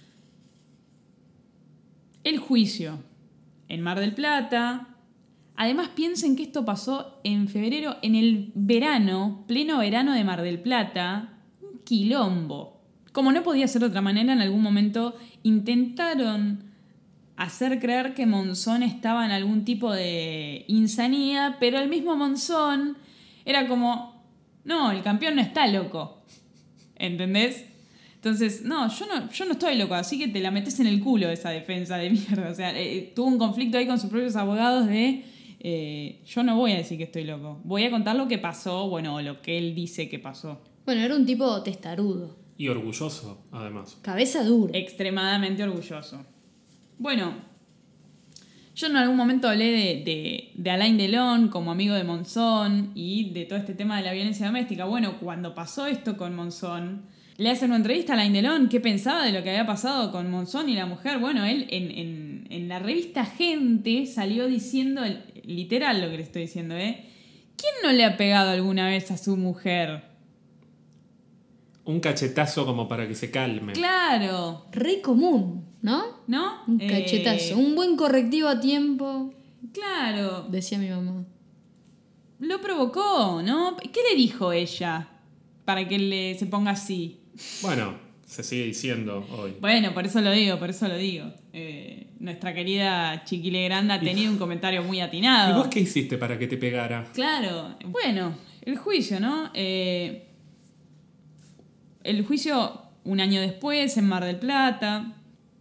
el juicio en Mar del Plata. Además, piensen que esto pasó en febrero, en el verano, pleno verano de Mar del Plata. Un quilombo. Como no podía ser de otra manera, en algún momento intentaron hacer creer que Monzón estaba en algún tipo de insanía, pero el mismo Monzón era como, no, el campeón no está loco. ¿Entendés? Entonces, yo no estoy loco, así que te la metes en el culo esa defensa de mierda. O sea, tuvo un conflicto ahí con sus propios abogados de, yo no voy a decir que estoy loco. Voy a contar lo que pasó, bueno, lo que él dice que pasó. Bueno, era un tipo testarudo. Y orgulloso, además. Cabeza dura. Extremadamente orgulloso. Bueno, yo en algún momento hablé de Alain Delon como amigo de Monzón y de todo este tema de la violencia doméstica. Bueno, cuando pasó esto con Monzón, le hacen una entrevista a Alain Delon, qué pensaba de lo que había pasado con Monzón y la mujer. Bueno, él en la revista Gente salió diciendo, literal lo que le estoy diciendo, ¿quién no le ha pegado alguna vez a su mujer? Un cachetazo como para que se calme. Claro, Re común, ¿no? ¿no? Un cachetazo. Un buen correctivo a tiempo, Claro, decía mi mamá. lo provocó, ¿no? ¿Qué le dijo ella para que se ponga así? Bueno, se sigue diciendo hoy. Bueno, por eso lo digo. Nuestra querida Chiqui Legrand ha tenido un comentario muy atinado. ¿Y vos qué hiciste para que te pegara? Claro. Bueno, el juicio, ¿no? El juicio un año después en Mar del Plata.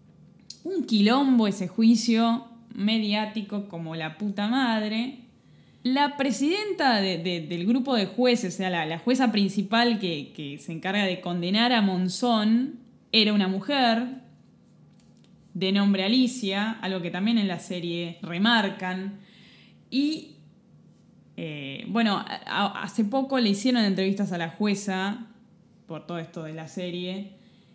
Un quilombo ese juicio, mediático como la puta madre. La presidenta del grupo de jueces, o sea, la jueza principal que se encarga de condenar a Monzón, era una mujer de nombre Alicia, algo que también en la serie remarcan. Y bueno, hace poco le hicieron entrevistas a la jueza por todo esto de la serie.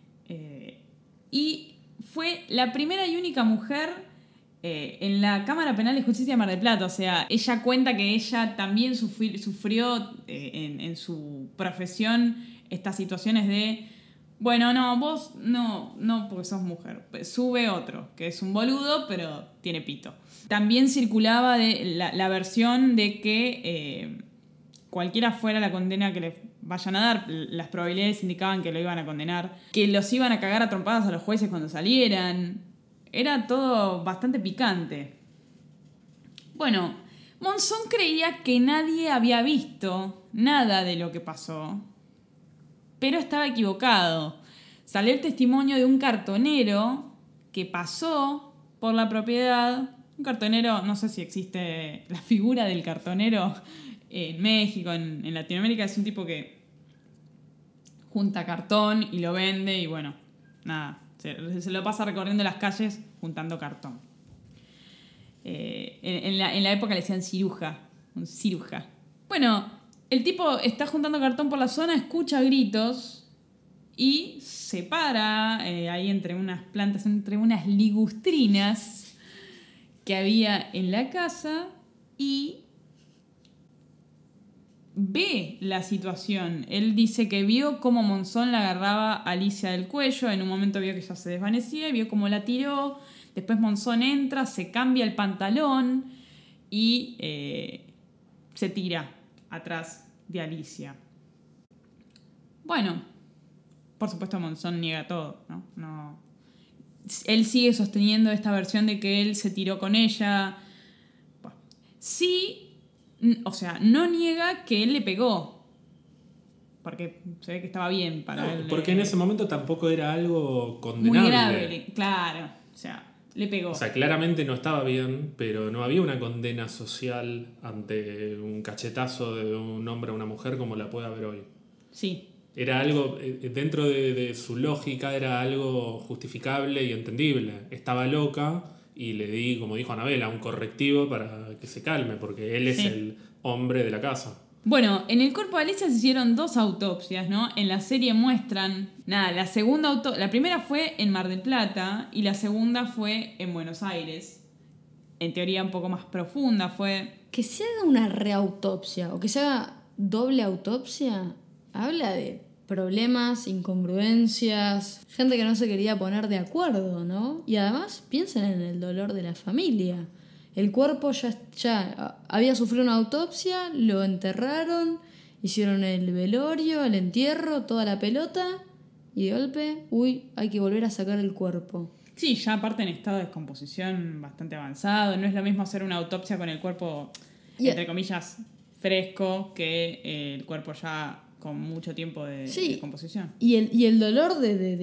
Y fue la primera y única mujer en la Cámara Penal de Justicia de Mar del Plata. O sea, ella cuenta que ella también sufrió en su profesión estas situaciones de, bueno, no, vos no porque sos mujer. Sube otro, que es un boludo, pero tiene pito. También circulaba la versión de que cualquiera fuera la condena que le vayan a dar, las probabilidades indicaban que lo iban a condenar, que los iban a cagar a trompadas a los jueces cuando salieran. Era todo bastante picante. Bueno, Monzón creía que nadie había visto nada de lo que pasó, pero estaba equivocado. Salió el testimonio de un cartonero que pasó por la propiedad. Un cartonero, no sé si existe la figura del cartonero en México, en Latinoamérica, es un tipo que junta cartón y lo vende y bueno, nada, se lo pasa recorriendo las calles juntando cartón. En la época le decían ciruja, un ciruja. Bueno, el tipo está juntando cartón por la zona, escucha gritos y se para ahí entre unas plantas, entre unas ligustrinas que había en la casa y ve la situación. Él dice que vio cómo Monzón la agarraba a Alicia del cuello, en un momento vio que ella se desvanecía y vio cómo la tiró. Después Monzón entra, se cambia el pantalón y se tira atrás de Alicia. Bueno, por supuesto Monzón niega todo, ¿no? Él sigue sosteniendo esta versión de que él se tiró con ella. Bueno, sí, o sea, no niega que él le pegó. Porque se ve que estaba bien para él. Porque en ese momento tampoco era algo condenable. Muy grave, claro. O sea, le pegó. O sea, claramente no estaba bien, pero no había una condena social ante un cachetazo de un hombre a una mujer como la puede haber hoy. Sí. Era algo, dentro de su lógica, era algo justificable y entendible. Estaba loca y le di, como dijo Anabela, un correctivo para que se calme, porque él es el hombre de la casa. Bueno, en el cuerpo de Alicia se hicieron 2 autopsias, ¿no? En la serie muestran, la primera fue en Mar del Plata y la segunda fue en Buenos Aires. En teoría un poco más profunda fue... Que se haga una reautopsia o que se haga doble autopsia, habla de problemas, incongruencias, gente que no se quería poner de acuerdo, ¿no? Y además piensen en el dolor de la familia. El cuerpo ya había sufrido una autopsia, lo enterraron, hicieron el velorio, el entierro, toda la pelota y de golpe, hay que volver a sacar el cuerpo. Sí, ya aparte en estado de descomposición bastante avanzado. No es lo mismo hacer una autopsia con el cuerpo, entre comillas, fresco, que el cuerpo ya con mucho tiempo de descomposición. Y el dolor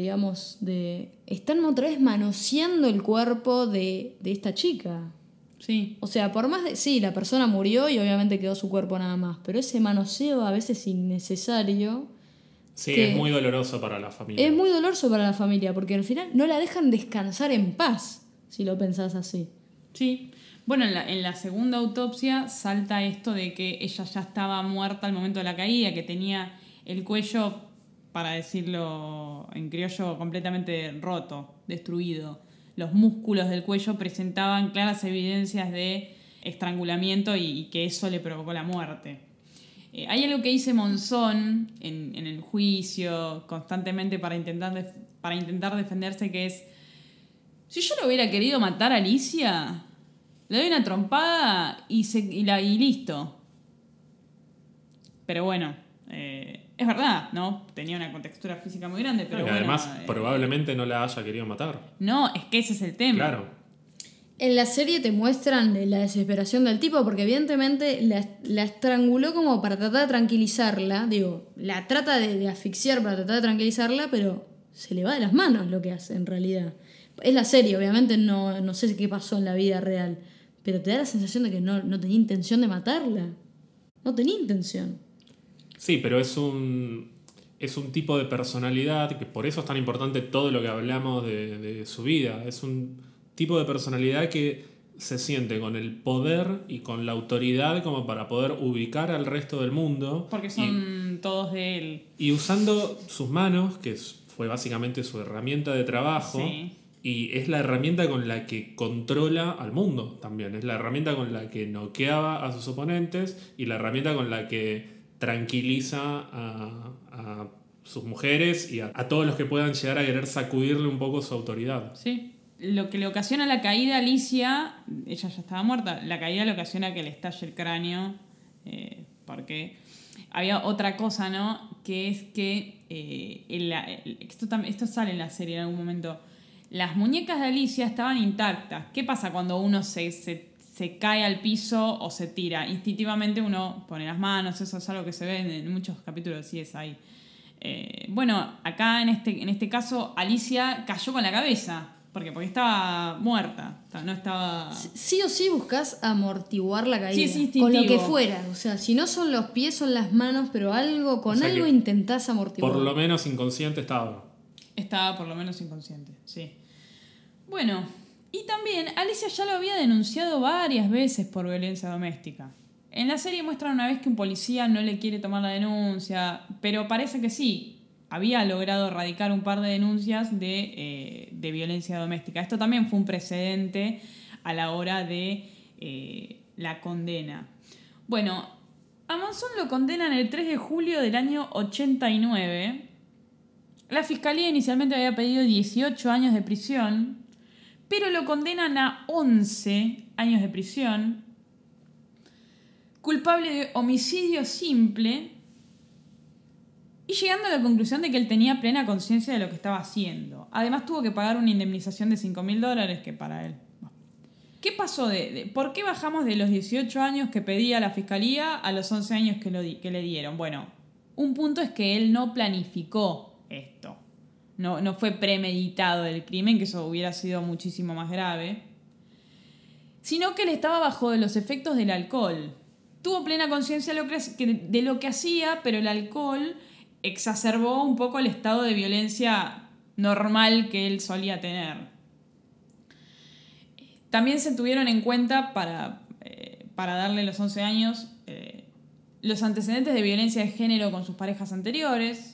de están otra vez manoseando el cuerpo de esta chica. Sí. O sea, por más la persona murió y obviamente quedó su cuerpo nada más, pero ese manoseo a veces innecesario. Sí, es muy doloroso para la familia. Es muy doloroso para la familia, porque al final no la dejan descansar en paz, si lo pensás así. Sí. Bueno, en la segunda autopsia salta esto de que ella ya estaba muerta al momento de la caída, que tenía el cuello, para decirlo en criollo, completamente roto, destruido. Los músculos del cuello presentaban claras evidencias de estrangulamiento y que eso le provocó la muerte. Hay algo que dice Monzón en el juicio constantemente para intentar defenderse, que es: si yo lo hubiera querido matar a Alicia, le doy una trompada y listo. Pero bueno, es verdad, ¿no? Tenía una contextura física muy grande, pero bueno, además probablemente no la haya querido matar. No, es que ese es el tema. Claro. En la serie te muestran la desesperación del tipo porque evidentemente la estranguló como para tratar de tranquilizarla. La trata de asfixiar para tratar de tranquilizarla, pero se le va de las manos lo que hace en realidad. Es la serie, obviamente no sé qué pasó en la vida real, pero te da la sensación de que no tenía intención de matarla. No tenía intención. Sí, pero es un tipo de personalidad, que por eso es tan importante todo lo que hablamos de su vida. Es un tipo de personalidad que se siente con el poder y con la autoridad como para poder ubicar al resto del mundo. Porque son todos de él. Y usando sus manos, que fue básicamente su herramienta de trabajo, Sí. y es la herramienta con la que controla al mundo también. Es la herramienta con la que noqueaba a sus oponentes y la herramienta con la que tranquiliza a sus mujeres y a todos los que puedan llegar a querer sacudirle un poco su autoridad. Sí. Lo que le ocasiona la caída a Alicia, ella ya estaba muerta, la caída le ocasiona que le estalle el cráneo, porque había otra cosa, ¿no? Que es que, esto sale en la serie en algún momento, las muñecas de Alicia estaban intactas. ¿Qué pasa cuando uno se cae al piso o se tira? Instintivamente uno pone las manos, eso es algo que se ve en muchos capítulos, sí es ahí. Bueno, acá en este caso Alicia cayó con la cabeza. Porque estaba muerta, no estaba... Sí o sí buscas amortiguar la caída. Sí, es instintivo. Con lo que fuera. O sea, si no son los pies, son las manos, pero con algo intentás amortiguar. Por lo menos inconsciente estaba. Estaba por lo menos inconsciente, sí. Bueno, y también Alicia ya lo había denunciado varias veces por violencia doméstica. En la serie muestran una vez que un policía no le quiere tomar la denuncia, pero parece que sí. Había logrado erradicar un par de denuncias de violencia doméstica. Esto también fue un precedente a la hora de la condena. Bueno, a Monzón lo condenan el 3 de julio del año 89. La fiscalía inicialmente había pedido 18 años de prisión, pero lo condenan a 11 años de prisión, culpable de homicidio simple, y llegando a la conclusión de que él tenía plena conciencia de lo que estaba haciendo. Además tuvo que pagar una indemnización de $5.000 que para él. ¿Qué pasó? ¿Por qué bajamos de los 18 años que pedía la fiscalía a los 11 años que le dieron? Bueno, un punto es que él no planificó esto. No fue premeditado el crimen, que eso hubiera sido muchísimo más grave. Sino que él estaba bajo los efectos del alcohol. Tuvo plena conciencia de lo que hacía, pero el alcohol exacerbó un poco el estado de violencia normal que él solía tener. También se tuvieron en cuenta para darle los 11 años los antecedentes de violencia de género con sus parejas anteriores.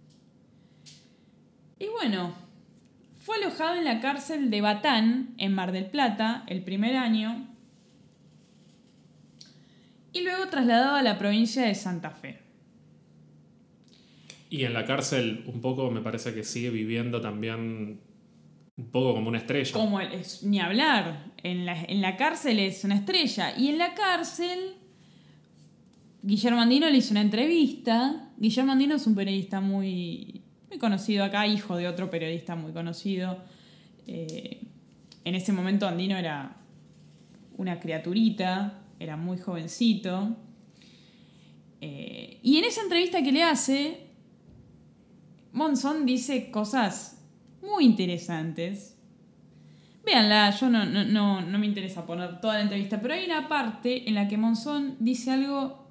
Y bueno, fue alojado en la cárcel de Batán, en Mar del Plata, el primer año, y luego trasladado a la provincia de Santa Fe. Y en la cárcel un poco me parece que sigue viviendo también un poco como una estrella. Ni hablar. En la cárcel es una estrella. Y en la cárcel, Guillermo Andino le hizo una entrevista. Guillermo Andino es un periodista muy, muy conocido acá, hijo de otro periodista muy conocido. En ese momento Andino era una criaturita, era muy jovencito. Y en esa entrevista que le hace, Monzón dice cosas muy interesantes. Véanla, yo no me interesa poner toda la entrevista, pero hay una parte en la que Monzón dice algo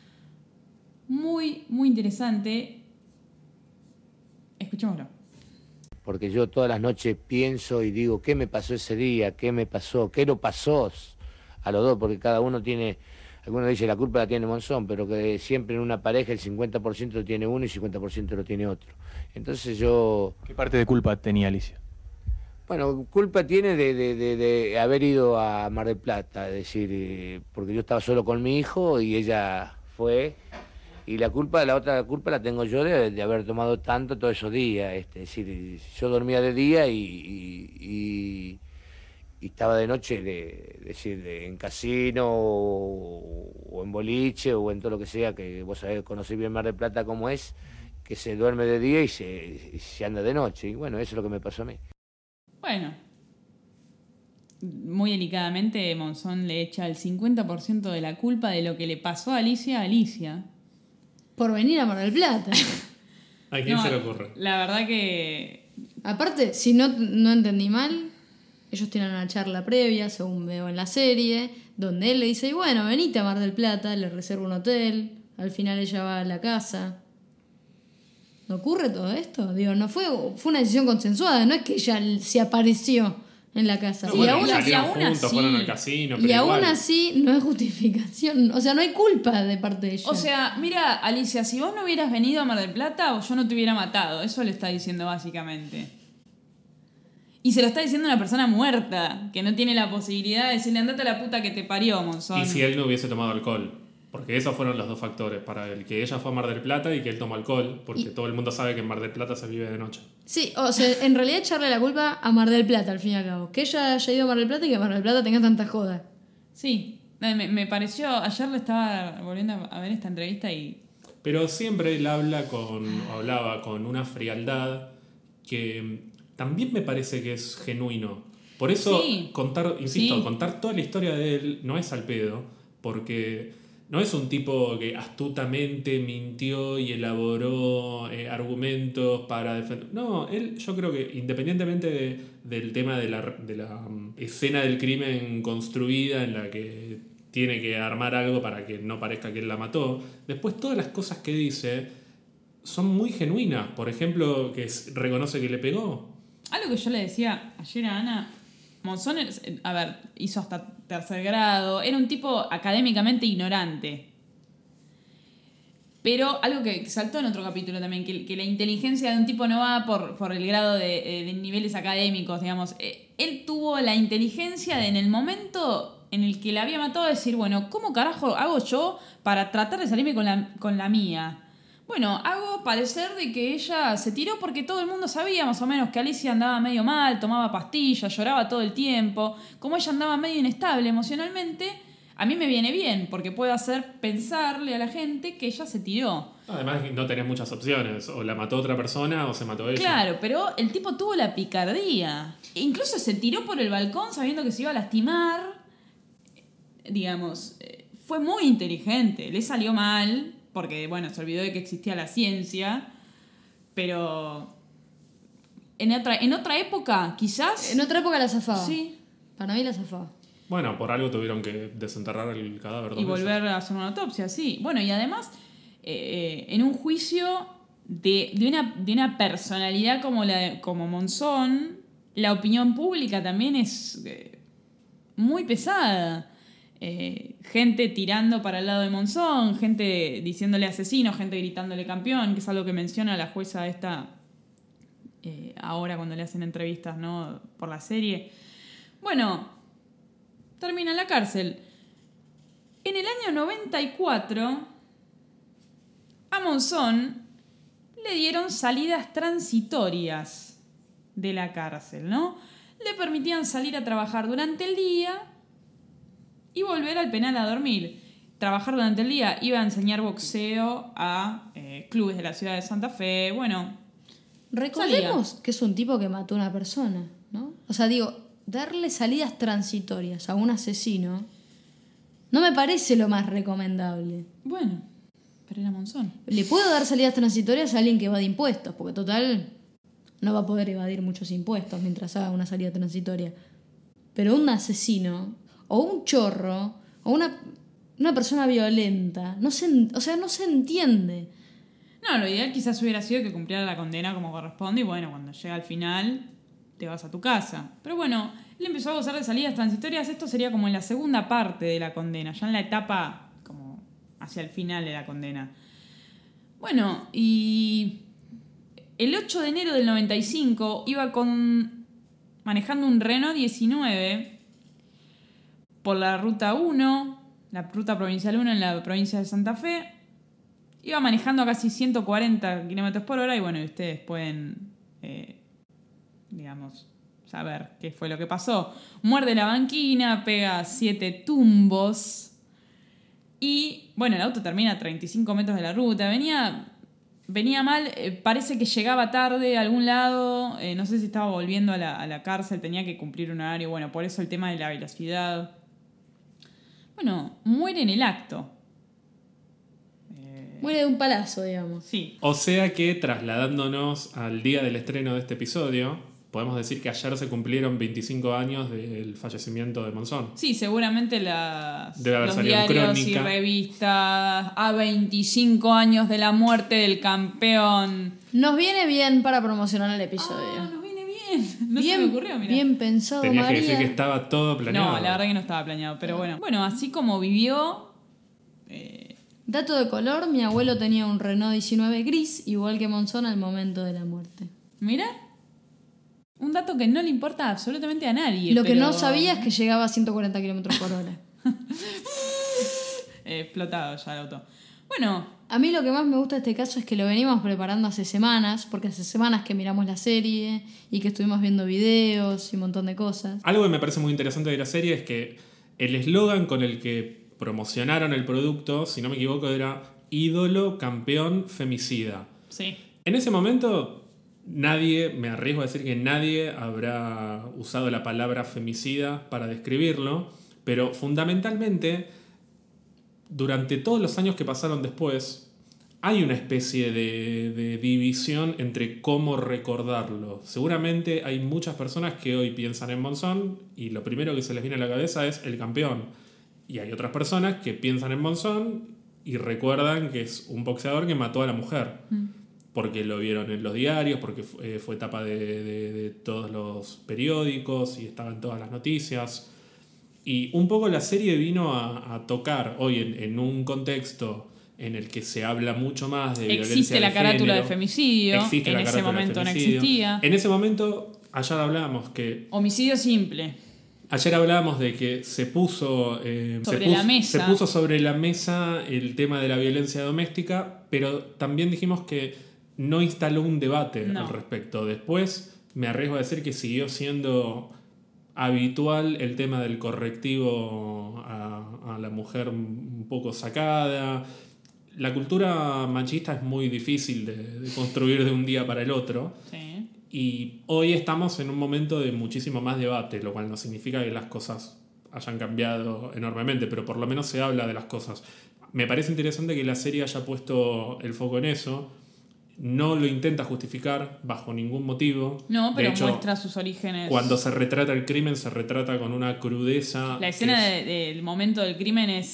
muy, muy interesante. Escuchémoslo. Porque yo todas las noches pienso y digo, ¿qué me pasó ese día? ¿Qué me pasó? ¿Qué no pasó? A los dos, porque cada uno tiene... Algunos dicen la culpa la tiene Monzón, pero que siempre en una pareja el 50% lo tiene uno y 50% lo tiene otro. Entonces yo... ¿Qué parte de culpa tenía Alicia? Bueno, culpa tiene de haber ido a Mar del Plata, es decir, porque yo estaba solo con mi hijo y ella fue... Y la otra culpa la tengo yo de haber tomado tanto todos esos días. Es decir, yo dormía de día y estaba de noche, en casino o en boliche o en todo lo que sea, que vos sabés, conocés bien Mar del Plata como es, que se duerme de día y se anda de noche. Y bueno, eso es lo que me pasó a mí. Bueno, muy delicadamente Monzón le echa el 50% de la culpa de lo que le pasó a Alicia. Por venir a Mar del Plata. ¿A quién se le ocurre? La verdad que... Aparte, si no entendí mal, Ellos tienen una charla previa, según veo en la serie, donde él le dice, y bueno, venite a Mar del Plata, le reservo un hotel, al final ella va a la casa. ¿No ocurre todo esto? Digo, no fue una decisión consensuada, no es que ella se apareció en la casa. No, y bueno, aún salieron aún juntos, así- fueron al casino, pero y aún igual. así no es justificación, o sea, no hay culpa de parte de ella. O sea, mira, Alicia, si vos no hubieras venido a Mar del Plata, yo no te hubiera matado. Eso le está diciendo básicamente. Y se lo está diciendo una persona muerta, que no tiene la posibilidad de decirle andate a la puta que te parió, Monzón. Y si él no hubiese tomado alcohol. Porque esos fueron los dos factores para él. Que ella fue a Mar del Plata y que él tomó alcohol. Porque todo el mundo sabe que en Mar del Plata se vive de noche. Sí, o sea, en realidad echarle la culpa a Mar del Plata, al fin y al cabo. Que ella haya ido a Mar del Plata y que Mar del Plata tenga tanta joda. Sí, me pareció, ayer le estaba volviendo a ver esta entrevista y... Pero siempre él hablaba con una frialdad que también me parece que es genuino. Por eso Sí. contar toda la historia de él no es al pedo, porque no es un tipo que astutamente mintió y elaboró argumentos para defender. No, él, yo creo que independientemente del tema de la escena del crimen construida en la que tiene que armar algo para que no parezca que él la mató, después todas las cosas que dice son muy genuinas. Por ejemplo, que reconoce que le pegó. Algo que yo le decía ayer a Ana, Monzón, a ver, hizo hasta tercer grado, era un tipo académicamente ignorante. Pero algo que saltó en otro capítulo también, que la inteligencia de un tipo no va por el grado de niveles académicos, digamos. Él tuvo la inteligencia de en el momento en el que la había matado decir, bueno, ¿cómo carajo hago yo para tratar de salirme con la mía? Bueno, hago parecer de que ella se tiró porque todo el mundo sabía más o menos que Alicia andaba medio mal, tomaba pastillas, lloraba todo el tiempo. Como ella andaba medio inestable emocionalmente, a mí me viene bien porque puedo hacer pensarle a la gente que ella se tiró. Además no tenés muchas opciones. O la mató otra persona o se mató ella. Claro, pero el tipo tuvo la picardía. Incluso se tiró por el balcón sabiendo que se iba a lastimar. Digamos, fue muy inteligente. Le salió mal porque, bueno, se olvidó de que existía la ciencia. Pero en otra época, quizás... En otra época la zafaba. Sí. Para mí la zafaba. Bueno, por algo tuvieron que desenterrar el cadáver 2 Y veces. volver a hacer una autopsia, sí. Bueno, y además, en un juicio de una personalidad como Monzón, la opinión pública también es muy pesada. Gente tirando para el lado de Monzón, gente diciéndole asesino, gente gritándole campeón, que es algo que menciona la jueza esta ahora cuando le hacen entrevistas, ¿no? Por la serie. Bueno, termina en la cárcel. En el año 94, a Monzón le dieron salidas transitorias de la cárcel, ¿no? Le permitían salir a trabajar durante el día y volver al penal a dormir. Trabajar durante el día, iba a enseñar boxeo a clubes de la ciudad de Santa Fe, bueno. Recordemos que es un tipo que mató a una persona, ¿no? O sea, digo, darle salidas transitorias a un asesino no me parece lo más recomendable. Bueno, pero era Monzón. Le puedo dar salidas transitorias a alguien que evade impuestos, porque total no va a poder evadir muchos impuestos mientras haga una salida transitoria. Pero un asesino, o un chorro, o una persona violenta, no se entiende. No, lo ideal quizás hubiera sido que cumpliera la condena como corresponde y bueno, cuando llega al final te vas a tu casa. Pero bueno, él empezó a gozar de salidas transitorias, esto sería como en la segunda parte de la condena, ya en la etapa como hacia el final de la condena. Bueno, y el 8 de enero del 95 iba manejando un Renault 19 por la ruta 1, la ruta provincial 1 en la provincia de Santa Fe. Iba manejando a casi 140 kilómetros por hora y bueno, ustedes pueden, digamos, saber qué fue lo que pasó. Muerde la banquina, pega 7 tumbos y bueno, el auto termina a 35 metros de la ruta. Venía mal, parece que llegaba tarde a algún lado, no sé si estaba volviendo a la cárcel, tenía que cumplir un horario, bueno, por eso el tema de la velocidad. Bueno, muere en el acto. Muere de un palazo, digamos. Sí. O sea que, trasladándonos al día del estreno de este episodio, podemos decir que ayer se cumplieron 25 años del fallecimiento de Monzón. Sí, seguramente Debe haber los salido en diarios y Crónica. revistas a 25 años de la muerte del campeón. Nos viene bien para promocionar el episodio. Nos viene bien. No bien, se me ocurrió, mira. bien pensado, Tenías que María. decir que estaba todo planeado. No, la verdad que no estaba planeado, pero bueno. Bueno, así como vivió... Dato de color, mi abuelo tenía un Renault 19 gris, igual que Monzón al momento de la muerte. Mira, un dato que no le importa absolutamente a nadie. Lo que pero- no sabía es que llegaba a 140 kilómetros por hora. explotado ya el auto. Bueno, A mí lo que más me gusta de este caso es que lo venimos preparando hace semanas, porque hace semanas que miramos la serie y que estuvimos viendo videos y un montón de cosas. Algo que me parece muy interesante de la serie es que el eslogan con el que promocionaron el producto, si no me equivoco, era ídolo, campeón, femicida. sí. En ese momento, nadie, me arriesgo a decir que nadie habrá usado la palabra femicida para describirlo, pero fundamentalmente, durante todos los años que pasaron después, hay una especie de división entre cómo recordarlo. Seguramente hay muchas personas que hoy piensan en Monzón y lo primero que se les viene a la cabeza es el campeón. Y hay otras personas que piensan en Monzón y recuerdan que es un boxeador que mató a la mujer. Porque lo vieron en los diarios, porque fue tapa de todos los periódicos y estaba en todas las noticias. Y un poco la serie vino a tocar hoy en un contexto en el que se habla mucho más de violencia Existe la de carátula de género. femicidio. Existe En la ese carátula de momento no femicidio. existía. En ese momento, ayer hablábamos que Homicidio simple. ayer hablábamos de que se puso la mesa. se puso sobre la mesa el tema de la violencia doméstica, pero también dijimos que no instaló un debate No. al respecto. Después me arriesgo a decir que siguió siendo habitual el tema del correctivo a la mujer un poco sacada. La cultura machista es muy difícil de construir de un día para el otro. Sí. Y hoy estamos en un momento de muchísimo más debate, lo cual no significa que las cosas hayan cambiado enormemente, pero por lo menos se habla de las cosas. Me parece interesante que la serie haya puesto el foco en eso. No lo intenta justificar bajo ningún motivo. No, pero de hecho, muestra sus orígenes. cuando se retrata el crimen, se retrata con una crudeza. La escena que del momento del crimen es...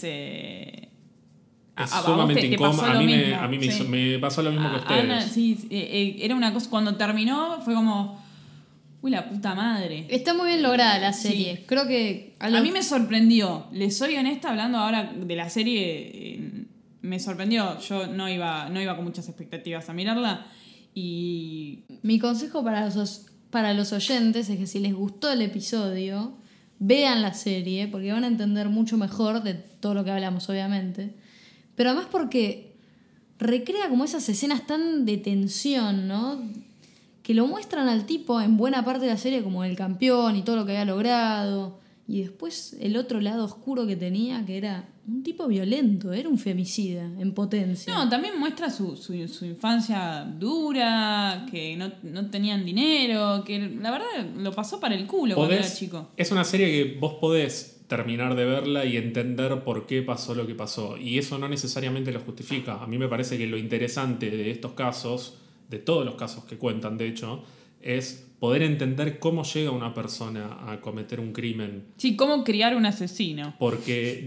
es a vos sumamente te incómoda. pasó A lo mí, mismo, a mí sí. me pasó lo mismo que a ustedes. Ana, sí, era una cosa, cuando terminó fue como, uy, la puta madre. Está muy bien lograda la serie. Sí. Creo que... A mí me sorprendió, les soy honesta, hablando ahora de la serie, me sorprendió, yo no iba con muchas expectativas a mirarla y... Mi consejo para los oyentes es que si les gustó el episodio, vean la serie, porque van a entender mucho mejor de todo lo que hablamos, obviamente. Pero además porque recrea como esas escenas tan de tensión, ¿no? Que lo muestran al tipo en buena parte de la serie como el campeón y todo lo que había logrado. Y después el otro lado oscuro que tenía, que era un tipo violento, era un femicida en potencia. No, también muestra su infancia dura, que no tenían dinero, que la verdad lo pasó para el culo cuando era chico. Es una serie que vos podés terminar de verla y entender por qué pasó lo que pasó. Y eso no necesariamente lo justifica. A mí me parece que lo interesante de estos casos, de todos los casos que cuentan, de hecho, es poder entender cómo llega una persona a cometer un crimen. Sí, cómo criar un asesino. Porque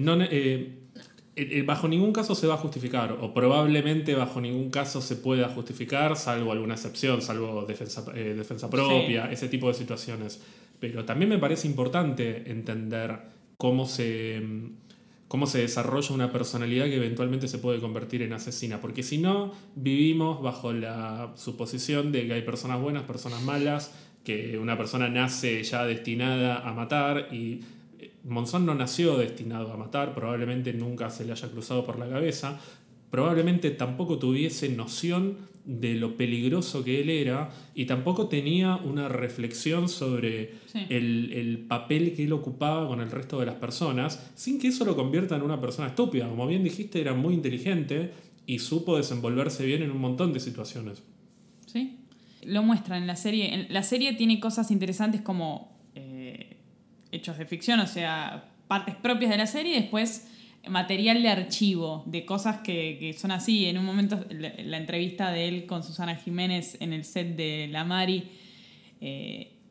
bajo ningún caso se va a justificar, o probablemente bajo ningún caso se pueda justificar, salvo alguna excepción, salvo defensa propia, ese tipo de situaciones. Pero también me parece importante entender cómo se desarrolla una personalidad que eventualmente se puede convertir en asesina. Porque si no, vivimos bajo la suposición de que hay personas buenas, personas malas, que una persona nace ya destinada a matar y Monzón no nació destinado a matar, probablemente nunca se le haya cruzado por la cabeza, probablemente tampoco tuviese noción de lo peligroso que él era y tampoco tenía una reflexión sobre el papel que él ocupaba con el resto de las personas, sin que eso lo convierta en una persona estúpida. Como bien dijiste, era muy inteligente y supo desenvolverse bien en un montón de situaciones. Sí, lo muestra en la serie. La serie tiene cosas interesantes como hechos de ficción, o sea, partes propias de la serie y después material de archivo, de cosas que son así. En un momento, la entrevista de él con Susana Jiménez en el set de La Mari,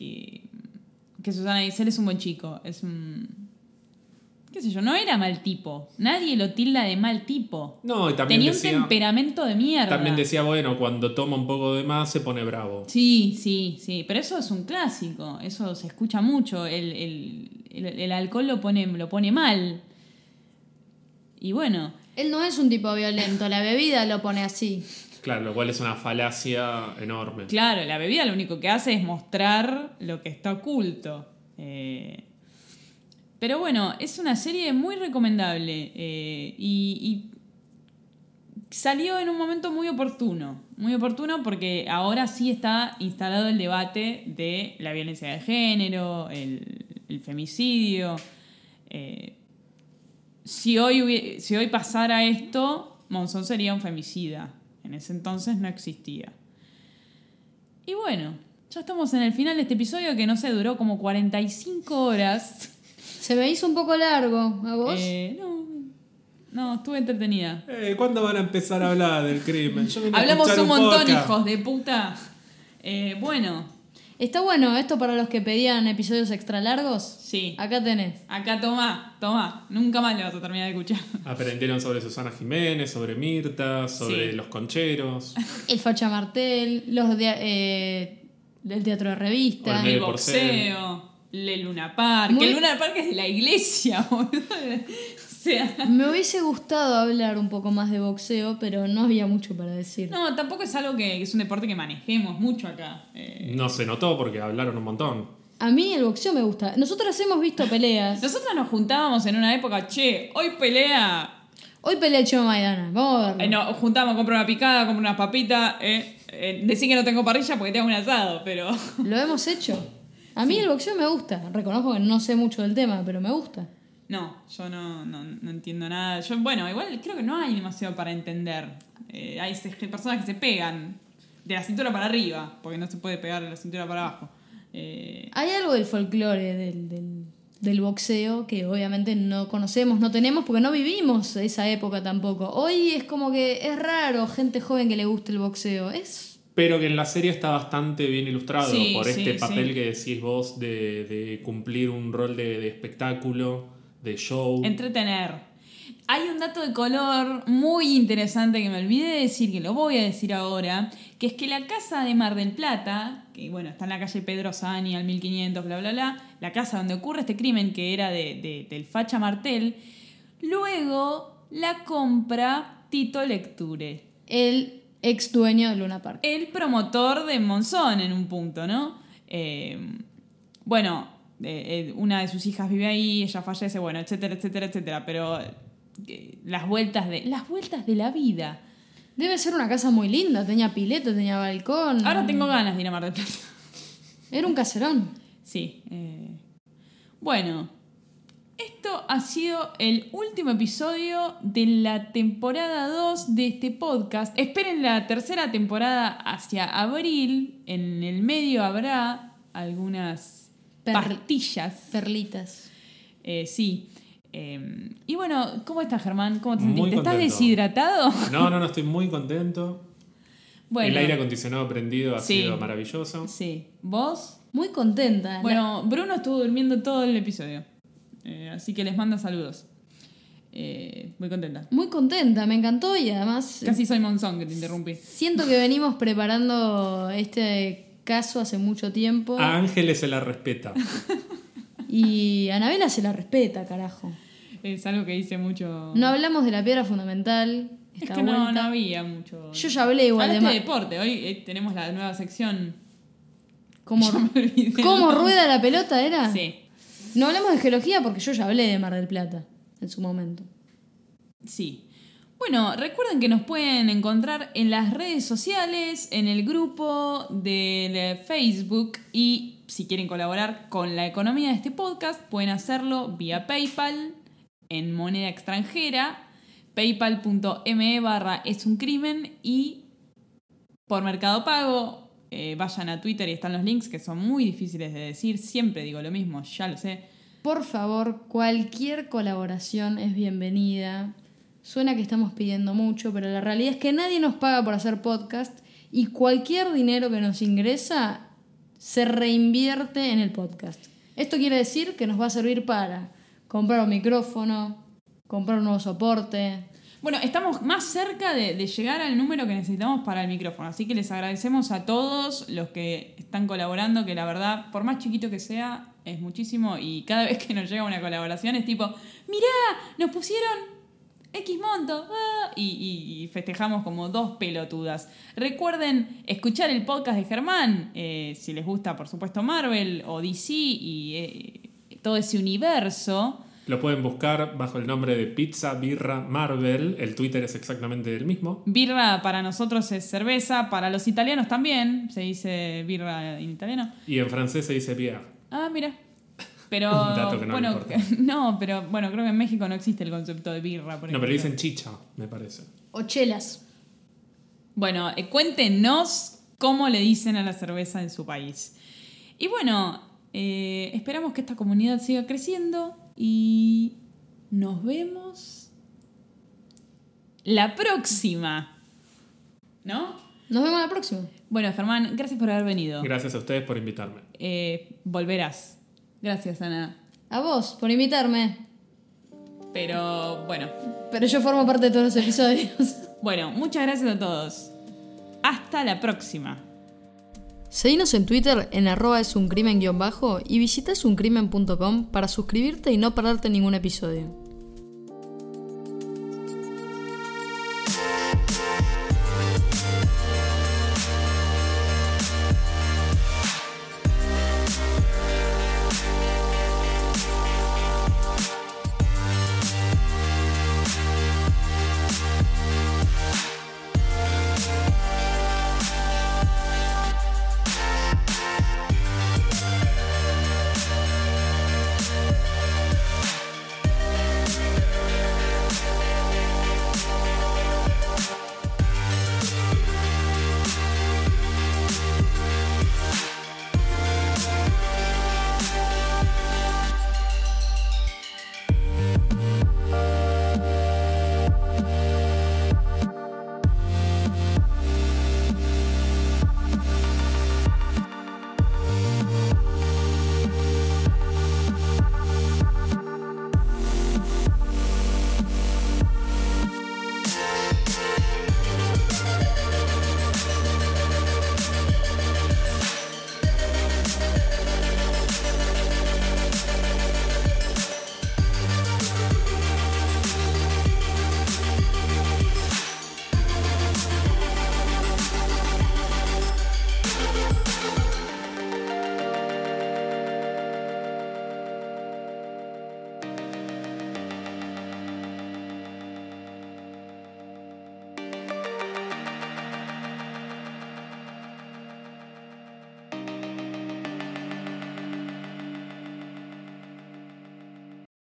Susana dice, él es un buen chico, es un... qué sé yo, no era mal tipo. Nadie lo tilda de mal tipo. No, y también tenía decía, un temperamento de mierda. También decía, bueno, cuando toma un poco de más se pone bravo. Sí, pero eso es un clásico, eso se escucha mucho, el alcohol lo pone mal. Y bueno, Él no es un tipo violento, la bebida lo pone así. Claro, lo cual es una falacia enorme. claro, la bebida lo único que hace es mostrar lo que está oculto. Pero bueno, es una serie muy recomendable y salió en un momento muy oportuno porque ahora sí está instalado el debate de la violencia de género, el femicidio. Si hoy pasara esto, Monzón sería un femicida. En ese entonces no existía. Y bueno, ya estamos en el final de este episodio que no sé, duró como 45 horas. Se me hizo un poco largo, ¿a vos? No, estuve entretenida. ¿Cuándo van a empezar a hablar del crimen? Yo vine a Hablamos escuchar un montón, podcast. hijos de puta. Bueno, Está bueno esto para los que pedían episodios extra largos. sí. Acá tenés. Acá toma. Nunca más le vas a terminar de escuchar. Aprendieron sobre Susana Jiménez, sobre Mirta, sobre Sí. los concheros. El Facha Martel, del teatro de revista. Olmedo. El por boxeo, el Luna Park. Muy- El Luna Park es de la iglesia, boludo. O sea... Me hubiese gustado hablar un poco más de boxeo, pero no había mucho para decir. No, tampoco es algo que es un deporte que manejemos mucho acá. No se notó porque hablaron un montón. A mí el boxeo me gusta. Nosotros hemos visto peleas. Nosotros nos juntábamos en una época, hoy pelea. Hoy pelea el Chemo Maidana. Vamos a verlo. Nos juntamos, compro una picada, compro unas papitas. Decí que no tengo parrilla porque tengo un asado, pero. Lo hemos hecho. A mí el boxeo me gusta. Reconozco que no sé mucho del tema, pero me gusta. No, yo no entiendo nada. Igual creo que no hay demasiado para entender. Hay personas que se pegan de la cintura para arriba, porque no se puede pegar de la cintura para abajo. Hay algo del folclore del boxeo que obviamente no conocemos, no tenemos, porque no vivimos esa época tampoco. Hoy es como que es raro gente joven que le guste el boxeo. Pero que en la serie está bastante bien ilustrado Sí, por este sí, papel sí. que decís vos de cumplir un rol de espectáculo, de show. Entretener. Hay un dato de color muy interesante que me olvidé de decir, que lo voy a decir ahora, que es que la casa de Mar del Plata, que bueno, está en la calle Pedro Sani al 1500, bla, bla, bla, la casa donde ocurre este crimen que era del Facha Martel, luego la compra Tito Lecture, El ex dueño de Luna Park. el promotor de Monzón en un punto, ¿no? Una de sus hijas vive ahí, ella fallece, bueno, etcétera, etcétera, etcétera, pero las vueltas de la vida. Debe ser una casa muy linda, tenía pileta, tenía balcón. Ahora tengo ganas de ir a Mar del Plata. Era un caserón. Sí. Bueno, esto ha sido el último episodio de la temporada 2 de este podcast. Esperen la tercera temporada hacia abril. En el medio habrá algunas pastillas. Perlitas. Sí. Y bueno, ¿cómo estás, Germán? ¿Cómo te Muy sentiste? ¿Estás contento. deshidratado? No, estoy muy contento. Bueno, El aire acondicionado prendido ha Sí. sido maravilloso. Sí. ¿Vos? Muy contenta. Bueno, Bruno estuvo durmiendo todo el episodio. Así que les mando saludos. Muy contenta. Muy contenta, me encantó y además Casi soy Monzón, que te interrumpí. siento que venimos preparando este caso hace mucho tiempo A Ángeles se la respeta. y Anabela se la respeta, carajo. Es algo que hice mucho. No hablamos de la piedra fundamental. es esta que no vuelta. había mucho. Yo ya hablé igual de Hablaste de más. deporte. Hoy tenemos la nueva sección. ¿Cómo, Ya me olvidé el ¿Cómo nombre. rueda la pelota era? Sí. No hablamos de geología porque yo ya hablé de Mar del Plata en su momento. Sí. Bueno, recuerden que nos pueden encontrar en las redes sociales, en el grupo de Facebook y si quieren colaborar con la economía de este podcast, pueden hacerlo vía PayPal en moneda extranjera, paypal.me/esuncrimen y por Mercado Pago. Vayan a Twitter y están los links que son muy difíciles de decir. Siempre digo lo mismo, ya lo sé. Por favor, cualquier colaboración es bienvenida. Suena que estamos pidiendo mucho, pero la realidad es que nadie nos paga por hacer podcast y cualquier dinero que nos ingresa se reinvierte en el podcast. Esto quiere decir que nos va a servir para comprar un micrófono, comprar un nuevo soporte. Bueno, estamos más cerca de llegar al número que necesitamos para el micrófono, así que les agradecemos a todos los que están colaborando, que la verdad, por más chiquito que sea, es muchísimo, y cada vez que nos llega una colaboración es tipo, mirá, nos pusieron X monto, y festejamos como dos pelotudas. Recuerden escuchar el podcast de Germán, si les gusta, por supuesto, Marvel o DC y todo ese universo. Lo pueden buscar bajo el nombre de Pizza Birra Marvel. El Twitter es exactamente el mismo. Birra para nosotros es cerveza, para los italianos también se dice birra en italiano. Y en francés se dice bière. Ah, mira. Pero Un dato que no me importa. No, pero bueno, creo que en México no existe el concepto de birra. Por No, pero ejemplo. dicen chicha, me parece. O chelas. Bueno, cuéntenos cómo le dicen a la cerveza en su país. Y bueno, esperamos que esta comunidad siga creciendo y nos vemos la próxima. ¿No? Nos vemos la próxima. Bueno, Germán, gracias por haber venido. Gracias a ustedes por invitarme. Volverás. Gracias, Ana. A vos, por invitarme. Pero bueno. Pero yo formo parte de todos los episodios. Bueno, muchas gracias a todos. Hasta la próxima. Seguinos en Twitter en @esuncrimen_ y visita esuncrimen.com para suscribirte y no perderte ningún episodio.